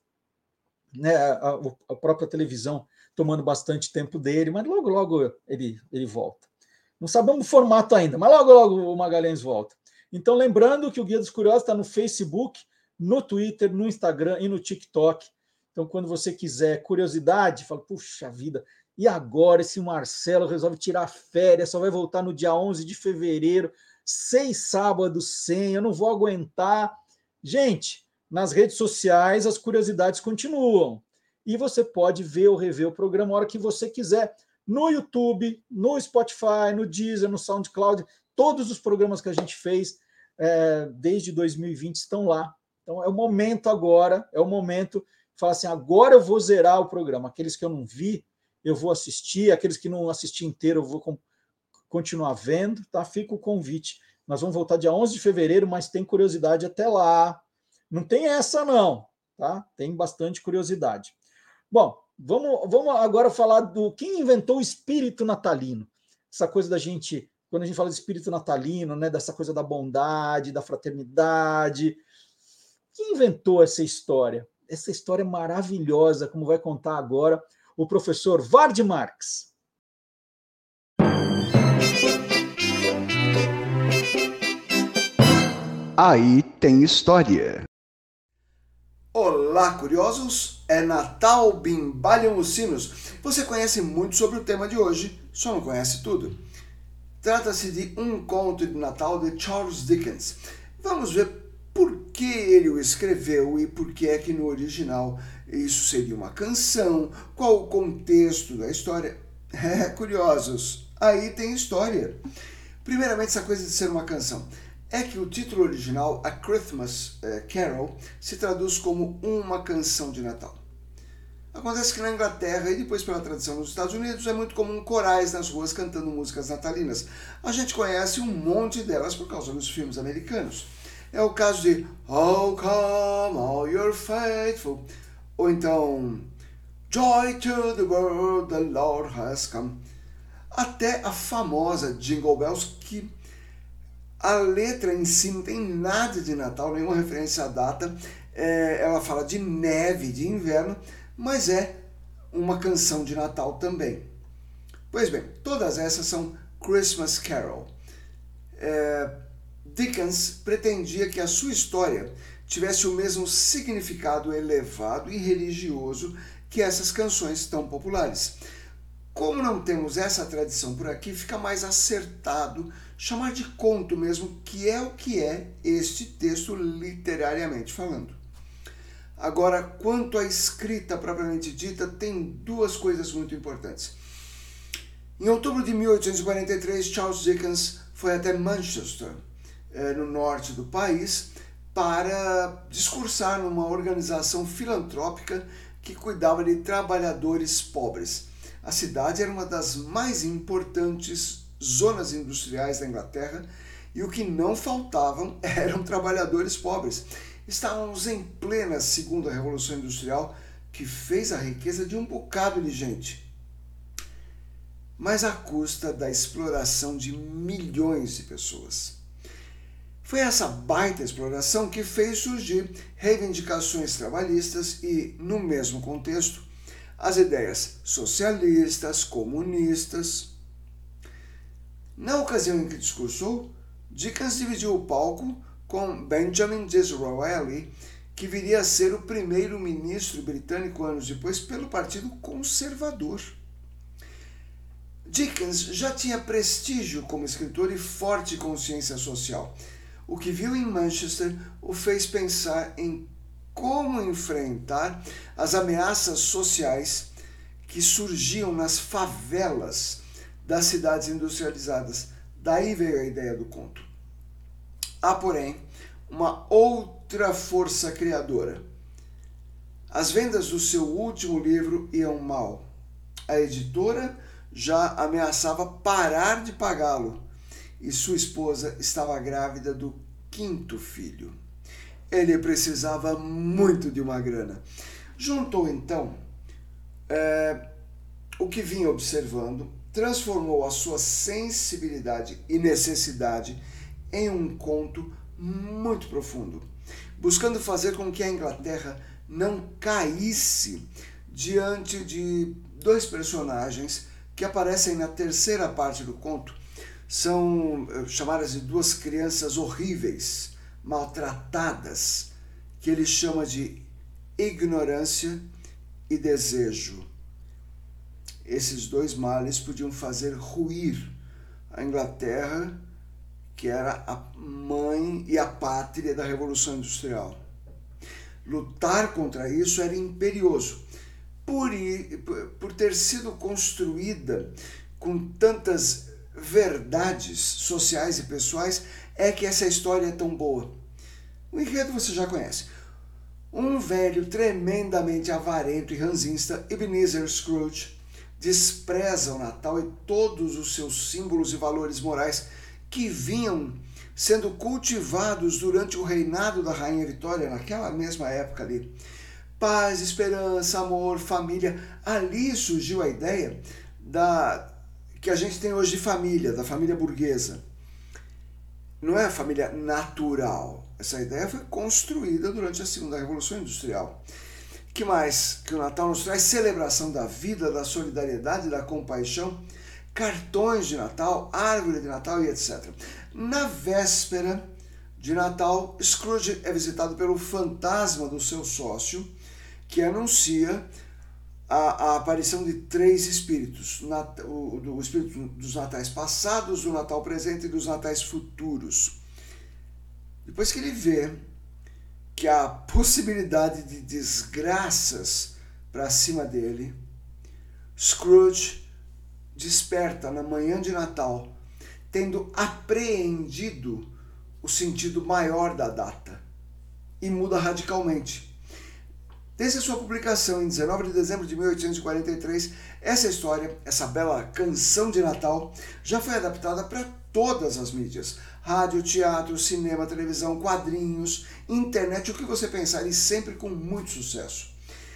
né? A, a própria televisão tomando bastante tempo dele, mas logo, logo ele, ele volta. Não sabemos o formato ainda, mas logo, logo o Magalhães volta. Então, lembrando que o Guia dos Curiosos está no Facebook, no Twitter, no Instagram e no TikTok. Então, quando você quiser curiosidade, fala, puxa vida, e agora esse Marcelo resolve tirar férias, só vai voltar no dia onze de fevereiro, seis sábados sem, eu não vou aguentar. Gente, nas redes sociais as curiosidades continuam. E você pode ver ou rever o programa a hora que você quiser. No YouTube, no Spotify, no Deezer, no SoundCloud, todos os programas que a gente fez é, desde dois mil e vinte estão lá. Então é o momento agora, é o momento de falar assim, agora eu vou zerar o programa. Aqueles que eu não vi, eu vou assistir, aqueles que não assisti inteiro eu vou com, continuar vendo, tá? Fica o convite. Nós vamos voltar dia onze de fevereiro, mas tem curiosidade até lá. Não tem essa não, tá? Tem bastante curiosidade. Bom, vamos, vamos agora falar do quem inventou o espírito natalino. Essa coisa da gente, quando a gente fala de espírito natalino, né, dessa coisa da bondade, da fraternidade. Quem inventou essa história? Essa história maravilhosa, como vai contar agora o professor Vard Marx. Aí tem história. Olá, curiosos! É Natal, bimbalham os sinos. Você conhece muito sobre o tema de hoje, só não conhece tudo. Trata-se de Um Conto de Natal de Charles Dickens. Vamos ver por que ele o escreveu e por que é que no original isso seria uma canção, qual o contexto da história. É, curiosos, aí tem história. Primeiramente, essa coisa de ser uma canção. É que o título original, A Christmas Carol, se traduz como Uma Canção de Natal. Acontece que na Inglaterra e depois pela tradição nos Estados Unidos é muito comum corais nas ruas cantando músicas natalinas. A gente conhece um monte delas por causa dos filmes americanos. É o caso de Oh, come all you're faithful, ou então Joy to the world, the Lord has come. Até a famosa Jingle Bells, que a letra em si não tem nada de Natal, nenhuma referência à data. É, ela fala de neve, de inverno, mas é uma canção de Natal também. Pois bem, todas essas são Christmas Carol. É, Dickens pretendia que a sua história tivesse o mesmo significado elevado e religioso que essas canções tão populares. Como não temos essa tradição por aqui, fica mais acertado chamar de conto mesmo, que é o que é este texto literariamente falando. Agora, quanto à escrita propriamente dita, tem duas coisas muito importantes. Em outubro de mil oitocentos e quarenta e três, Charles Dickens foi até Manchester, no norte do país, para discursar numa organização filantrópica que cuidava de trabalhadores pobres. A cidade era uma das mais importantes zonas industriais da Inglaterra e o que não faltavam eram trabalhadores pobres. Estávamos em plena segunda Revolução Industrial, que fez a riqueza de um bocado de gente, mas à custa da exploração de milhões de pessoas. Foi essa baita exploração que fez surgir reivindicações trabalhistas e, no mesmo contexto, as ideias socialistas, comunistas. Na ocasião em que discursou, Dickens dividiu o palco com Benjamin Disraeli, que viria a ser o primeiro-ministro britânico anos depois pelo Partido Conservador. Dickens já tinha prestígio como escritor e forte consciência social. O que viu em Manchester o fez pensar em como enfrentar as ameaças sociais que surgiam nas favelas das cidades industrializadas. Daí veio a ideia do conto. Há, porém, uma outra força criadora. As vendas do seu último livro iam mal. A editora já ameaçava parar de pagá-lo e sua esposa estava grávida do quinto filho. Ele precisava muito de uma grana. Juntou então é, o que vinha observando, transformou a sua sensibilidade e necessidade em um conto muito profundo, buscando fazer com que a Inglaterra não caísse diante de dois personagens que aparecem na terceira parte do conto. São chamadas de duas crianças horríveis, maltratadas, que ele chama de ignorância e desejo. Esses dois males podiam fazer ruir a Inglaterra, que era a mãe e a pátria da Revolução Industrial. Lutar contra isso era imperioso, por, por ter sido construída com tantas verdades sociais e pessoais, é que essa história é tão boa. O enredo você já conhece. Um velho tremendamente avarento e ranzinsta, Ebenezer Scrooge, despreza o Natal e todos os seus símbolos e valores morais que vinham sendo cultivados durante o reinado da Rainha Vitória, naquela mesma época ali. Paz, esperança, amor, família. Ali surgiu a ideia da que a gente tem hoje de família, da família burguesa. Não é a família natural. Essa ideia foi construída durante a Segunda Revolução Industrial. Que mais que o Natal nos traz? Celebração da vida, da solidariedade, da compaixão, cartões de Natal, árvore de Natal e etcétera. Na véspera de Natal, Scrooge é visitado pelo fantasma do seu sócio, que anuncia a, a aparição de três espíritos, o, o espírito dos natais passados, do Natal presente e dos natais futuros. Depois que ele vê que há possibilidade de desgraças para cima dele, Scrooge desperta na manhã de Natal, tendo apreendido o sentido maior da data, e muda radicalmente. Desde a sua publicação em dezenove de dezembro de mil oitocentos e quarenta e três, essa história, essa bela canção de Natal, já foi adaptada para todas as mídias: rádio, teatro, cinema, televisão, quadrinhos, internet, o que você pensar, e sempre com muito sucesso.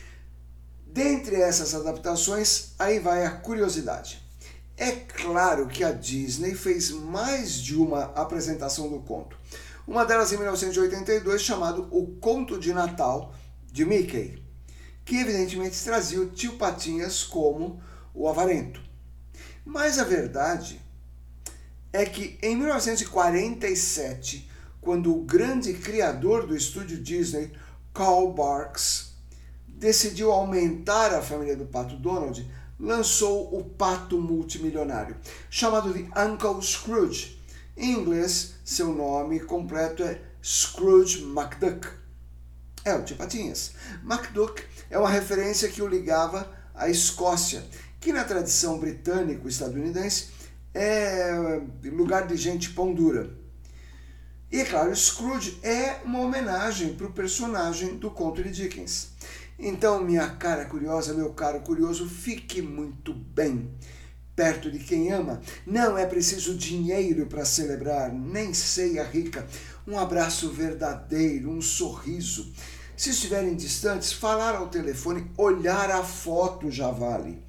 Dentre essas adaptações, aí vai a curiosidade. É claro que a Disney fez mais de uma apresentação do conto. Uma delas em mil novecentos e oitenta e dois, chamado O Conto de Natal, de Mickey, que evidentemente trazia o tio Patinhas como o avarento. Mas a verdade é que em mil novecentos e quarenta e sete, quando o grande criador do estúdio Disney, Carl Barks, decidiu aumentar a família do Pato Donald, lançou o Pato Multimilionário, chamado de Uncle Scrooge. Em inglês, seu nome completo é Scrooge McDuck. É o tio Patinhas. McDuck é uma referência que o ligava à Escócia, que na tradição britânico-estadunidense é lugar de gente pão dura. E, é claro, Scrooge é uma homenagem para o personagem do conto de Dickens. Então, minha cara curiosa, meu caro curioso, fique muito bem perto de quem ama. Não é preciso dinheiro para celebrar, nem ceia rica. Um abraço verdadeiro, um sorriso. Se estiverem distantes, falar ao telefone, olhar a foto já vale.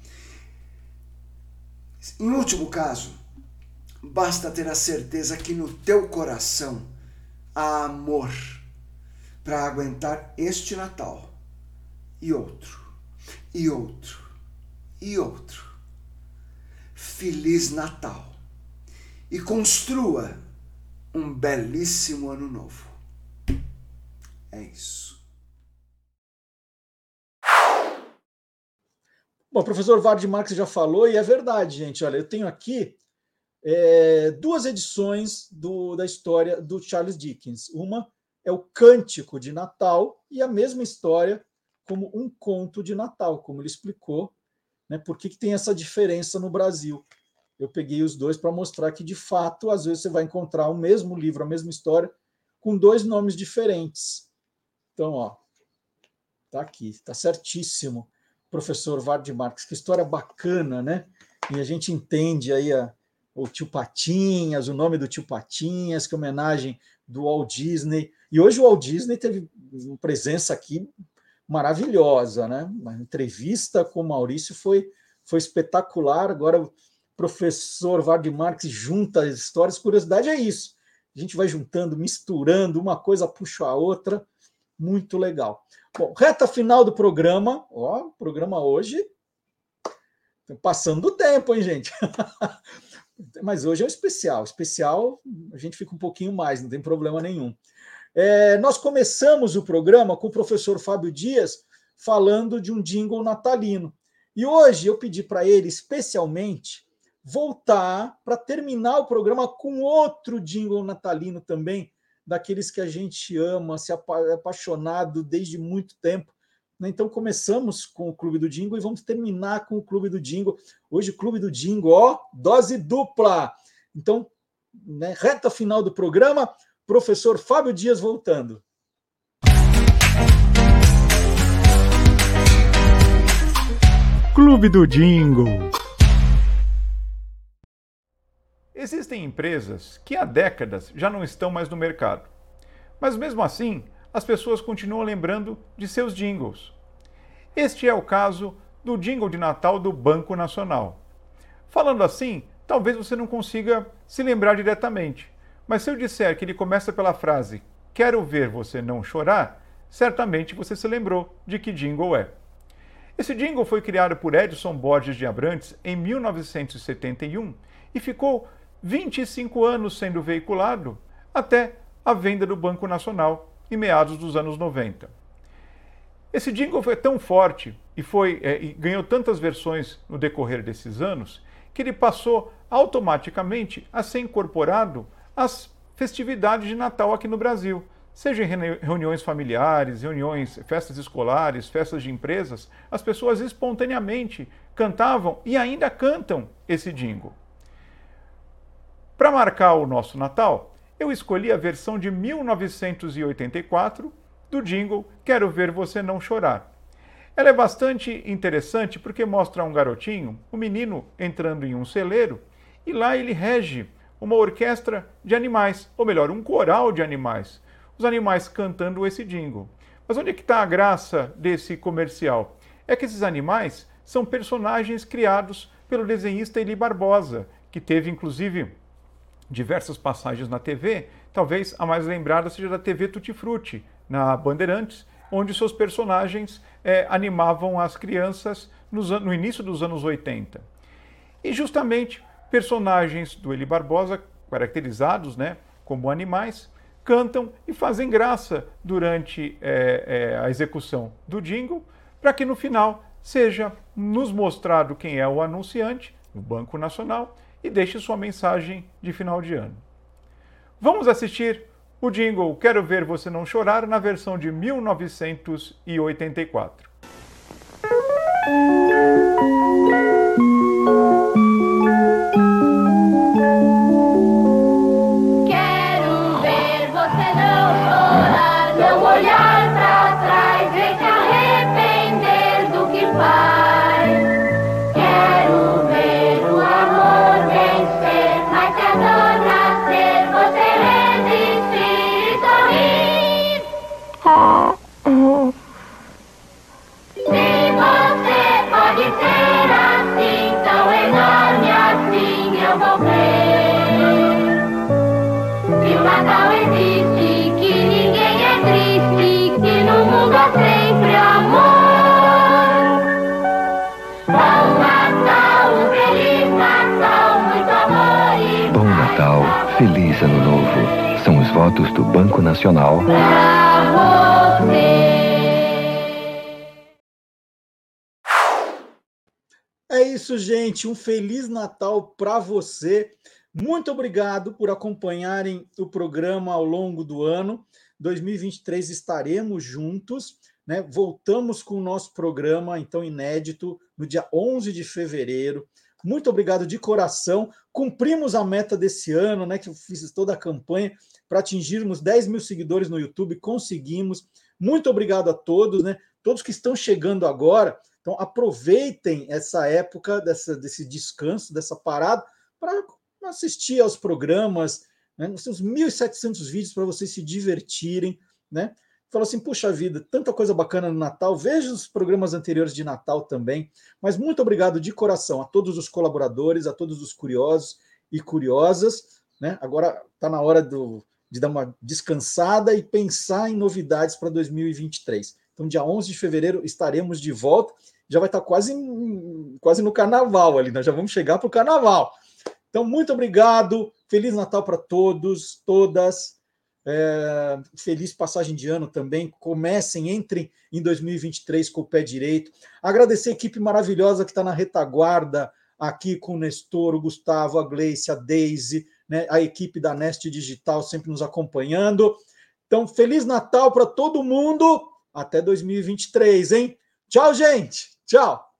Em último caso, basta ter a certeza que no teu coração há amor para aguentar este Natal e outro, e outro, e outro. Feliz Natal e construa um belíssimo ano novo. É isso. Bom, o professor Ward Marx já falou, e é verdade, gente. Olha, eu tenho aqui é, duas edições do, da história do Charles Dickens. Uma é o Cântico de Natal e a mesma história como um conto de Natal, como ele explicou, né, por que, que tem essa diferença no Brasil. Eu peguei os dois para mostrar que, de fato, às vezes você vai encontrar o mesmo livro, a mesma história, com dois nomes diferentes. Então, ó, tá aqui, tá certíssimo. Professor Ward Marx, que história bacana, né? E a gente entende aí a, o tio Patinhas, o nome do tio Patinhas, que é homenagem do Walt Disney. E hoje o Walt Disney teve uma presença aqui maravilhosa, né? Uma entrevista com o Maurício foi, foi espetacular. Agora o professor Ward Marx junta as histórias. Curiosidade é isso. A gente vai juntando, misturando, uma coisa puxa a outra. Muito legal. Bom, reta final do programa. Ó, o programa hoje passando do tempo, hein, gente? Mas hoje é um especial. Especial, a gente fica um pouquinho mais, não tem problema nenhum. É, nós começamos o programa com o professor Fábio Dias falando de um jingle natalino. E hoje eu pedi para ele, especialmente, voltar para terminar o programa com outro jingle natalino também, daqueles que a gente ama, se apa- apaixonado desde muito tempo. Então começamos com o Clube do Jingle e vamos terminar com o Clube do Jingle. Hoje o Clube do Jingle, ó, dose dupla. Então, né, reta final do programa, professor Fábio Dias voltando. Clube do Jingle. Existem empresas que há décadas já não estão mais no mercado. Mas mesmo assim, as pessoas continuam lembrando de seus jingles. Este é o caso do jingle de Natal do Banco Nacional. Falando assim, talvez você não consiga se lembrar diretamente, mas se eu disser que ele começa pela frase "Quero ver você não chorar", certamente você se lembrou de que jingle é. Esse jingle foi criado por Edson Borges de Abrantes em mil novecentos e setenta e um e ficou vinte e cinco anos sendo veiculado até a venda do Banco Nacional em meados dos anos noventa. Esse jingle foi tão forte e, foi, é, e ganhou tantas versões no decorrer desses anos que ele passou automaticamente a ser incorporado às festividades de Natal aqui no Brasil, seja em reuniões familiares, reuniões, festas escolares, festas de empresas. As pessoas espontaneamente cantavam e ainda cantam esse jingle. Para marcar o nosso Natal, eu escolhi a versão de mil novecentos e oitenta e quatro do jingle Quero Ver Você Não Chorar. Ela é bastante interessante porque mostra um garotinho, um menino entrando em um celeiro, e lá ele rege uma orquestra de animais, ou melhor, um coral de animais. Os animais cantando esse jingle. Mas onde é que está a graça desse comercial? É que esses animais são personagens criados pelo desenhista Eli Barbosa, que teve inclusive diversas passagens na T V, talvez a mais lembrada seja da T V Tutti Frutti, na Bandeirantes, onde seus personagens é, animavam as crianças nos, no início dos anos oitenta. E justamente personagens do Eli Barbosa, caracterizados, né, como animais, cantam e fazem graça durante é, é, a execução do jingle, para que no final seja nos mostrado quem é o anunciante, o Banco Nacional, e deixe sua mensagem de final de ano. Vamos assistir o jingle Quero Ver Você Não Chorar na versão de mil novecentos e oitenta e quatro. Pai. Quero ver o amor vencer, mas se a dor nascer, você resistir e sorrir. Se você pode ser assim, tão enorme assim, eu vou crer. Que o Natal existe, que ninguém é triste, que no mundo há sempre amor. Bom Natal, um feliz Natal, muito amor e Bom Natal, feliz Ano Novo. São os votos do Banco Nacional. pra você. É isso, gente. Um Feliz Natal para você. Muito obrigado por acompanharem o programa ao longo do ano. dois mil e vinte e três estaremos juntos, né? Voltamos com o nosso programa, então, inédito, no dia onze de fevereiro. Muito obrigado de coração. Cumprimos a meta desse ano, né? Que eu fiz toda a campanha para atingirmos dez mil seguidores no YouTube. Conseguimos. Muito obrigado a todos, né? Todos que estão chegando agora. Então, aproveitem essa época, dessa, desse descanso, dessa parada, para assistir aos programas, né? Nós temos mil e setecentos vídeos para vocês se divertirem, né? Falou assim, puxa vida, tanta coisa bacana no Natal, veja os programas anteriores de Natal também, mas muito obrigado de coração a todos os colaboradores, a todos os curiosos e curiosas, né? Agora está na hora do, de dar uma descansada e pensar em novidades para dois mil e vinte e três. Então, dia onze de fevereiro, estaremos de volta, já vai estar quase, quase no carnaval ali, nós já vamos chegar para o carnaval. Então, muito obrigado, Feliz Natal para todos, todas, é, feliz passagem de ano também, comecem, entrem em dois mil e vinte e três com o pé direito. Agradecer a equipe maravilhosa que está na retaguarda, aqui com o Nestor, o Gustavo, a Gleice, a Deise, né, a equipe da Nest Digital sempre nos acompanhando. Então, Feliz Natal para todo mundo, até dois mil e vinte e três, hein? Tchau, gente! Tchau!